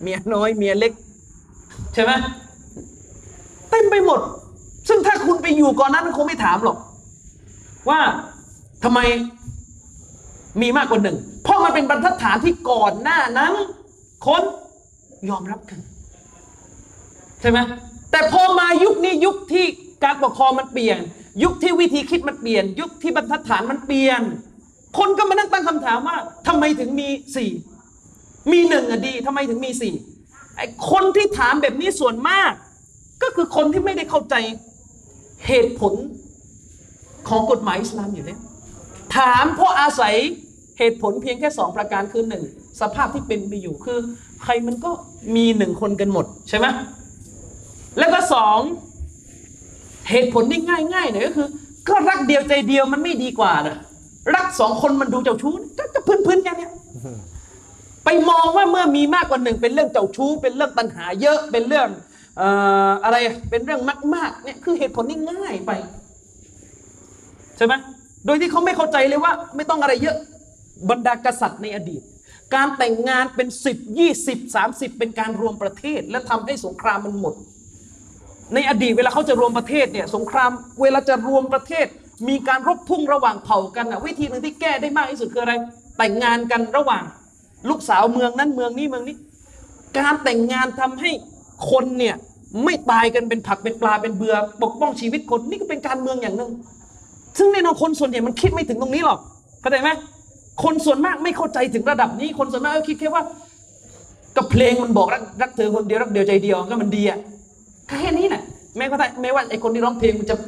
เมียน้อยเมียเล็กใช่ไหมเต็มไปหมดซึ่งถ้าคุณไปอยู่ก่อนนั้นคงไม่ถามหรอกว่าทำไมมีมากกว่าหนึ่งเพราะมันเป็นบรรทัดฐานที่ก่อนหน้านั้นคนยอมรับกันใช่ไหมแต่พอมายุคนี้ยุคที่การปกครองมันเปลี่ยนยุคที่วิธีคิดมันเปลี่ยนยุคที่บรรทัดฐานมันเปลี่ยนคนก็มานั่งตั้งคำถามว่าทำไมถึงมีสี่มีหนึ่งอะดีทำไมถึงมีสี่ไอ้คนที่ถามแบบนี้ส่วนมากก็คือคนที่ไม่ได้เข้าใจเหตุผลของกฎหมายอิสลามอยู่แล้วถามเพราะอาศัยเหตุผลเพียงแค่สองประการคือหนึ่งสภาพที่เป็นไปอยู่คือใครมันก็มีหนึ่งคนกันหมดใช่ไหมแล้วก็สองเหตุผลที่ง่ายๆหน่อยก็คือก็รักเดียวใจเดียวมันไม่ดีกว่านะรักสองคนมันดูเจ้าชู้ก็พื้นๆแค่นี้ไปมองว่าเมื่อมีมากกว่าหนึ่งเป็นเรื่องเจ้าชู้เป็นเรื่องตัณหาเยอะเป็นเรื่องอะไรเป็นเรื่องมากๆเนี่ยคือเหตุผลที่ง่ายไปใช่ไหมโดยที่เขาไม่เข้าใจเลยว่าไม่ต้องอะไรเยอะบรรดากษัตริย์ในอดีตการแต่งงานเป็น10 20 30เป็นการรวมประเทศและทำให้สงครามมันหมดในอดีตเวลาเขาจะรวมประเทศเนี่ยสงครามเวลาจะรวมประเทศมีการรบพุ่งระหว่างเผ่ากันนะวิธีหนึ่งที่แก้ได้มากที่สุดคืออะไรแต่งงานกันระหว่างลูกสาวเมืองนั้นเมืองนี้เมืองนี้การแต่งงานทำให้คนเนี่ยไม่ตายกันเป็นผักเป็นปลาเป็นเบือปกป้องชีวิตคนนี่ก็เป็นการเมืองอย่างหนึ่งซึ่งแน่นอนคนส่วนใหญ่มันคิดไม่ถึงตรงนี้หรอกเข้าใจไหมคนส่วนมากไม่เข้าใจถึงระดับนี้คนส่วนมากก็คิดแค่ว่าก็เพลงมันบอกรักเธอคนเดียวรักเดียวใจเดียวก็มันดีอะแค่นี้แหละแม้ว่าไอ้คนที่ร้องเพลงมันจะ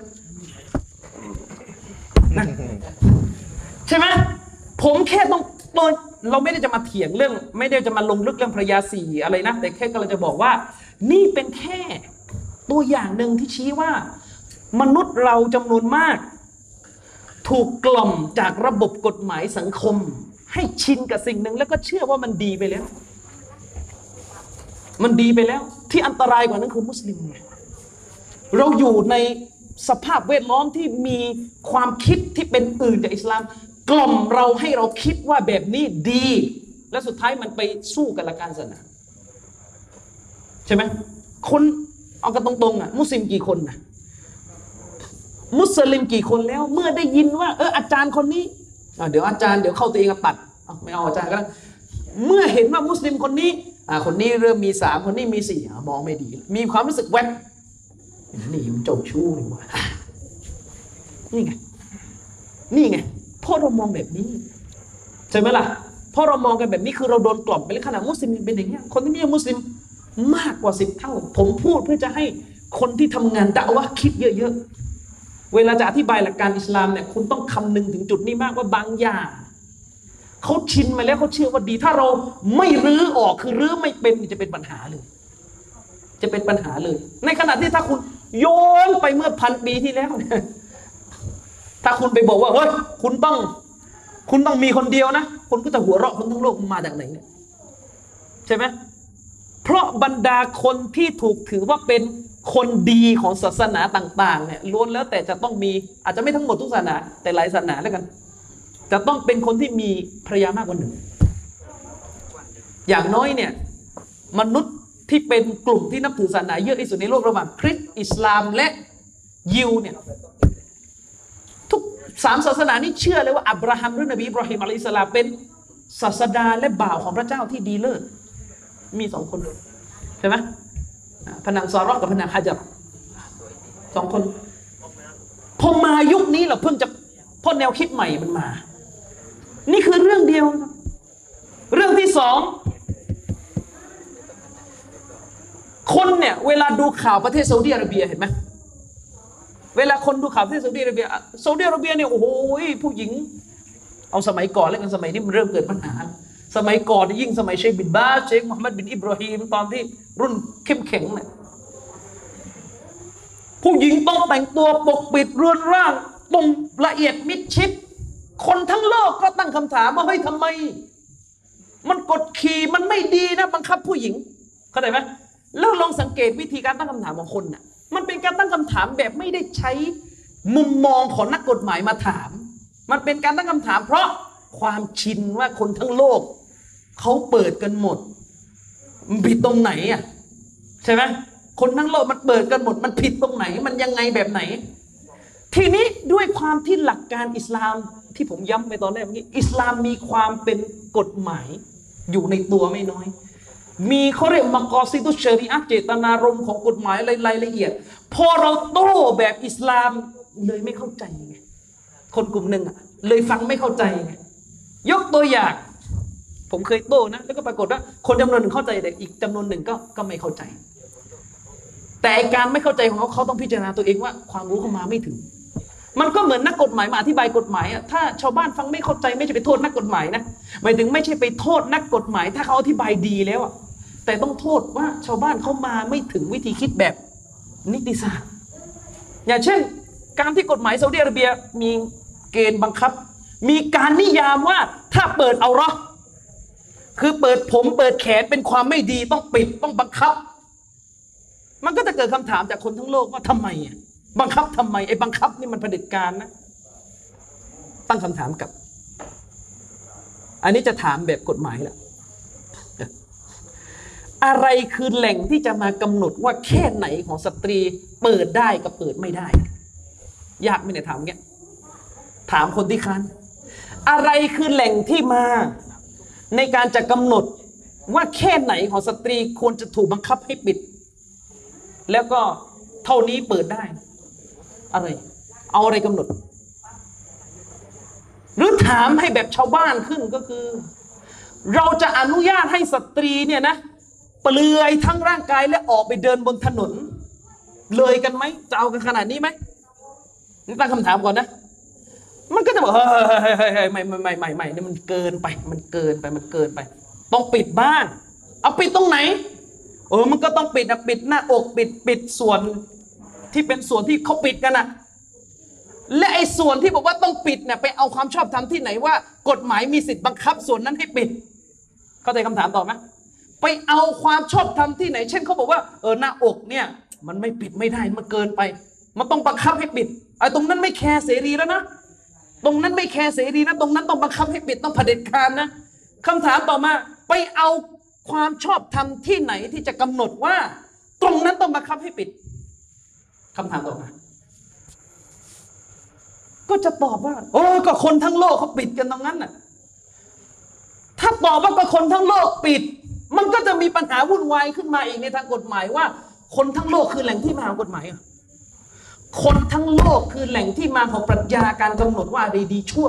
ใช่ไหมผมแค่ต้องเราไม่ได้จะมาเถียงเรื่องไม่ได้จะมาลงลึกเรื่องภรรยาสี่อะไรนะแต่แค่กำลังจะบอกว่านี่เป็นแค่ตัวอย่างหนึ่งที่ชี้ว่ามนุษย์เราจำนวนมากถูกกล่อมจากระบบกฎหมายสังคมให้ชินกับสิ่งหนึ่งแล้วก็เชื่อว่ามันดีไปแล้วมันดีไปแล้วที่อันตรายกว่านั้นคือมุสลิมไงเราอยู่ในสภาพแวดล้อมที่มีความคิดที่เป็นอื่นจากอิสลามกล่อมเราให้เราคิดว่าแบบนี้ดีและสุดท้ายมันไปสู้กับหลักการศาสนาใช่ไหมคนเอากันตรงๆอ่ะมุสลิมกี่คนนะมุสลิมกี่คนแล้วเมื่อได้ยินว่าอาจารย์คนนี้เดี๋ยวอาจารย์เดี๋ยวเข้าตัวเองตัดไม่เอาอาจารย์ก็ได้เมื่อเห็นว่ามุสลิมคนนี้คนนี้เริ่มมี3คนนี้มี4มองไม่ดีมีความรู้สึกแวบนี่มันเจ้าชู้นี่วะนี่ไงเพราะเรามองแบบนี้ใช่ไหมล่ะเพราะเรามองกันแบบนี้คือเราโดนกล่อมไปแล้วขนาดมุสลิมเป็นอย่างนี้คนที่ไม่ใช่มุสลิมมากกว่า10 เท่าผมพูดเพื่อจะให้คนที่ทำงานดะวะห์คิดเยอะๆเวลาจะอธิบายหลักการอิสลามเนี่ยคุณต้องคำนึงถึงจุดนี้มากว่าบางอย่างเขาชินมาแล้วเขาเชื่อว่าดีถ้าเราไม่รื้อออกคือรื้อไม่เป็นจะเป็นปัญหาเลยในขณะที่ถ้าคุณโยนไปเมื่อ1,000 ปีที่แล้วเนี่ยถ้าคุณไปบอกว่าเฮ้ยคุณต้องมีคนเดียวนะคนก็จะหัวเราะคนทั้งโลกมาจากไหนเนี่ยใช่ไหมเพราะบรรดาคนที่ถูกถือว่าเป็นคนดีของศาสนาต่างๆเนี่ยล้วนแล้วแต่จะต้องมีอาจจะไม่ทั้งหมดทุกศาสนาแต่หลายศาสนาแล้วกันจะต้องเป็นคนที่มีภรรยามากกว่าหนึ่งอย่างน้อยเนี่ยมนุษย์ที่เป็นกลุ่มที่นับถือศาสนาเยอะที่สุดในโลกระหว่างคริสต์อิสลามและยิวเนี่ยทุก3 ศาสนานี้เชื่อเลยว่าอับราฮัมหรือนบีอิบราฮิมอะลัยฮิสสลามเป็นศาสดาและบ่าวของพระเจ้าที่ดีเลิศมี2 คนใช่ไหมพนางซาเราะห์กับพนางฮะญัร2 คนพอมายุคนี้เราเพิ่งจะพอแนวคิดใหม่มันมานี่คือเรื่องเดียวเรื่องที่ 2คนเนี่ยเวลาดูข่าวประเทศซาอุดิอาระเบียเห็นไหมเวลาคนดูข่าวประเทศซาอุดิอาระเบียเนี่ยโอ้โหผู้หญิงเอาสมัยก่อนแล้วกันสมัยนี้มันเริ่มเกิดปัญหาสมัยก่อนยิ่งสมัยเชคบินบาสเชคมุฮัมมัดบินอิบราฮิมตอนที่รุ่นเข้มแข็งเนี่ยผู้หญิงต้องแต่งตัวปกปิดเรือนร่างตรงละเอียดมิดชิดคนทั้งโลกก็ตั้งคำถามว่าเฮ้ยทำไมมันกดขี่มันไม่ดีนะบังคับผู้หญิงเข้าใจไหมแล้วลองสังเกตวิธีการตั้งคำถามของคนน่ะมันเป็นการตั้งคำถามแบบไม่ได้ใช้มุมมองของนักกฎหมายมาถามมันเป็นการตั้งคำถามเพราะความชินว่าคนทั้งโลกเขาเปิดกันหมดมันผิดตรงไหนอ่ะใช่ไหมคนทั้งโลกมันเปิดกันหมดมันผิดตรงไหนมันยังไงแบบไหนทีนี้ด้วยความที่หลักการอิสลามที่ผมย้ำไปตอนแรกเมื่อกี้อิสลามมีความเป็นกฎหมายอยู่ในตัวไม่น้อยมีเขาเรียกมักอซิดุชรีอะห์เจตนารมณ์ของกฎหมายรายละเอียดพอเราโต้แบบอิสลามเลยไม่เข้าใจไงคนกลุ่มหนึ่งอ่ะเลยฟังไม่เข้าใจไงยกตัวอย่างผมเคยโต้นะแล้วก็ปรากฏว่าคนจำนวนหนึ่งเข้าใจแต่อีกจำนวนหนึ่งก็ไม่เข้าใจแต่การไม่เข้าใจของเขาต้องพิจารณาตัวเองว่าความรู้เขามาไม่ถึงมันก็เหมือนนักกฎหมายมาอธิบายกฎหมายอ่ะถ้าชาวบ้านฟังไม่เข้าใจไม่ใช่ไปโทษนักกฎหมายนะหมายถึงไม่ใช่ไปโทษนักกฎหมายถ้าเขาอธิบายดีแล้วอ่ะแต่ต้องโทษว่าชาวบ้านเขามาไม่ถึงวิธีคิดแบบนิติศาสตร์อย่างเช่นการที่กฎหมายซาอุดิอาระเบียมีเกณฑ์บังคับมีการนิยามว่าถ้าเปิดเอาเราะห์คือเปิดผมเปิดแขนเป็นความไม่ดีต้องปิดต้องบังคับมันก็จะเกิดคำถามจากคนทั้งโลกว่าทำไมอ่ะบังคับทำไมไอ้บังคับนี่มันเผด็จการนะตั้งคำถามกับอันนี้จะถามแบบกฎหมายแหละอะไรคือแหล่งที่จะมากำหนดว่าแค่ไหนของสตรีเปิดได้กับเปิดไม่ได้ยากไหมเนี่ยถามเงี้ยถามคนที่ค้านอะไรคือแหล่งที่มาในการจะกำหนดว่าแค่ไหนของสตรีควรจะถูกบังคับให้ปิดแล้วก็เท่านี้เปิดได้อะไรเอาอะไรกำหนดหรือถามให้แบบชาวบ้านขึ้นก็คือเราจะอนุญาตให้สตรีเนี่ยนะเปลือยทั้งร่างกายและออกไปเดินบนถนนเลยกันไหมจะเอากันขนาดนี้ไหมนี่ตั้งคำถามก่อนนะมันก็จะบอกเฮ้ยไม่นี่มันเกินไปมันเกินไปต้องปิดบ้างเอาปิดตรงไหนมันก็ต้องปิดปิดหน้าอกปิดส่วนที่เป็นส่วนที่เขาปิดกันนะและไอ้ส่วนที่บอกว่าต้องปิดเนี่ยไปเอาความชอบธรรมที่ไหนว่ากฎหมายมีสิทธิ์บังคับส่วนนั้นให้ปิดเข้าใจคำถามต่อไหมไปเอาความชอบธรรมที่ไหนเช่นเขาบอกว่าหน้าอกเนี่ยมันไม่ปิดไม่ได้มันเกินไปมันต้องบังคับให้ปิดไอ้ตรงนั้นไม่แคร์เสรีแล้วนะตรงนั้นไม่แคร์เสรีนะตรงนั้นต้องบังคับให้ปิดต้องเผด็จการนะคำถามต่อมาไปเอาความชอบธรรมที่ไหนที่จะกำหนดว่าตรงนั้นต้องบังคับให้ปิดคำถามต่อมาก็จะตอบว่าก็คนทั้งโลกเขาปิดกันตรงนั้นน่ะถ้าตอบว่าก็คนทั้งโลกปิดมันก็จะมีปัญหาวุ่นวายขึ้นมาอีกในทางกฎหมายว่าคนทั้งโลกคือแหล่งที่มาของกฎหมายคนทั้งโลกคือแหล่งที่มาของปรัชญาการกำหนดว่าอะไรดีชั่ว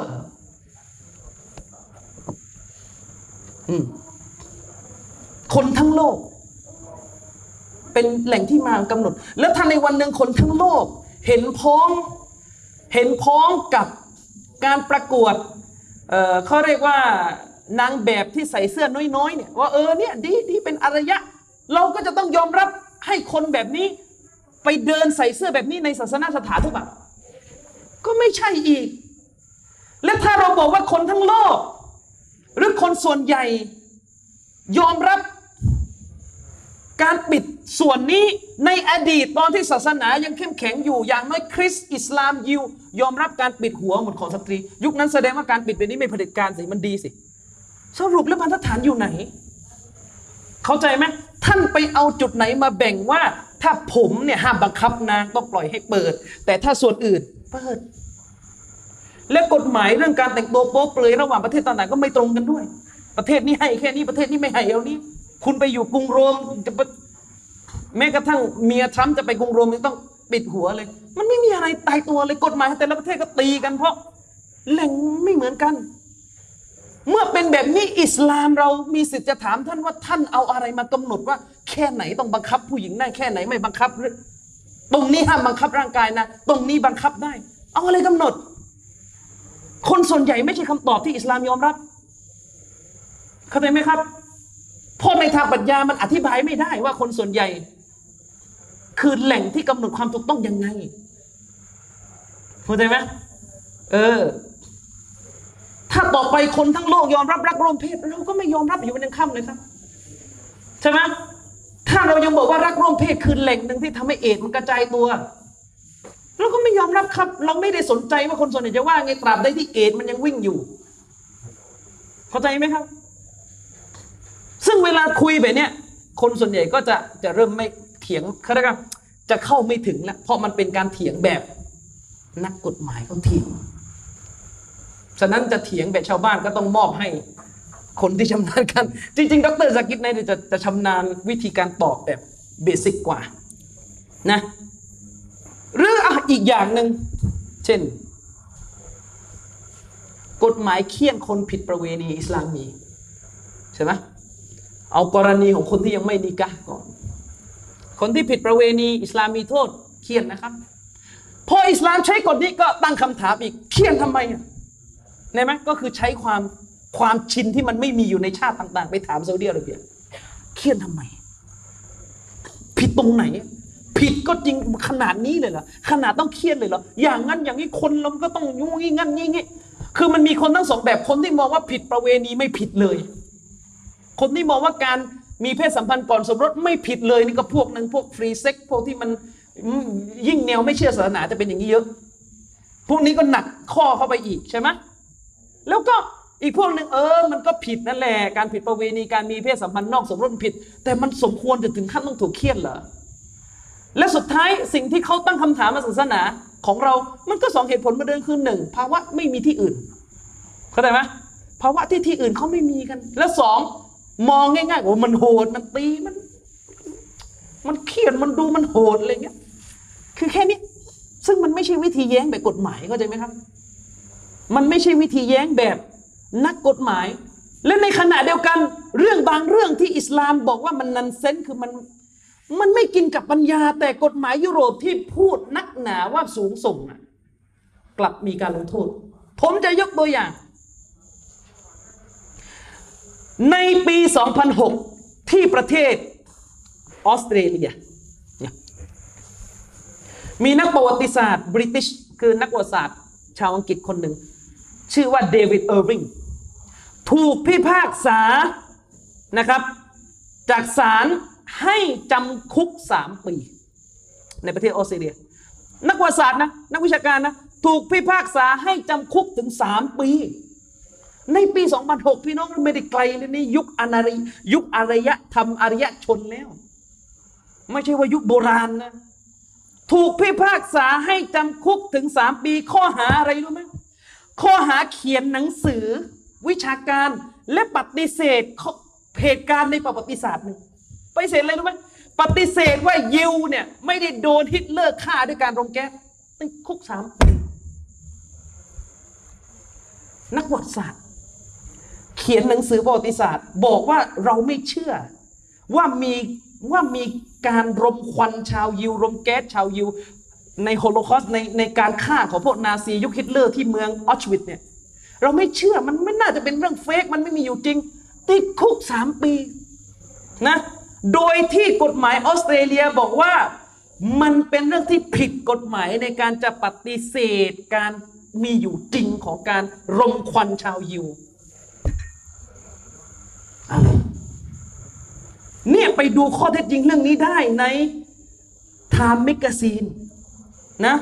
คนทั้งโลกเป็นแหล่งที่มากำหนดแล้วถ้าในวันหนึ่งคนทั้งโลกเห็นพ้องกับการประกวดเขาเรียกว่านางแบบที่ใส่เสื้อน้อยๆเนี่ยว่าเนี่ยดีเป็นอารยะเราก็จะต้องยอมรับให้คนแบบนี้ไปเดินใส่เสื้อแบบนี้ในศาสนสถานหรือเปล่าก็ไม่ใช่อีกและถ้าเราบอกว่าคนทั้งโลกหรือคนส่วนใหญ่ยอมรับการปิดส่วนนี้ในอดีตตอนที่ศาสนายังเข้มแข็งอยู่อย่างน้อยคริสต์อิสลามยิวยอมรับการปิดหัวหมดของสตรียุคนั้นแสดงว่าการปิดแบบนี้ไม่เผด็จการสิมันดีสิสรุปแล้วบรรทัดฐานอยู่ไหนเข้าใจไหมท่านไปเอาจุดไหนมาแบ่งว่าถ้าผมเนี่ยห้ามบังคับนางต้องปล่อยให้เปิดแต่ถ้าส่วนอื่นเปิดและกฎหมายเรื่องการแต่งตัวโป๊เปลือยระหว่างประเทศต่างๆก็ไม่ตรงกันด้วยประเทศนี้ให้แค่นี้ประเทศนี้ไม่ให้เอานี้คุณไปอยู่กรุงโรมแม้กระทั่งเมียทรัมป์จะไปกรุงโรมยังต้องปิดหัวเลยมันไม่มีอะไรตายตัวเลยกฎหมายแต่ละประเทศก็ตีกันเพราะแหล่งไม่เหมือนกันเมื่อเป็นแบบนี้อิสลามเรามีสิทธิ์จะถามท่านว่าท่านเอาอะไรมากำหนดว่าแค่ไหนต้องบังคับผู้หญิงได้แค่ไหนไม่บังคับตรงนี้ห้ามบังคับร่างกายนะตรงนี้บังคับได้เอาอะไรกำหนดคนส่วนใหญ่ไม่ใช่คำตอบที่อิสลามยอมรับเข้าใจไหมครับเพราะในทางปรัชญามันอธิบายไม่ได้ว่าคนส่วนใหญ่คือแหล่งที่กำหนดความถูกต้องยังไงเข้าใจไหมถ้าต่อไปคนทั้งโลกยอมรับรักร่วมเพศเราก็ไม่ยอมรับอยู่ในค่ำเลยครับใช่ไหมถ้าเรายังบอกว่ารักร่วมเพศคือแหล่งหนึ่งที่ทำให้เอดส์มันกระจายตัวเราก็ไม่ยอมรับครับเราไม่ได้สนใจว่าคนส่วนใหญ่จะว่าไงตราบใดที่เอดส์มันยังวิ่งอยู่เข้าใจไหมครับซึ่งเวลาคุยแบบเนี้ยคนส่วนใหญ่ก็จะเริ่มไม่เถียงเขาเรียกว่าจะเข้าไม่ถึงแล้วเพราะมันเป็นการเถียงแบบนักกฎหมายเขาเถียงฉะนั้นจะเถียงแบบชาวบ้านก็ต้องมอบให้คนที่ชำนาญกันจริงๆดร.ซากิดเนี่ยจะชำนาญวิธีการตอบแบบเบสิกกว่านะหรืออีกอย่างหนึ่งเช่นกฎหมายเคี่ยนคนผิดประเวณีอิสลามมีใช่ไหมเอากรณีของคนที่ยังไม่นิกะห์ก่อนคนที่ผิดประเวณีอิสลามมีโทษเคี่ยนนะครับพออิสลามใช้กฎนี้ก็ตั้งคำถามอีกเคี่ยนทำไมเนี่ยไหมก็คือใช้ความชินที่มันไม่มีอยู่ในชาติต่างๆไปถามซาอุดิอาระเบียเคี่ยนทำไมผิดตรงไหนผิดก็จริงขนาดนี้เลยเหรอขนาดต้องเคี่ยนเลยเหรออย่างนั้นอย่างนี้คนเราก็ต้องยุ่งงี้งั้นงี้คือมันมีคนทั้งสองแบบคนที่มองว่าผิดประเวณีไม่ผิดเลยคนที่มองว่าการมีเพศสัมพันธ์ก่อนสมรสไม่ผิดเลยนี่ก็พวกนึงพวกฟรีเซ็กพวกที่มันยิ่งแนวไม่เชื่อศาสนาจะเป็นอย่างนี้เยอะพวกนี้ก็หนักข้อเข้าไปอีกใช่ไหมแล้วก็อีกพวกหนึ่งมันก็ผิดนั่นแหละการผิดประเวณีการมีเพศสัมพันธ์นอกสมรสผิดแต่มันสมควรจะถึงขั้นต้องถูกเคี่ยนเหรอและสุดท้ายสิ่งที่เขาตั้งคำถามมาศาสนาของเรามันก็สองเหตุผลมาเดินคือหนึ่งภาวะไม่มีที่อื่นเข้าใจไหมภาวะที่อื่นเขาไม่มีกันและสองมองง่ายๆว่ามันโหดมันตีมันเคี่ยนมันดูมันโหดอะไรเงี้ยคือแค่นี้ซึ่งมันไม่ใช่วิธีแย้งแบบกฎหมายเข้าใจไหมครับมันไม่ใช่วิธีแย้งแบบนักกฎหมายและในขณะเดียวกันเรื่องบางเรื่องที่อิสลามบอกว่ามันนันเซนคือมันไม่กินกับปัญญาแต่กฎหมายยุโรปที่พูดนักหนาว่าสูงส่งกลับมีการลงโทษผมจะยกตัวอย่างในปี 2006 ที่ประเทศออสเตรเลียมีนักประวัติศาสตร์บริติชคือนักประวัติศาสตร์ชาวอังกฤษคนหนึ่งชื่อว่าเดวิดเออร์วิงถูกพิพากษานะครับจากศาลให้จำคุก3 ปีในประเทศออสเตรเลียนักประวัติศาสตร์นะนักวิชาการนะถูกพิพากษาให้จำคุกถึง3 ปีในปี 2006 พี่น้องไม่ได้ไกลเลยนี่ยุคอารยธรรมอารยชนแล้วไม่ใช่ว่ายุคโบราณนะถูกพิพากษาให้จำคุกถึง3 ปีข้อหาอะไรรู้ไหมข้อหาเขียนหนังสือวิชาการและปฏิเสธเหตุการณ์ในประวัติศาสตร์หนึ่งปฏิเสธอะไรรู้ไหมปฏิเสธว่ายิวเนี่ยไม่ได้โดนฮิตเลอร์ฆ่าด้วยการรมแก๊สติดคุก3 ปีนักประวัติศาสตร์เขียนหนังสือประวัติศาสตร์บอกว่าเราไม่เชื่อว่ามีการรมควันชาวยิวรมแก๊สชาวยิวในโฮโลคอสต์ในการฆ่าของพวกนาซียุคฮิตเลอร์ที่เมืองออชวิตเนี่ยเราไม่เชื่อมันไม่น่าจะเป็นเรื่องเฟกมันไม่มีอยู่จริงติดคุก3 ปีนะโดยที่กฎหมายออสเตรเลียบอกว่ามันเป็นเรื่องที่ผิดกฎหมายในการจะปฏิเสธการมีอยู่จริงของการรมควันชาวยิวเนี่ยไปดูข้อเท็จจริงเรื่องนี้ได้ใน Time Magazine นะ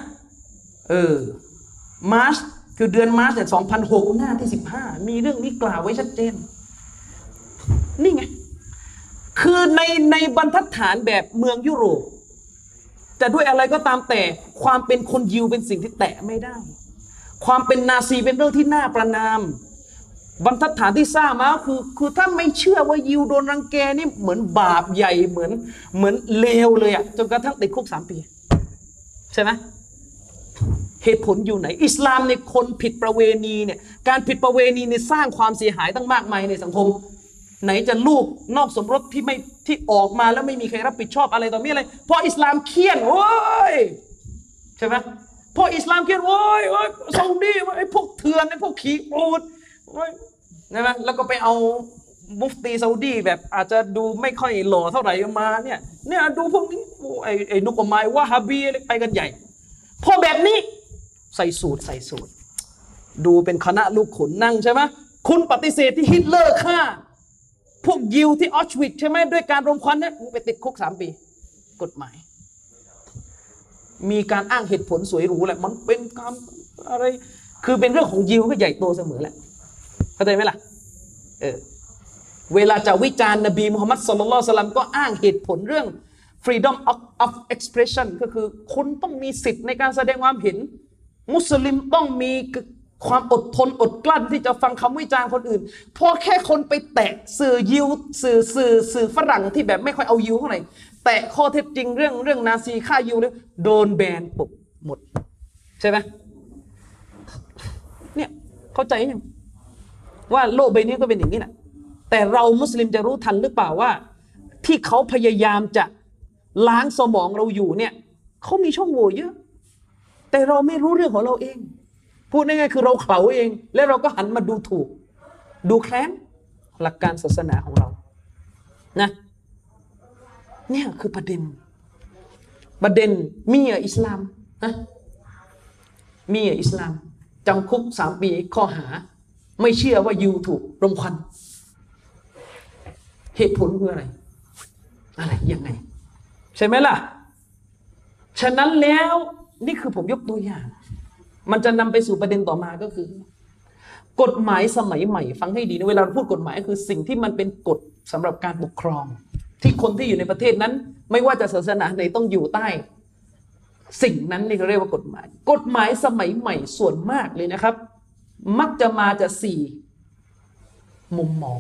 มาร์ชคือเดือนมาร์ช2006 หน้าที่ 15มีเรื่องนี้กล่าวไว้ชัดเจนนี่ไงคือในบรรทัดฐานแบบเมืองยุโรปจะด้วยอะไรก็ตามแต่ความเป็นคนยิวเป็นสิ่งที่แตะไม่ได้ความเป็นนาซีเป็นเรื่องที่น่าประณามบรรทัดฐานที่สร้างมาคือถ้าไม่เชื่อว่ายิวโดนรังแกนี่เหมือนบาปใหญ่เหมือนเลวเลยจนกระทั่งติดคุก3 ปีใช่ไหมเหตุผลอยู่ไหนอิสลามในคนผิดประเวณีเนี่ยการผิดประเวณีเนี่ยสร้างความเสียหายตั้งมากมายในสังคมไหนจะลูกนอกสมรสที่ออกมาแล้วไม่มีใครรับผิดชอบอะไรต่อมีอะไรพออิสลามเคี่ยนโอ้ยใช่ไหมพออิสลามเคี่ยนโอ้ยซาอุดีไอ้พวกเถื่อนไอ้พวกขี้โอดใช่ไหมแล้วก็ไปเอามุฟตีซาอุดีแบบอาจจะดูไม่ค่อยหล่อเท่าไหร่มาเนี่ยดูพวกนี้ไอ้นุกไม้วะฮาบีไปกันใหญ่พอแบบนี้ใส่สูตรดูเป็นคณะลูกขุนนั่งใช่ไหมคุณปฏิเสธที่ฮิตเลอร์ฆ่าพวกยิวที่ออชวิตใช่ไหมด้วยการรมควันเนี่ยไปติดคุก3 ปีกฎหมายมีการอ้างเหตุผลสวยหรูแหละมันเป็นการอะไรคือเป็นเรื่องของยิวก็ใหญ่โตเสมอแหละเข้าใจไหมล่ะเวลาจะวิจารณ์นบีมุฮัมมัดศ็อลลัลลอฮุอะลัยฮิวะซัลลัมก็อ้างเหตุผลเรื่อง freedom of expression ก็คือคุณต้องมีสิทธิ์ในการแสดงความเห็นมุสลิมต้องมีความอดทนอดกลั้นที่จะฟังคำวิจารณ์คนอื่นพอแค่คนไปแตะสื่อยิวสื่อฝรั่งที่แบบไม่ค่อยเอายิวเท่าไหร่แต่ข้อเท็จจริงเรื่องนาซีฆ่ายิวเนี่ยโดนแบนปุ๊บหมดใช่ไหมเนี่ยเข้าใจยังว่าโลกใบนี้ก็เป็นอย่างนี้แหละแต่เรามุสลิมจะรู้ทันหรือเปล่าว่าที่เขาพยายามจะล้างสมองเราอยู่เนี่ยเขามีช่องโหว่เยอะแต่เราไม่รู้เรื่องของเราเองพูดง่ายๆคือเราเขลาเองและเราก็หันมาดูถูกดูแคลนหลักการศาสนาของเรานะเนี่ยคือประเด็นมีอิสลามนะมีอิสลามจำคุก3 ปีข้อหาไม่เชื่อว่ายูถูกรมควันเหตุผลคืออะไรยังไงใช่ไหมล่ะฉะนั้นแล้วนี่คือผมยกตัวอย่างมันจะนำไปสู่ประเด็นต่อมาก็คือกฎหมายสมัยใหม่ฟังให้ดีนะเวลาเราพูดกฎหมายคือสิ่งที่มันเป็นกฎสำหรับการปกครองที่คนที่อยู่ในประเทศนั้นไม่ว่าจะศาสนาไหนต้องอยู่ใต้สิ่งนั้นนี่เขาเรียกว่ากฎหมายสมัยใหม่ส่วนมากเลยนะครับมักจะมาจาก4 มุมมอง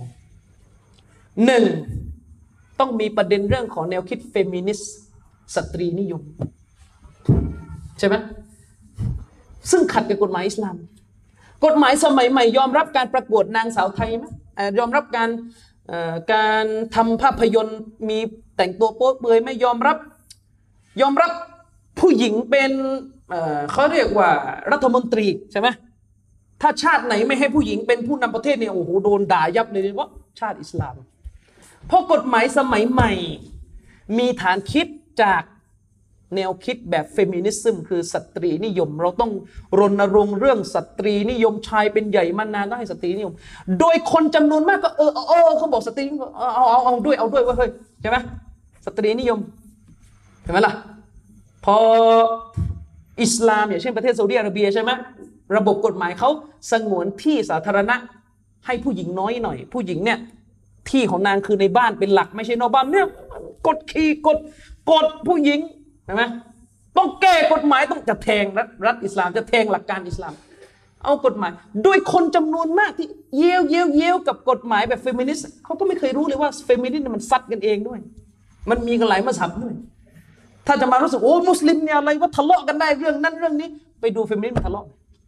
1. ต้องมีประเด็นเรื่องของแนวคิดเฟมินิสต์สตรีนิยมใช่ไหมซึ่งขัดกับกฎหมายอิสลามกฎหมายสมัยใหม่ยอมรับการประกวดนางสาวไทยไหมยอมรับการทำภาพยนตร์มีแต่งตัวโป๊เปลือยไม่ยอมรับผู้หญิงเป็นเขาเรียกว่ารัฐมนตรีใช่ไหมถ้าชาติไหนไม่ให้ผู้หญิงเป็นผู้นำประเทศเนี่ยโอ้โหโดนด่ายับเลยว่าชาติอิสลามเพราะกฎหมายสมัยใหม่มีฐานคิดจากแนวคิดแบบเฟมินิซึมคือสตรีนิยมเราต้องรณรงค์เรื่องสตรีนิยมชายเป็นใหญ่มานานต้องให้สตรีนิยมโดยคนจำนวนมากก็เขาบอกสตรีเอาด้วยว่าเฮ้ยใช่ไหมสตรีนิยมเห็นไหมล่ะพออิสลามอย่างเช่นประเทศซาอุดิอาระเบียใช่ไหมระบบกฎหมายเขาสงวนที่สาธารณะให้ผู้หญิงน้อยหน่อยผู้หญิงเนี่ยที่ของนางคือในบ้านเป็นหลักไม่ใช่นอกบ้านเนี่ยกดผู้หญิงใช่ไหมต้องแก้กฎหมายต้องจะแทงรัฐอิสลามจะแทงหลักการอิสลามเอากฎหมายโดยคนจำนวนมากที่เยี่ยวกับกฎหมายแบบเฟมินิสต์เขาก็ไม่เคยรู้เลยว่าเฟมินิสต์มันซัดกันเองด้วยมันมีกันหลายมัซฮับด้วยถ้าจะมารู้สึกโอ้มุสลิมเนี่ยอะไรว่าทะเลาะกันได้เรื่องนั้นเรื่องนี้ไปดูเฟมินิสต์มาทะเลาะ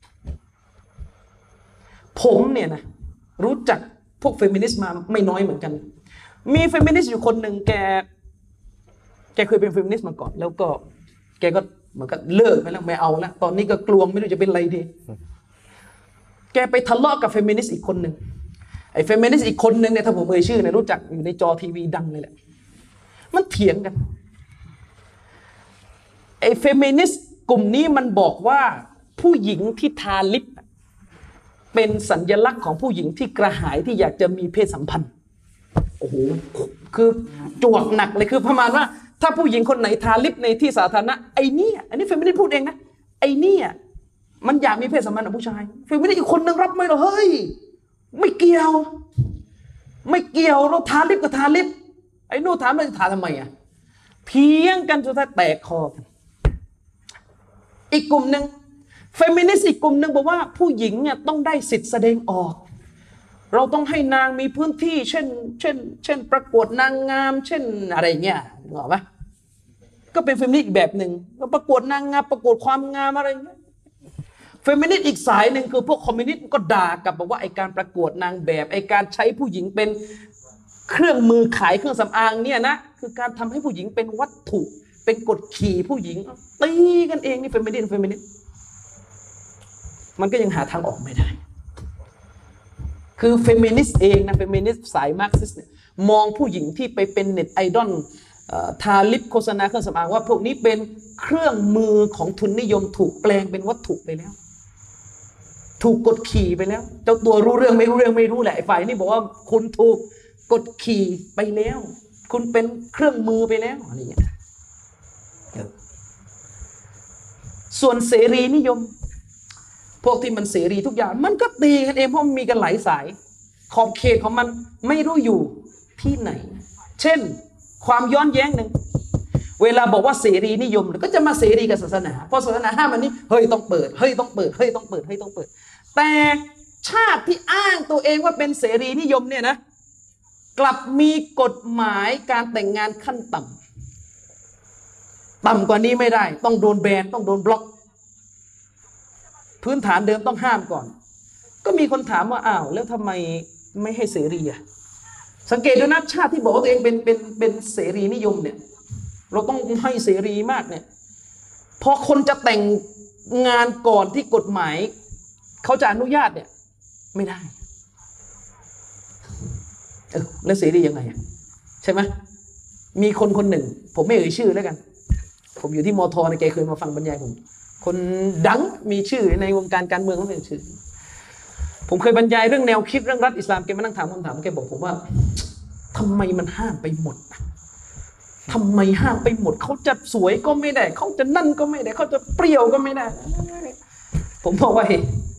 ผมเนี่ยนะรู้จักพวกเฟมินิสต์มาไม่น้อยเหมือนกันมีเฟมินิสต์อยู่คนหนึ่งแกเคยเป็นเฟมินิสต์มาก่อนแล้วก็แกก็เหมือนกับเลิกไปแล้วไม่เอาแล้วตอนนี้ก็กลัวไม่รู้จะเป็นอะไรดีแกไปทะเลาะกับเฟมินิสต์อีกคนหนึ่งไอ้เฟมินิสต์อีกคนหนึ่งเนี่ยถ้าผมเอ่ยชื่อเนี่ยรู้จักอยู่ในจอทีวีดังเลยแหละมันเถียงกันไอ้เฟมินิสต์กลุ่มนี้มันบอกว่าผู้หญิงที่ทาลิปเป็นสัญลักษณ์ของผู้หญิงที่กระหายที่อยากจะมีเพศสัมพันธ์โอ้โหคือจวกหนักเลยคือประมาณว่าถ้าผู้หญิงคนไหนทาลิปในที่สาธารณะไอ้นี่อันนี้เฟมินิสต์พูดเองนะไอ้นี่มันอยากมีเพศสัมพันธ์กับผู้ชายเฟมินิสต์อีกคนนึงรับไม่หรอกเฮ้ยไม่เกี่ยวเราทาลิปก็ทาลิปไอ้นู่นถามมันจะทาทำไมเพียงกันจนแตกคอกันอีกกลุ่มนึงเฟมินิสต์อีกกลุ่มนึงบอกว่าผู้หญิงเนี่ยต้องได้สิทธิ์แสดงออกเราต้องให้นางมีพื้นที่เช่นประกวดนางงามเช่นอะไรเงี้ยนึกออกปะก็เป็นเฟมินิสต์อีกแบบหนึ่งก็ประกวดนางงามประกวดความงามอะไรเงี้ยเฟมินิสต์อีกสายหนึ่งคือพวกคอมมิวนิสต์ก็ด่ากลับบอกว่าไอการประกวดนางแบบไอการใช้ผู้หญิงเป็นเครื่องมือขายเครื่องสำอางเนี่ยนะคือการทำให้ผู้หญิงเป็นวัตถุเป็นกฎขี่ผู้หญิงตีกันเองนี่เฟมินิสต์มันก็ยังหาทางออกไม่ได้คือเฟมินิสต์เองนะเฟมินิสต์สายมาร์กซิสต์เนี่ยมองผู้หญิงที่ไปเป็นเน็ตไอดอลทาลิปโฆษณาเครื่องสำอางว่าพวกนี้เป็นเครื่องมือของทุนนิยมถูกแปลงเป็นวัตถุไปแล้วถูกกดขี่ไปแล้วเจ้าตัวรู้เรื่องไม่รู้แหละฝ่ายนี่บอกว่าคุณถูกกดขี่ไปแล้วคุณเป็นเครื่องมือไปแล้วอะไรอย่างเงี้ยส่วนเสรีนิยมพวกที่มันเสรีทุกอย่างมันก็ตีกันเองเพราะมันมีกันหลายสายขอบเขตของมันไม่รู้อยู่ที่ไหนเช่นความย้อนแย้งหนึ่งเวลาบอกว่าเสรีนิยมก็จะมาเสรีกับศาสนาพอศาสนาห้ามอันนี้เฮ้ยต้องเปิดเฮ้ยต้องเปิดเฮ้ยต้องเปิดเฮ้ยต้องเปิดแต่ชาติที่อ้างตัวเองว่าเป็นเสรีนิยมเนี่ยนะกลับมีกฎหมายการแต่งงานขั้นต่ำกว่านี้ไม่ได้ต้องโดนแบนต้องโดนบล็อกพื้นฐานเดิมต้องห้ามก่อนก็มีคนถามว่าอ้าวแล้วทำไมไม่ให้เสรีอ่ะสังเกตดูนะชาติที่บอกว่าตัวเองเป็นเสรีนิยมเนี่ยเราต้องให้เสรีมากเนี่ยพอคนจะแต่งงานก่อนที่กฎหมายเขาจะอนุญาตเนี่ยไม่ได้แล้วเสรียังไงใช่ไหมมีคนหนึ่งผมไม่เอ่ยชื่อแล้วกันผมอยู่ที่มทในแกเคยมาฟังบรรยายผมคนดังมีชื่อในวงการการเมืองเขาเป็นชื่อผมเคยบรรยายเรื่องแนวคิดเรื่องรัฐอิสลามแกมานั่งถามคำถามแกบอกผมว่าทำไมมันห้ามไปหมดทำไมห้ามไปหมดเขาจะสวยก็ไม่ได้เขาจะนั่นก็ไม่ได้เขาจะเปรี้ยวก็ไม่ได้ผมบอกว่า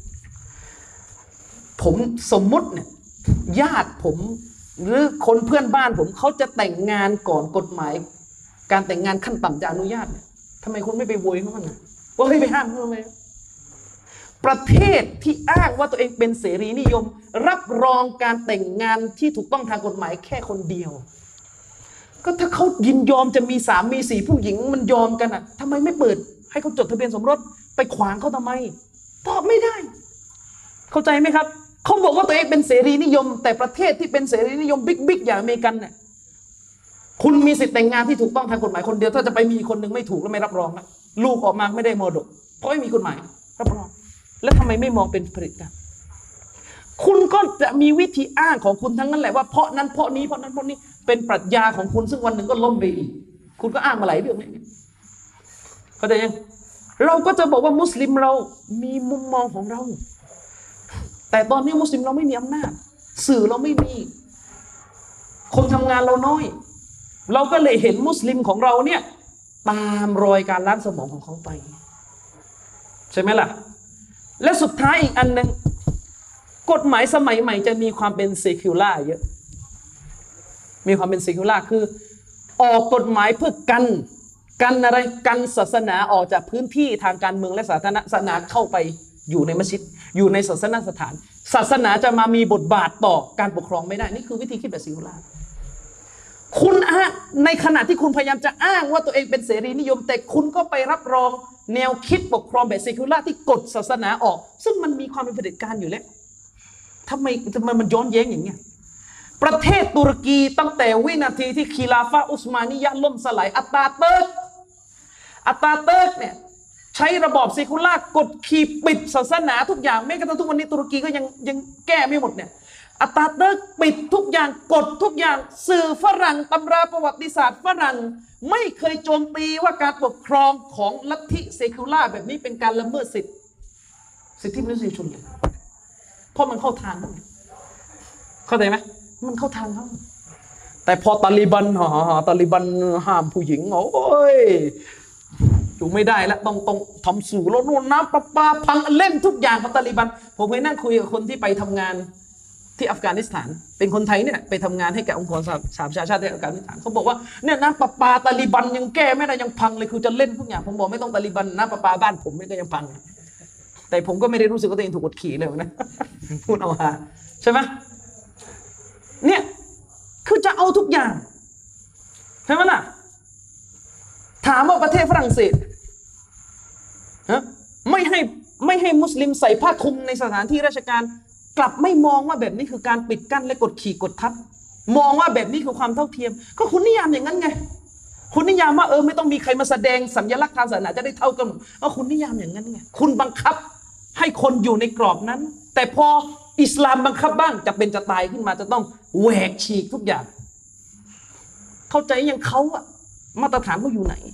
ผมสมมุติเนี่ยญาติผมหรือคนเพื่อนบ้านผมเขาจะแต่งงานก่อนกฎหมายการแต่งงานขั้นต่ำจะอนุญาตเนี่ยทำไมคุณไม่ไปโวยเขาบ้างว่าให้ไปห้ามเขาทำไมประเทศที่อ้างว่าตัวเองเป็นเสรีนิยมรับรองการแต่งงานที่ถูกต้องทางกฎหมายแค่คนเดียวก็ถ้าเขายินยอมจะมี3มี4ผู้หญิงมันยอมกันอ่ะทำไมไม่เปิดให้เขาจดทะเบียนสมรสไปขวางเขาทำไมตอบไม่ได้เข้าใจไหมครับเขาบอกว่าตัวเองเป็นเสรีนิยมแต่ประเทศที่เป็นเสรีนิยมบิ๊กอย่างอเมริกันเนี่ยคุณมีสิทธิ์แต่งงานที่ถูกต้องทางกฎหมายคนเดียวถ้าจะไปมีคนหนึ่งไม่ถูกแล้วไม่รับรองนะลูกออกมาไม่ได้มรดกเพราะไม่มีกฎหมายรับรองแล้วทำไมไม่มองเป็นผลิตการคุณก็จะมีวิธีอ้างของคุณทั้งนั้นแหละว่าเพราะนั้นเพราะนี้เพราะนั้นเพราะนี้เป็นปรัชญาของคุณซึ่งวันหนึ่งก็ล้มไปอีกคุณก็อ้างมาหลายเรื่องนี่เข้าใจยังเราก็จะบอกว่ามุสลิมเรามีมุมมองของเราแต่ตอนนี้มุสลิมเราไม่มีอำนาจสื่อเราไม่มีคนทำงานเราน้อยเราก็เลยเห็นมุสลิมของเราเนี่ยตามรอยการล้างสมองของเขาไปใช่ไหมล่ะและสุดท้ายอีกอันนึงกฎหมายสมัยใหม่จะมีความเป็นเซคิวล่าเยอะมีความเป็นเซคิวล่าคือออกกฎหมายเพื่อกันอะไรกันศาสนาออกจากพื้นที่ทางการเมืองและศาสนาเข้าไปอยู่ในมัสยิดอยู่ในศาสนสถานศาสนาจะมามีบทบาทต่อการปกครองไม่ได้นี่คือวิธีคิดแบบเซคิวล่าคุณอ้างในขณะที่คุณพยายามจะอ้างว่าตัวเองเป็นเสรีนิยมแต่คุณก็ไปรับรองแนวคิดปกครองแบบเซคิวล่าที่กดศาสนาออกซึ่งมันมีความเป็นเผด็จการอยู่แล้วทำไมมันย้อนแย้งอย่างเงี้ยประเทศตุรกีตั้งแต่วินาทีที่คีลาฟะอุสมานียะห์ล่มสลายอัตตาเติร์กเนี่ยใช้ระบอบเซคิวล่ากดขี่ปิดศาสนาทุกอย่างแม้กระทั่งทุกวันนี้ตุรกีก็ยังแก้ไม่หมดเนี่ยอัตตาเติร์กปิดทุกอย่างกดทุกอย่างสื่อฝรั่งตำราประวัติศาสตร์ฝรั่งไม่เคยโจมตีว่าการปกครองของลัทธิเซคิวล่าแบบนี้เป็นการละเมิดสิทธิมนุษยชนเลยเพราะมันเข้าทางเข้าใจไหมมันเข้าทางเขาแต่พอตาลิบันห้ามผู้หญิงโอ้ยอยู่ไม่ได้แล้วต้องทำสื่อแล้วนู่นน้ำประปาพังเล่นทุกอย่างของตาลิบันผมเคยนั่งคุยกับคนที่ไปทำงานที่อัฟกานิสถานเป็นคนไทยเนี่ยไปทำงานให้กับองค์กรสหประชาชาติที่อัฟกานิสถานเขาบอกว่าเนี่ยน้ำประปาตาลิบันยังแก้ไม่ได้ยังพังเลยคือจะเล่นทุกอย่างผมบอกไม่ต้องตาลิบันน้ำประปาบ้านผมก็ยังพังแต่ผมก็ไม่ได้รู้สึกว่าตัวเองถูกกดขี่เลยนะพูดเอาฮะใช่ไหมเนี่ยคือจะเอาทุกอย่างใช่ไหมล่ะถามว่าประเทศฝรั่งเศสไม่ให้มุสลิมใส่ผ้าคลุมในสถานที่ราชการกลับไม่มองว่าแบบนี้คือการปิดกั้นและกดขี่กดทับมองว่าแบบนี้คือความเท่าเทียมก็คุณนิยามอย่างนั้นไงคุณนิยามว่าไม่ต้องมีใครมาแสดงสัญลักษณ์ทางศาสนาจะได้เท่ากันคุณนิยามอย่างนั้นไงคุณบังคับให้คนอยู่ในกรอบนั้นแต่พออิสลามบังคับบ้างจะเป็นจะตายขึ้นมาจะต้องแหวกฉีกทุกอย่างเข้าใจยังเขาอะมาตรฐานเขาอยู่ไหน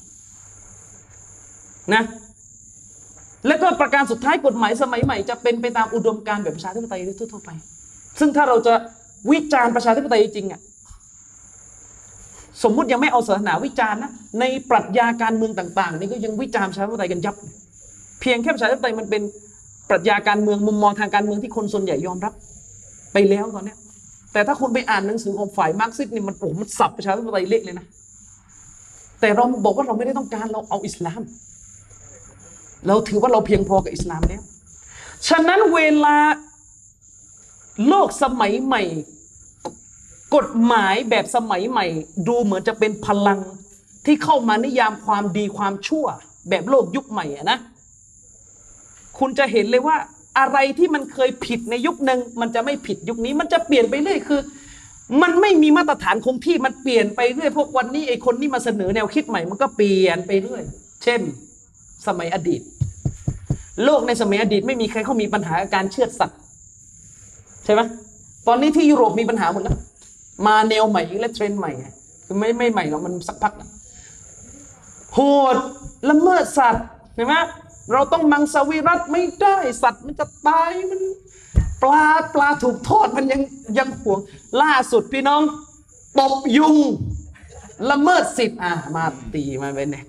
นะแล้วก็ประการสุดท้ายกฎหมายสมัยใหม่จะเป็นไปตามอุดมการณ์แบบประชาธิปไตยทั่วไปซึ่งถ้าเราจะวิจารณ์ประชาธิปไตยจริงอะสมมุติยังไม่เอาศาสนาวิจารณ์นะในปรัชญาการเมืองต่างๆนี่ก็ยังวิจารณ์ประชาธิปไตยกันยับเพียงแค่ประชาธิปไตยมันเป็นปรัชญาการเมืองมุมมองทางการเมืองที่คนส่วนใหญ่ยอมรับไปแล้วตอนเนี้ยแต่ถ้าคุณไปอ่านหนังสือของฝ่ายมาร์กซิสต์นี่มันโอ้มันสับประชาธิปไตยเละเลยนะแต่เราบอกว่าเราไม่ได้ต้องการเราเอาอิสลามเราถือว่าเราเพียงพอกับอิสลามแล้วฉะนั้นเวลาโลกสมัยใหม่กฎหมายแบบสมัยใหม่ดูเหมือนจะเป็นพลังที่เข้ามานิยามความดีความชั่วแบบโลกยุคใหม่อะนะคุณจะเห็นเลยว่าอะไรที่มันเคยผิดในยุคหนึ่งมันจะไม่ผิดยุคนี้มันจะเปลี่ยนไปเรื่อยคือมันไม่มีมาตรฐานคงที่มันเปลี่ยนไปเรื่อยพวกวันนี้ไอ้คนนี้มาเสนอแนวคิดใหม่มันก็เปลี่ยนไปเรื่อยเช่นสมัยอดีตโลกในสมัยอดีตไม่มีใครเขามีปัญหาการเชือดสัตว์ใช่ไหมตอนนี้ที่ยุโรปมีปัญหาหมดแล้วมาแนวใหม่และเทรนด์ใหม่คือไม่ใหม่หรอกมันสักพักโหดละเมิดสัตว์เห็นไหมเราต้องมังสวิรัติไม่ได้สัตว์มันจะตายมันปลาถูกทอดมันยังห่วงล่าสุดพี่น้องตบยุงละเมิดสิทธิ์มาตีมาเป็นไง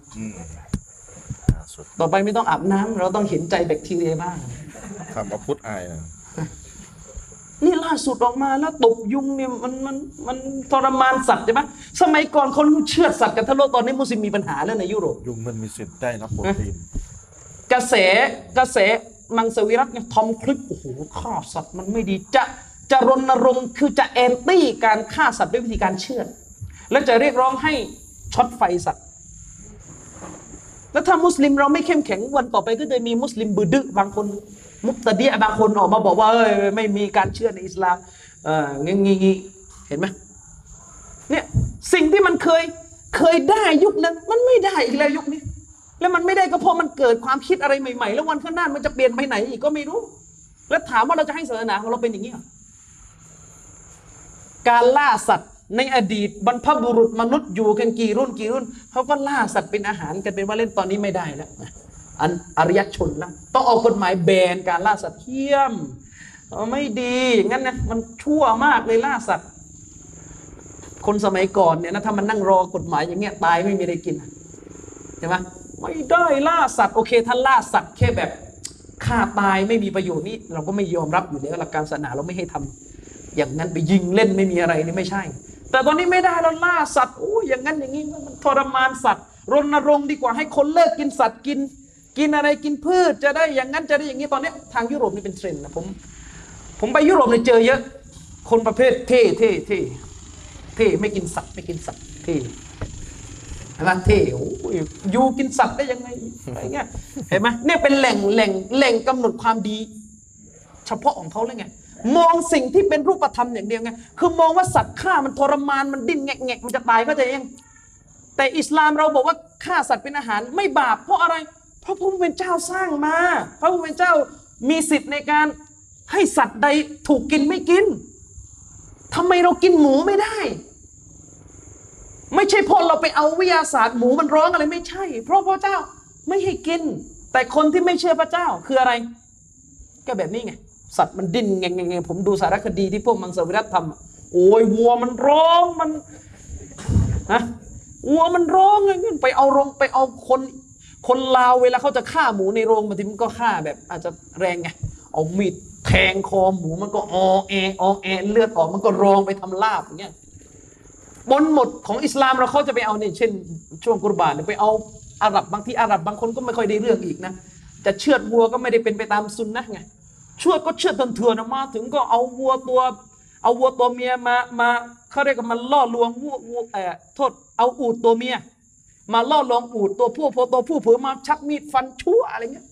ต่อไปไม่ต้องอาบน้ำเราต้องเห็นใจแบคทีเรียบ้างทำเอาพุทธอายนี่ล่าสุดออกมาแล้วตบยุงเนี่ยมันทรมานสัตว์ใช่ไหมสมัยก่อนคนเชือดสัตว์กันทั้งโลกตอนนี้มุสลิมมีปัญหาแล้วในยุโรปยุงมันมีสิทธิ์ได้รับโปรตีนกระแสมังสวิรัติเนี่ยทำคลิปโอ้โหฆ่าสัตว์มันไม่ดีจะรณรงค์คือจะแอนตี้การฆ่าสัตว์ด้วยวิธีการเชือดและจะเรียกร้องให้ช็อตไฟสัตว์แล้วถ้ามุสลิมเราไม่เข้มแข็งวันต่อไปก็จะมีมุสลิมบืดึบางคนมุกตะดีบางคนออกมาบอกว่าไม่มีการเชื่อในอิสลามงี้เห็นไหมเนี่ยสิ่งที่มันเคยได้ยุคนั้นมันไม่ได้อีกแล้วยุคนี้แล้วมันไม่ได้ก็เพราะมันเกิดความคิดอะไรใหม่ๆแล้ววันข้างหน้ามันจะเปลี่ยนไปไหนอีกก็ไม่รู้แล้วถามว่าเราจะให้ศาสนาของเราเป็นอย่างนี้การล่าสัตว์ในอดีตบรรพบุรุษมนุษย์อยู่กันกี่รุ่นเขาก็ล่าสัตว์เป็นอาหารกันเป็นว่าเล่นตอนนี้ไม่ได้แล้วอารยชนแล้วต้องออกกฎหมายแบนการล่าสัตว์เหี้ยมไม่ดีงั้นนะมันชั่วมากเลยล่าสัตว์คนสมัยก่อนเนี่ยนะถ้ามันนั่งรอกฎหมายอย่างเงี้ยตายไม่มีอะไรกินใช่ไหมไม่ได้ล่าสัตว์โอเคถ้าล่าสัตว์แค่แบบฆ่าตายไม่มีประโยชน์นี่เราก็ไม่ยอมรับอยู่แล้วหลักการศาสนาเราไม่ให้ทำอย่างนั้นไปยิงเล่นไม่มีอะไรนี่ไม่ใช่แต่ตอนนี้ไม่ได้เราล่าสัตว์อย่างนั้นอย่างนี้มันทรมานสัตว์รณรงค์ดีกว่าให้คนเลิกกินสัตว์กินอะไรกินพืชจะได้อย่างนั้นจะได้อย่างนี้ตอนนี้ทางยุโรปนี่เป็นเทรนด์นะผมไปยุโรปเนี่ยเจอเยอะคนประเภทเท่ไม่กินสัตว์เท่ร้านเท่อยู่กินสัตว์ได้ยังไงอะไรเงี้ยเห็นไหมเนี่ยเป็นแหล่งกำหนดความดีเฉพาะของเขาเลยไงมองสิ่งที่เป็นรูปธรรมอย่างเดียวไงคือมองว่าสัตว์ฆ่ามันทรมานมันดิ้นแงะมันจะตายก็จะยังแต่อิสลามเราบอกว่าฆ่าสัตว์เป็นอาหารไม่บาปเพราะอะไรเพราะพระผู้เป็นเจ้าสร้างมาพระผู้เป็นเจ้ามีสิทธิ์ในการให้สัตว์ใดถูกกินไม่กินทำไมเรากินหมูไม่ได้ไม่ใช่พอเราไปเอาวิทยาศาสตร์หมูมันร้องอะไรไม่ใช่เพราะพระเจ้าไม่ให้กินแต่คนที่ไม่เชื่อพระเจ้าคืออะไรก็แบบนี้ไงสัตว์มันดิ้นแงผมดูสารคดีที่พวกมังสวิรัติทำวัวมันร้องมันวัวมันร้องไงไปเอาคนลาวเวลาเขาจะฆ่าหมูในโรงบางทีมันก็ฆ่าแบบอาจจะแรงไงเอามีดแทงคอหมูมันก็ออแอเลือดออกมันก็ร้องไปทำลาบอย่างเงี้ยบนหมดของอิสลามเราเขาจะไปเอาเนี่ยเช่นช่วงกุรบานไปเอาอาหรับบางทีอาหรับบางคนก็ไม่ค่อยได้เรื่องอีกนะจะเชือดวัวก็ไม่ได้เป็นไปตามซุนนะไงเชือดก็เชือดเถื่อนมาถึงก็เอาวัวตัวเมียมาเขาเรียกกันมันล่อลวงวัวโทษเอาอูฐตัวเมียมาล่อลวงอูฐตัวผู้พอตัวผู้เผลอมาชักมีดฟันชั่วอะไรเงี้ย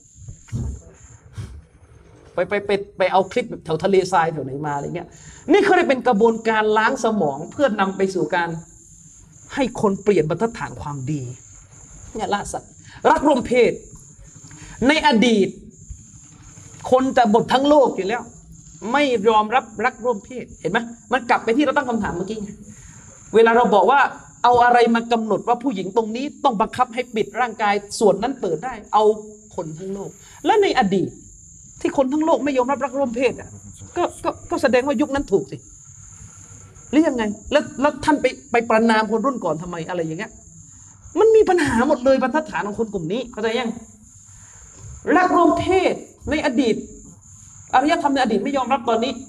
ไปเอาคลิปแบบแถวทะเลทรายแถวไหนมาอะไรเงี้ยนี่เขาเรียกเป็นกระบวนการล้างสมองเพื่อนำไปสู่การให้คนเปลี่ยนบรรทัดฐานความดีเนี่ยล่าสัตว์รักร่วมเพศในอดีตคนจะบททั้งโลกอยู่แล้วไม่ยอมรับรักร่วมเพศเห็นไหมมันกลับไปที่เราตั้งคำถามเมื่อกี้ไงเวลาเราบอกว่าเอาอะไรมากำหนดว่าผู้หญิงตรงนี้ต้องบังคับให้ปิดร่างกายส่วนนั้นเปิดได้เอาคนทั้งโลกและในอดีตที่คนทั้งโลกไม่ยอมรับรักร่วมเพศก็แสดงว่ายุคนั้นถูกสิหรือยังไงแล้วท่านไปประนามคนรุ่นก่อนทำไมอะไรอย่างเงี้ยมันมีปัญหาหมดเลยบรรทัดฐานของคนกลุ่มนี้เข้าใจยังรักร่วมเพศในอดีตอารยธรรมในอดีตไม่ยอมรับตอนนี้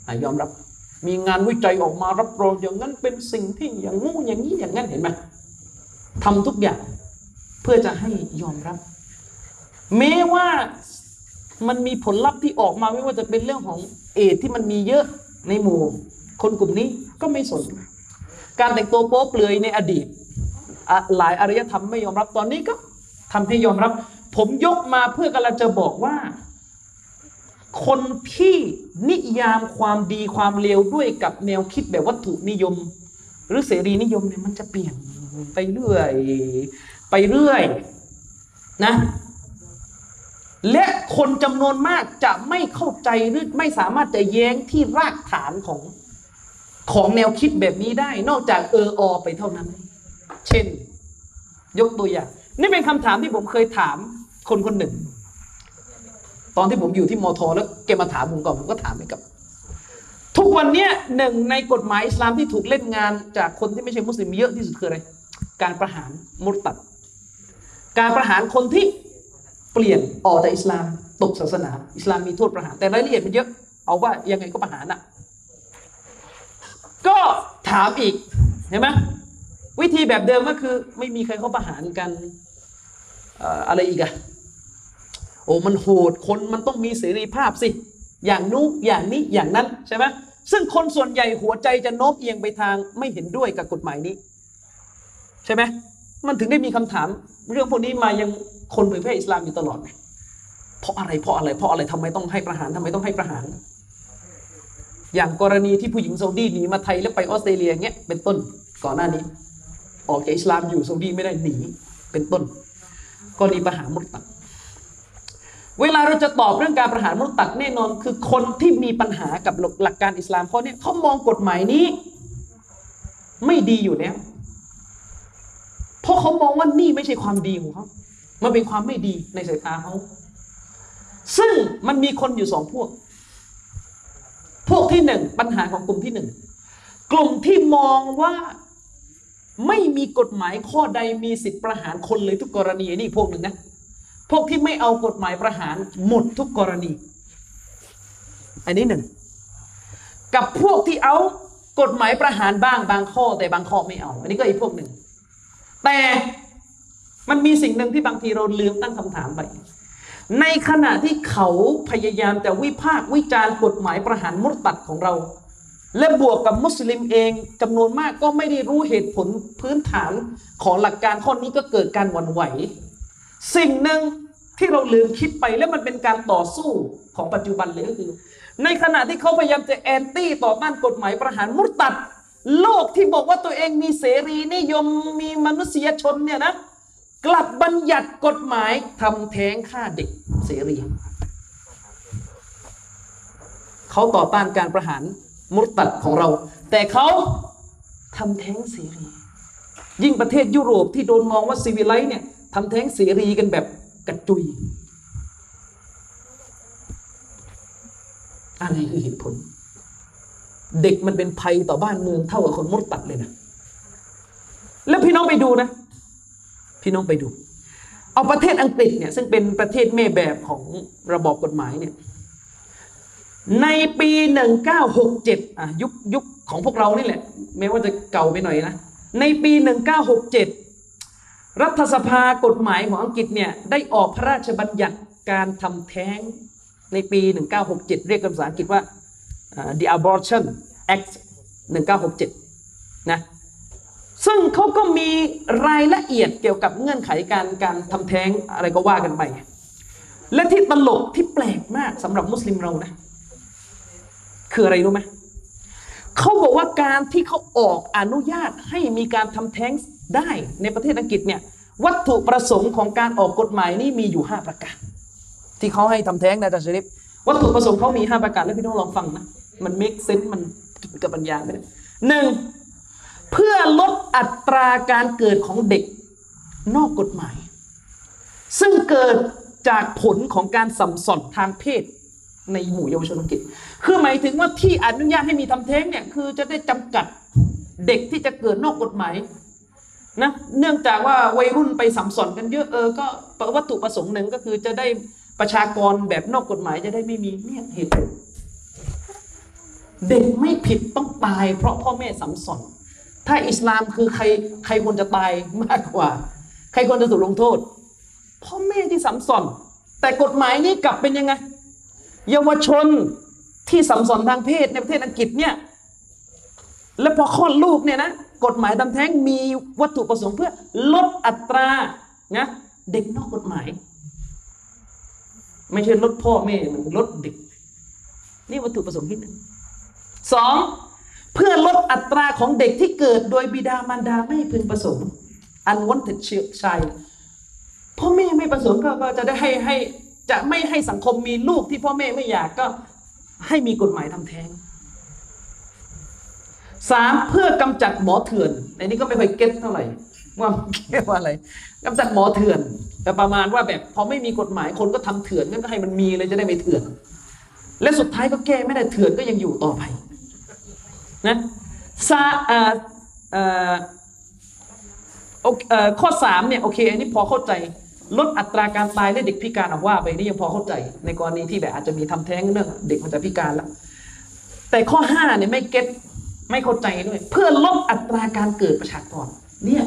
ยอมรับมีงานวิจัยออกมารับรองอย่างนั้นเป็นสิ่งที่อย่างงูอย่างนี้อย่างนั้นเห็นไหมทำทุกอย่างเพื่อจะให้ยอมรับแม้ว่ามันมีผลลัพธ์ที่ออกมาไม่ว่าจะเป็นเรื่องของเอดส์ที่มันมีเยอะในหมู่คนกลุ่มนี้ก็ไม่สนการแต่งตัวโป๊เปลือยในอดีตหลายอารยธรรมไม่ยอมรับตอนนี้ก็ทำให้ยอมรับผมยกมาเพื่อกำลังจะบอกว่าคนที่นิยามความดีความเลวด้วยกับแนวคิดแบบวัตถุนิยมหรือเสรีนิยมเนี่ยมันจะเปลี่ยนไปเรื่อยนะและคนจำนวนมากจะไม่เข้าใจหรือไม่สามารถจะแย้งที่รากฐานของแนวคิดแบบนี้ได้นอกจากไปเท่านั้นเช่นยกตัวอย่างนี่เป็นคำถามที่ผมเคยถามคนหนึ่งตอนที่ผมอยู่ที่มทแล้วแกมาถามผมก่อนผมก็ถามไปกับทุกวันนี้หนึ่งในกฎหมายอิสลามที่ถูกเล่นงานจากคนที่ไม่ใช่มุสลิมเยอะที่สุดคืออะไรการประหารมุรตัดการประหารคนที่เปลี่ยนออกจากอิสลามตกศาสนาอิสลามมีโทษประหารแต่รายละเอียดมันเยอะเอาว่ายังไงก็ประหารน่ะก็ถามอีกเห็นไหมวิธีแบบเดิมก็คือไม่มีใครเขาประหารกันอะไรอีกอะโอ้มันโหดคนมันต้องมีเสรีภาพสิอย่างนู้นอย่างนี้อย่างนั้นใช่ไหมซึ่งคนส่วนใหญ่หัวใจจะโน้มเอียงไปทางไม่เห็นด้วยกับกฎหมายนี้ใช่ไหมมันถึงได้มีคำถามเรื่องพวกนี้มายังคนเผยแพร่อิสลามอยู่ตลอดเพราะอะไรทำไมต้องให้ประหารทำไมต้องให้ประหารอย่างกรณีที่ผู้หญิงซาอุดีหนีมาไทยแล้วไปออสเตรเลียเงี้ยเป็นต้นก่อนหน้านี้ออกจากอิสลามอยู่ซาอุดีไม่ได้หนีเป็นต้นกรณีประหารมุรตัดเวลาเราจะตอบเรื่องการประหารมุรตัดแน่นอนคือคนที่มีปัญหากับหลักการอิสลามข้อนี้เขามองกฎหมายนี้ไม่ดีอยู่แล้วเพราะเขามองว่านี่ไม่ใช่ความดีของเขามันเป็นความไม่ดีในสายตาเขาซึ่งมันมีคนอยู่สองพวกที่หนึ่งปัญหาของกลุ่มที่หนึ่งกลุ่มที่มองว่าไม่มีกฎหมายข้อใดมีสิทธิประหารคนเลยทุกกรณีนี่พวกหนึ่งนะพวกที่ไม่เอากฎหมายประหารหมดทุกกรณีอันนี้หนึ่งกับพวกที่เอากฎหมายประหารบ้างบางข้อแต่บางข้อไม่เอาอันนี้ก็อีกพวกหนึ่งแต่มันมีสิ่งหนึ่งที่บางทีเราลืมตั้งคำถามไปในขณะที่เขาพยายามจะวิพากษ์วิจารณ์กฎหมายประหารมุรตัดของเราและบวกกับมุสลิมเองจำนวนมากก็ไม่ได้รู้เหตุผลพื้นฐานของหลักการข้อนี้ก็เกิดการหวั่นไหวสิ่งหนึ่งที่เราลืมคิดไปและมันเป็นการต่อสู้ของปัจจุบันเลยก็คือในขณะที่เขาพยายามจะแอนตี้ต่อต้านกฎหมายประหารมุรตัดโลกที่บอกว่าตัวเองมีเสรีนิยมมีมนุษยชนเนี่ยนะกลับบัญญัติกฎหมายทำแท้งฆ่าเด็กเสรีเขาต่อต้านการประหารมุรตัดของเราแต่เขาทำแท้งเสรียิ่งประเทศยุโรปที่โดนมองว่าซีวิไลซ์เนี่ยทำแท้งเสรีกันแบบกระจุยอะไรคือเหตุผลเด็กมันเป็นภัยต่อบ้านเมืองเท่ากับคนมุรตัดเลยนะแล้วพี่น้องไปดูนะพี่น้องไปดูเอาประเทศอังกฤษเนี่ยซึ่งเป็นประเทศแม่แบบของระบอบกฎหมายเนี่ยในปี1967ยุคของพวกเรานี่แหละแม้ว่าจะเก่าไปหน่อยนะในปี1967รัฐสภากฎหมายของอังกฤษเนี่ยได้ออกพระราชบัญญัติการทำแท้งในปี1967เรียกภาษาอังกฤษว่า The Abortion Act 1967นะซึ่งเขาก็มีรายละเอียดเกี่ยวกับเงื่อนไขการทำแท้งอะไรก็ว่ากันไปและที่ตลกที่แปลกมากสำหรับมุสลิมเรานะคืออะไรรู้ไหมเขาบอกว่าการที่เขาออกอนุญาตให้มีการทำแท้งได้ในประเทศอังกฤษเนี่ยวัตถุประสงค์ของการออกกฎหมายนี้มีอยู่5ประการที่เขาให้ทำแท้งในอาจารย์ชะริฟวัตถุประสงค์เขามี5ประการแล้วพี่น้องลองฟังนะมันเมคเซนส์มันกับปัญญาไม่ได้หนึ่งเพื่อลดอัตราการเกิดของเด็กนอกกฎหมายซึ่งเกิดจากผลของการสัมสอนทางเพศในหมู่เยาวชนอังกฤษคือหมายถึงว่าที่อนุญาตให้มีทำแท้งเนี่ยคือจะได้จำกัดเด็กที่จะเกิดนอกกฎหมายนะเนื่องจากว่าวัยรุ่นไปสัมสอนกันเยอะก็วัตถุประสงค์หนึ่งก็คือจะได้ประชากรแบบนอกกฎหมายจะได้ไม่มีเนี่ยเหตุผลเด็กไม่ผิดต้องตายเพราะพ่อแม่สัมสอนถ้าอิสลามคือใครควรจะตายมากกว่าใครควรจะถูกลงโทษพ่อแม่ที่สัมสอนแต่กฎหมายนี้กลับเป็นยังไงเยาวชนที่สัมสอนทางเพศในประเทศอังกฤษเนี่ยและพอคลอดลูกเนี่ยนะกฎหมายทำแท้งมีวัตถุประสงค์เพื่อลดอัตรานะเด็กนอกกฎหมายไม่ใช่ลดพ่อแม่มันลดเด็กนี่วัตถุประสงค์ที่หนึ่งสองเพื่อลดอัตราของเด็กที่เกิดโดยบิดามารดาไม่พึงประสงค์ unwanted child พ่อแม่ไม่ประสงค์ก็จะได้ให้จะไม่ให้สังคมมีลูกที่พ่อแม่ไม่อยากก็ให้มีกฎหมายทำแท้งสามเพื่อกำจัดหมอเถื่อนในนี้ก็ไม่ค่อยเก็ตเท่าไหร่ว่าเรียกว่าอะไรกำจัดหมอเถื่อนแต่ประมาณว่าแบบพอไม่มีกฎหมายคนก็ทำเถื่อนงั้นก็ให้มันมีเลยจะได้ไม่เถื่อนและสุดท้ายก็แก้ไม่ได้เถื่อนก็ยังอยู่ต่อไปนะข้อ3เนี่ยโอเคอันนี้พอเข้าใจลดอัตราการตายและเด็กพิการออกว่าไปนี่ยังพอเข้าใจในกรณีที่แบบอาจจะมีทำแท้งเรื่องเด็กมันจะพิการแล้วแต่ข้อ5เนี่ยไม่เก็ตไม่เข้าใจด้วยเพื่อลดอัตราการเกิดประชากรเนี่ย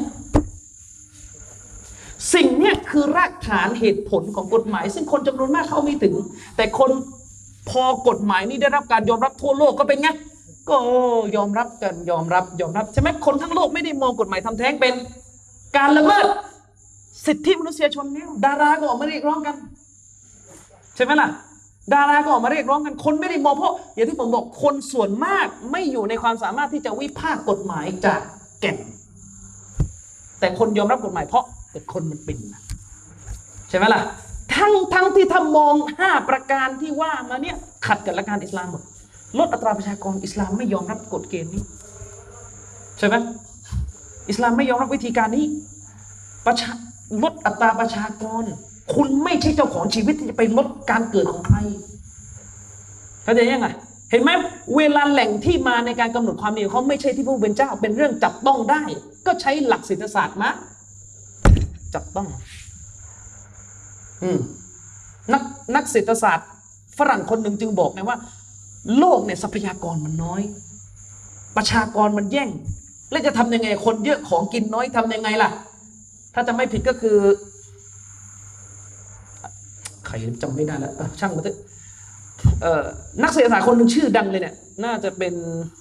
สิ่งเนี้ยคือรากฐานเหตุผลของกฎหมายซึ่งคนจำนวนมากเข้าไม่ถึงแต่คนพอกฎหมายนี้ได้รับการยอมรับทั่วโลกก็เป็นไงก็ยอมรับกันยอมรับใช่ไหมคนทั้งโลกไม่ได้มองกฎหมายทำแท้งเป็นการละเมิดสิทธิมนุษยชนเนี่ยดาราก็ออกมาเรียกร้องกันใช่ไหมล่ะดาราก็ออกมาเรียกร้องกันคนไม่ได้มองเพราะอย่างที่ผมบอกคนส่วนมากไม่อยู่ในความสามารถที่จะวิพากษ์กฎหมายจากแก่นแต่คนยอมรับกฎหมายเพราะแต่คนมันเป็นใช่ไหมล่ะทั้งที่ถ้ามอง5ประการที่ว่ามาเนี่ยขัดกับหลักการอิสลามหมดลดอัตราประชากรอิสลามไม่ยอมรับกฎเกณฑ์นี้ใช่ไหมอิสลามไม่ยอมรับวิธีการนี้ลดอัตราประชากรคุณไม่ใช่เจ้าของชีวิตที่จะไปลดการเกิดของใครเข้าใจยังไงเห็นไหมเวลาแหล่งที่มาในการกำหนดความดีเขาไม่ใช่ที่ผู้เป็นเจ้าเป็นเรื่องจับต้องได้ก็ใช้หลักเศรษฐศาสตร์มาจับต้องนักเศรษฐศาสตร์ฝรั่งคนหนึ่งจึงบอกไงว่าโลกเนี่ยทรัพยากรมันน้อยประชากรมันแย่งแล้วจะทำยังไงคนเยอะของกินน้อยทำยังไงล่ะถ้าจะไม่ผิดก็คือใครจำไม่ได้แล้วช่างมันเถอะนักเศรษฐศาสตร์คนหนึ่งชื่อดังเลยเนี่ยน่าจะเป็น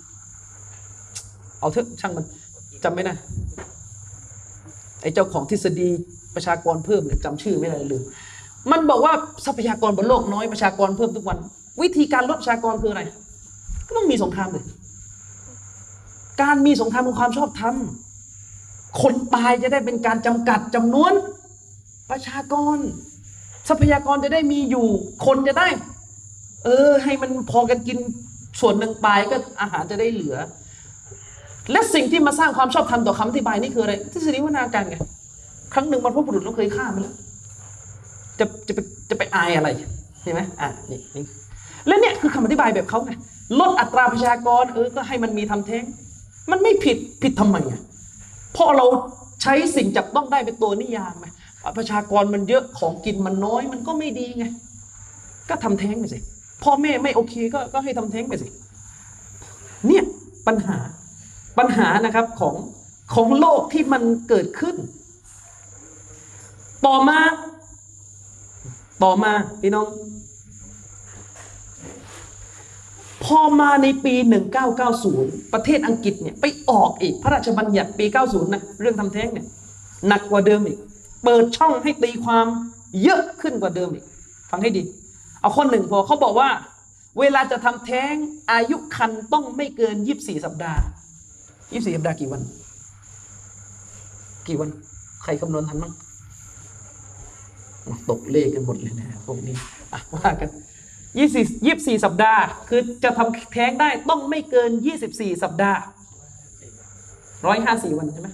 เอาเถอะช่างมันจำไม่ได้ไอ้เจ้าของทฤษฎีประชากรเพิ่มเนี่ยจำชื่อไม่ได้ลืมมันบอกว่าทรัพยากรบนโลกน้อยประชากรเพิ่มทุกวันวิธีการลดประชากรคืออะไรก็ต้องมีสงครามเลยการมีสงครามเป็นความชอบธรรมคนตายจะได้เป็นการจำกัดจำนวนประชากรทรัพยากรจะได้มีอยู่คนจะได้ให้มันพอกันกินส่วนหนึ่งตายก็อาหารจะได้เหลือและสิ่งที่มาสร้างความชอบธรรมต่อคำอธิบายนี่คืออะไรทฤษฎีวัฒนาการไงครั้งหนึ่งบรรพบุรุษเราเคยฆ่ามันแล้วจะไปอายอะไรใช่ไหมนี่และเนี่ยคือคำอธิบายแบบเขาไงลดอัตราประชากรก็ให้มันมีทำแท้งมันไม่ผิดทำไมอ่ะเพราะเราใช้สิ่งจับต้องได้เป็นตัวนิยามไงประชากรมันเยอะของกินมันน้อยมันก็ไม่ดีไงก็ทำแท้งไปสิพ่อแม่ไม่โอเคก็ให้ทำแท้งไปสิเนี่ยปัญหานะครับของโลกที่มันเกิดขึ้นต่อมาพี่น้องพอมาในปี1990ประเทศอังกฤษเนี่ยไปออกอีกพระราชบัญญัติปี90นะเรื่องทำแท้งเนี่ยหนักกว่าเดิมอีกเปิดช่องให้ตีความเยอะขึ้นกว่าเดิมอีกฟังให้ดีเอาข้อหนึ่งพอเขาบอกว่าเวลาจะทำแท้งอายุครรภ์ต้องไม่เกิน24สัปดาห์24สัปดาห์กี่วันใครคำนวณทันมั้งตกเลขกันหมดเลยนะพวกนี้ว่ากัน24สัปดาห์คือจะทำแท้งได้ต้องไม่เกิน24สัปดาห์154วันใช่ไหม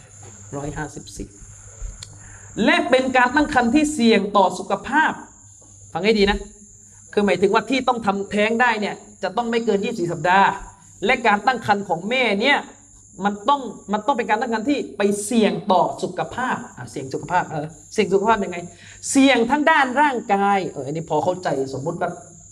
154และเป็นการตั้งครรภ์ที่เสี่ยงต่อสุขภาพฟังให้ดีนะคือหมายถึงว่าที่ต้องทำแท้งได้เนี่ยจะต้องไม่เกิน24สัปดาห์และการตั้งครรภ์ของแม่เนี่ยมันต้องเป็นการตั้งครรภ์ที่ไปเสี่ยงต่อสุขภาพเสี่ยงสุขภาพยังไงเสี่ยงทั้งด้านร่างกายอันนี้พอเข้าใจสมมุติว่า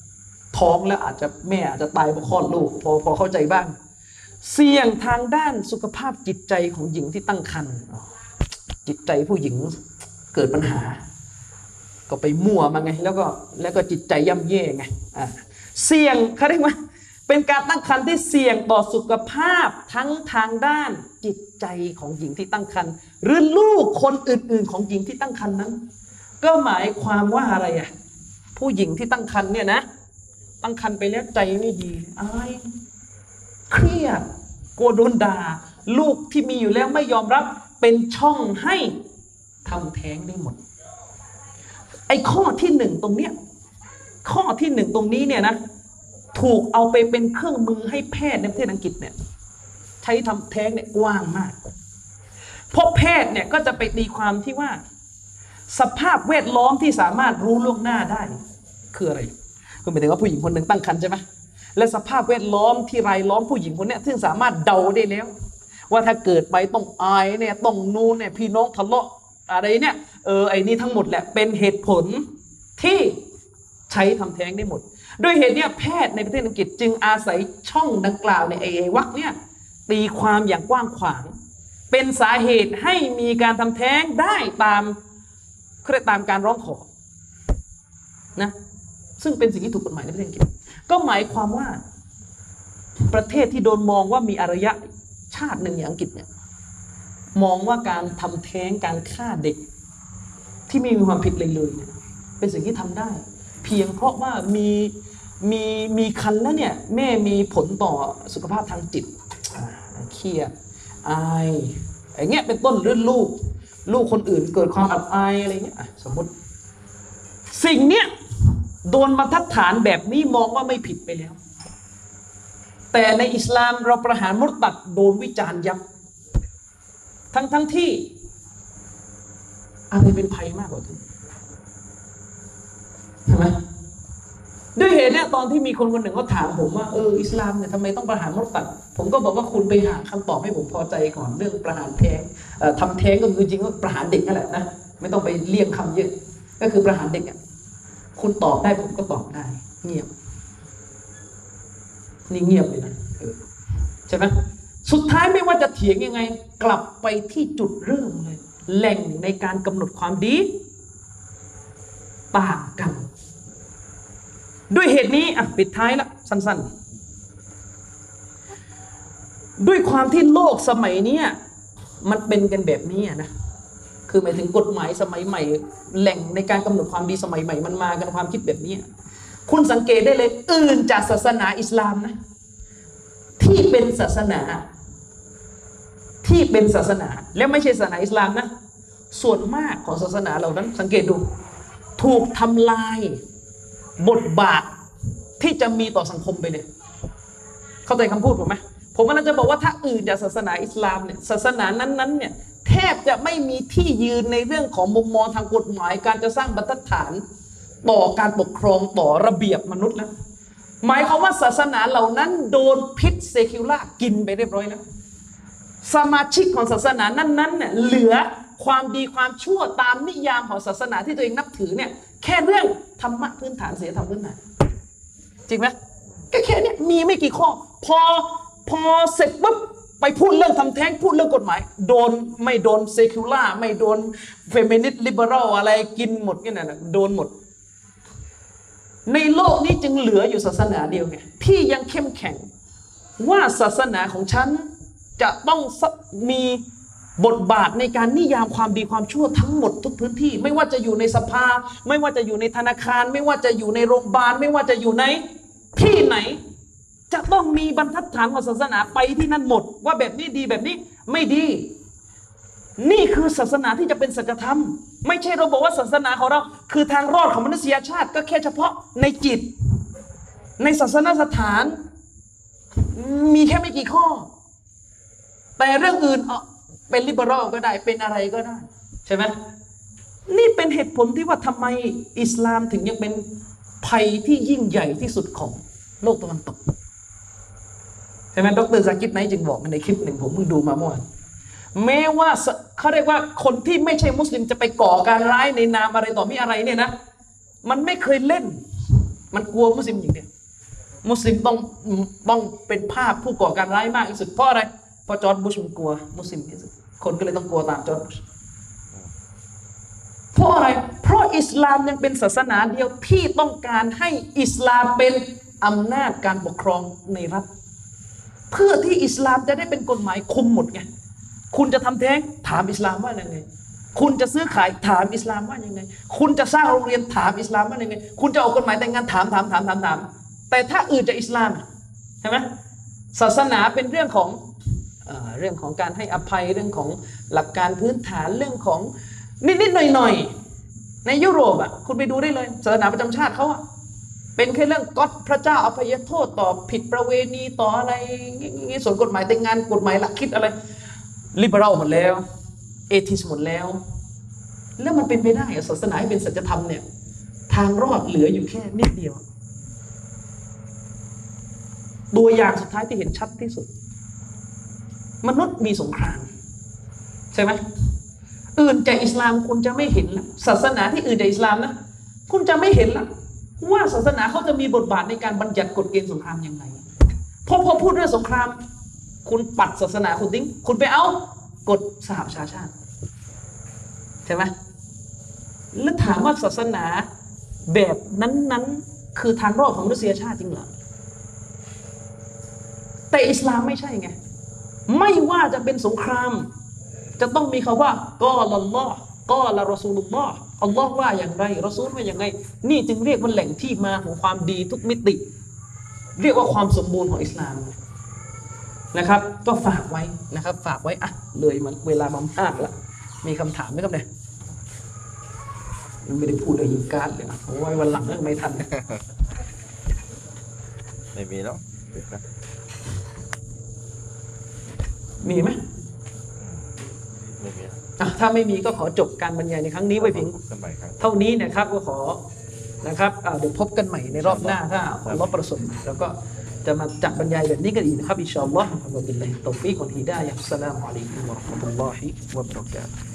ท้องแล้วอาจจะแม่อาจจะตายเพราะคลอดลูกพอเข้าใจบ้างเสี่ยงทางด้านสุขภาพจิตใจของหญิงที่ตั้งครรภ์จิตใจผู้หญิงเกิดปัญหาก็ไปมั่วมาไงแล้วก็จิตใจย่ำแย่ไงเสี่ยงเขาเรียกว่าเป็นการตั้งครรภ์ที่เสี่ยงต่อสุขภาพทั้งทางด้านจิตใจของหญิงที่ตั้งครรภ์หรือลูกคนอื่นๆของหญิงที่ตั้งครรภ์นั้นก็หมายความว่าอะไรอ่ะผู้หญิงที่ตั้งครรภ์เนี่ยนะตั้งครรภ์ไปแล้วใจไม่ดีอะไรเครียดกลัวโดนด่าลูกที่มีอยู่แล้วไม่ยอมรับเป็นช่องให้ทำแท้งได้หมดไอ้ข้อที่หนึ่งตรงเนี้ยข้อที่หนึ่งตรงนี้เนี่ยนะถูกเอาไปเป็นเครื่องมือให้แพทย์ในประเทศอังกฤษเนี่ยใช้ทำแท้งเนี่ยกว้างมากเพราะแพทย์เนี่ยก็จะไปตีความที่ว่าสภาพแวดล้อมที่สามารถรู้ล่วงหน้าได้คืออะไรก็หมายถึงว่าผู้หญิงคนหนึ่งตั้งครรภ์ใช่ไหมและสภาพแวดล้อมที่รายล้อมผู้หญิงคนนี้ซึ่งสามารถเดาได้แล้วว่าถ้าเกิดไปต้องอายเนี่ยต้องนูนเนี่ยพี่น้องทะเลาะอะไรเนี่ยไอ้นี่ทั้งหมดแหละเป็นเหตุผลที่ใช้ทำแท้งได้หมดด้วยเหตุเนี้ยแพทย์ในประเทศอังกฤษจึงอาศัยช่องดังกล่าวในไอ้วรรคเนี่ยตีความอย่างกว้างขวางเป็นสาเหตุให้มีการทำแท้งได้ตามการร้องขอนะซึ่งเป็นสิ่งที่ถูกกฎหมายในประเทศอังกฤษก็หมายความว่าประเทศที่โดนมองว่ามีอารยะชาติหนึ่งอย่างอังกฤษเนี่ยมองว่าการทำแท้งการฆ่าเด็กที่ไม่มีความผิดเลยเนี่ยเป็นสิ่งที่ทำได้เพียงเพราะว่ามีคันแล้วเนี่ยแม่มีผลต่อสุขภาพทางจิตเครียดอายอย่างเงี้ยเป็นต้นเรื่องลูกคนอื่นเกิดความอับอายอะไรเงี้ยสมมติสิ่งเนี้ยโดนบรรทัดฐานแบบนี้มองว่าไม่ผิดไปแล้วแต่ในอิสลามเราประหารมุรตัดโดนวิจารณ์ยับทั้งที่อะไรเป็นภัยมากกว่ากันใช่ไหมด้วยเหตุเนี่ยตอนที่มีคนหนึ่งเขาถามผมว่าอิสลามเนี่ยทำไมต้องประหารมุรตัดผมก็บอกว่าคุณไปหาคำตอบให้ผมพอใจก่อนเรื่องประหารแท้งทำแท้งก็คือจริงก็ประหารเด็กนั่นแหละนะไม่ต้องไปเลี่ยงคำเยอะก็คือประหารเด็กอ่ะคุณตอบได้ผมก็ตอบได้เงียบนี่เงียบเลยนะใช่ไหมสุดท้ายไม่ว่าจะเถียงยังไงกลับไปที่จุดเริ่มเลยแหล่งในการกำหนดความดีต่างกันด้วยเหตุนี้ปิดท้ายละสั้นๆด้วยความที่โลกสมัยนี้มันเป็นกันแบบนี้นะคือหมายถึงกฎหมายสมัยใหม่แหล่งในการกำหนดความดีสมัยใหม่มันมากันความคิดแบบนี้คุณสังเกตได้เลยอื่นจากศาสนาอิสลามนะที่เป็นศาสนาแล้วไม่ใช่ศาสนาอิสลามนะส่วนมากของศาสนาเหล่านั้นสังเกตดูถูกทำลายบทบาทที่จะมีต่อสังคมไปเลยเข้าใจคำพูดผมไหมผมกำลังจะบอกว่าถ้าอื่นจากศาสนาอิสลามเนี่ยศาสนานั้นเนี่ยแทบจะไม่มีที่ยืนในเรื่องของมุมมองทางกฎหมายการจะสร้างบรรทัดฐานต่อการปกครองต่อระเบียบมนุษย์แล้วหมายความว่าศาสนาเหล่านั้นโดนพิษเซคิวล่ากินไปเรียบร้อยแล้วสมาชิกของศาสนานั้นเนี่ยเหลือความดีความชั่วตามนิยามของศาสนาที่ตัวเองนับถือเนี่ยแค่เรื่องธรรมะพื้นฐานศีลธรรมพื้นฐานจริงไหมแค่นี้มีไม่กี่ข้อพอเสร็จปุ๊บไปพูดเรื่องทำแท้งพูดเรื่องกฎหมายไม่โดนเซคิวล่าไม่โดนเฟมินิสต์ลิเบอรัลอะไรกินหมดเนี่ยนะโดนหมดในโลกนี้จึงเหลืออยู่ศาสนาเดียวไงที่ยังเข้มแข็งว่าศาสนาของฉันจะต้องมีบทบาทในการนิยามความดีความชั่วทั้งหมดทุกพื้นที่ไม่ว่าจะอยู่ในสภาไม่ว่าจะอยู่ในธนาคารไม่ว่าจะอยู่ในโรงพยาบาลไม่ว่าจะอยู่ในที่ไหนจะต้องมีบรรทัดฐานของศาสนาไปที่นั่นหมดว่าแบบนี้ดีแบบนี้ไม่ดีนี่คือศาสนาที่จะเป็นสัจธรรมไม่ใช่เราบอกว่าศาสนาของเราคือทางรอดของมนุษยชาติก็แค่เฉพาะในจิตในศาสนสถานมีแค่ไม่กี่ข้อแต่เรื่องอื่นเป็นลิเบอรัลก็ได้เป็นอะไรก็ได้ใช่ไหมนี่เป็นเหตุผลที่ว่าทำไมอิสลามถึงยังเป็นภัยที่ยิ่งใหญ่ที่สุดของโลกตะวันตกใช่ไหมดร.ซากิดไนท์จึงบอกในคลิปหนึ่งผมเพิ่งดูมาเมื่อวานแม้ว่าเขาเรียกว่าคนที่ไม่ใช่มุสลิมจะไปก่อการร้ายในนามอะไรต่อมีอะไรเนี่ยนะมันไม่เคยเล่นมันกลัวมุสลิมอย่างเดียวมุสลิมต้องเป็นภาพผู้ก่อการร้ายมากที่สุดเพราะอะไรเพราะจอร์จบุชมันกลัวมุสลิมที่สุดคนก็เลยต้องกลัวตามจอร์จบุชเพราะอะไรเพราะอิสลามยังเป็นศาสนาเดียวที่ต้องการให้อิสลามเป็นอำนาจการปกครองในรัฐเพื่อที่อิสลามจะได้เป็นกฎหมายคุมหมดไงคุณจะทำแท้งถามอิสลามว่ายังไงคุณจะซื้อขายถามอิสลามว่ายังไงคุณจะสร้างโรงเรียนถามอิสลามว่ายังไงคุณจะออกกฎหมายแต่งงานถามแต่ถ้าอื่นจากอิสลามใช่ไหมศาสนาเป็นเรื่องของการให้อภัยเรื่องของหลักการพื้นฐานเรื่องของนิดๆหน่อยๆในยุโรปอ่ะคุณไปดูได้เลยศาสนาประจำชาติเขาอ่ะเป็นแค่เรื่องก็พระเจ้าอภัยโทษต่อผิดประเวณีต่ออะไรงี้ส่วนกฎหมายแต่งงานกฎหมายหลักคิดอะไรลิเบอรัลหมดแล้วเอทิสหมดแล้วมันเป็นไปได้ศาสนาให้เป็นสัจธรรมเนี่ยทางรอดเหลืออยู่แค่นิดเดียวตัวอย่างสุดท้ายที่เห็นชัดที่สุดมนุษย์มีสงครามใช่ไหมอื่นจากอิสลามคุณจะไม่เห็นละศาสนาที่อื่นจากอิสลามนะคุณจะไม่เห็นละว่าศาสนาเขาจะมีบทบาทในการบัญญัติกฎเกณฑ์สงครามยังไงพอพูดเรื่องสงครามคุณปัดศาสนาคุณทิ้งคุณไปเอากฎสหประชาชาติใช่ไหมแล้วถามว่าศาสนาแบบนั้นคือทางรอดของมนุษยชาติจริงเหรอแต่อิสลามไม่ใช่ไงไม่ว่าจะเป็นสงครามจะต้องมีคำว่ากอลัลลอฮ์กอละรอซูลุลลอฮ์อัลลอฮ์ว่าอย่างไรรอซูลว่าอย่างไรนี่จึงเรียกว่าแหล่งที่มาของความดีทุกมิติเรียกว่าความสมบูรณ์ของอิสลามนะครับก็ฝากไว้นะครับฝากไว้อ่ะเลยมันเวลามามากแล้วมีคำถามไหมครับเนี่ยไม่ได้พูดอะไรยิงการเลยโอ้ยวันหลังไม่ทันไม่มีแล้วมีไหมไม่มีถ้าไม่มีก็ขอจบการบรรยายในครั้งนี้ไว้เพียงเท่านี้นะครับก็ขอนะครับเดี๋ยวพบกันใหม่ในรอบหน้าถ้าอัลเลาะห์ประสงค์แล้วก็จะมาจัดบรรยายแบบนี้กันอีกนะครับอินชาอัลลอฮ์วะบิลลาฮิตตอฟิกวัลฮิดายะฮ์อัสสลามุอะลัยกุมวะเราะห์มะตุลลอฮิวะบะเราะกาตุฮ์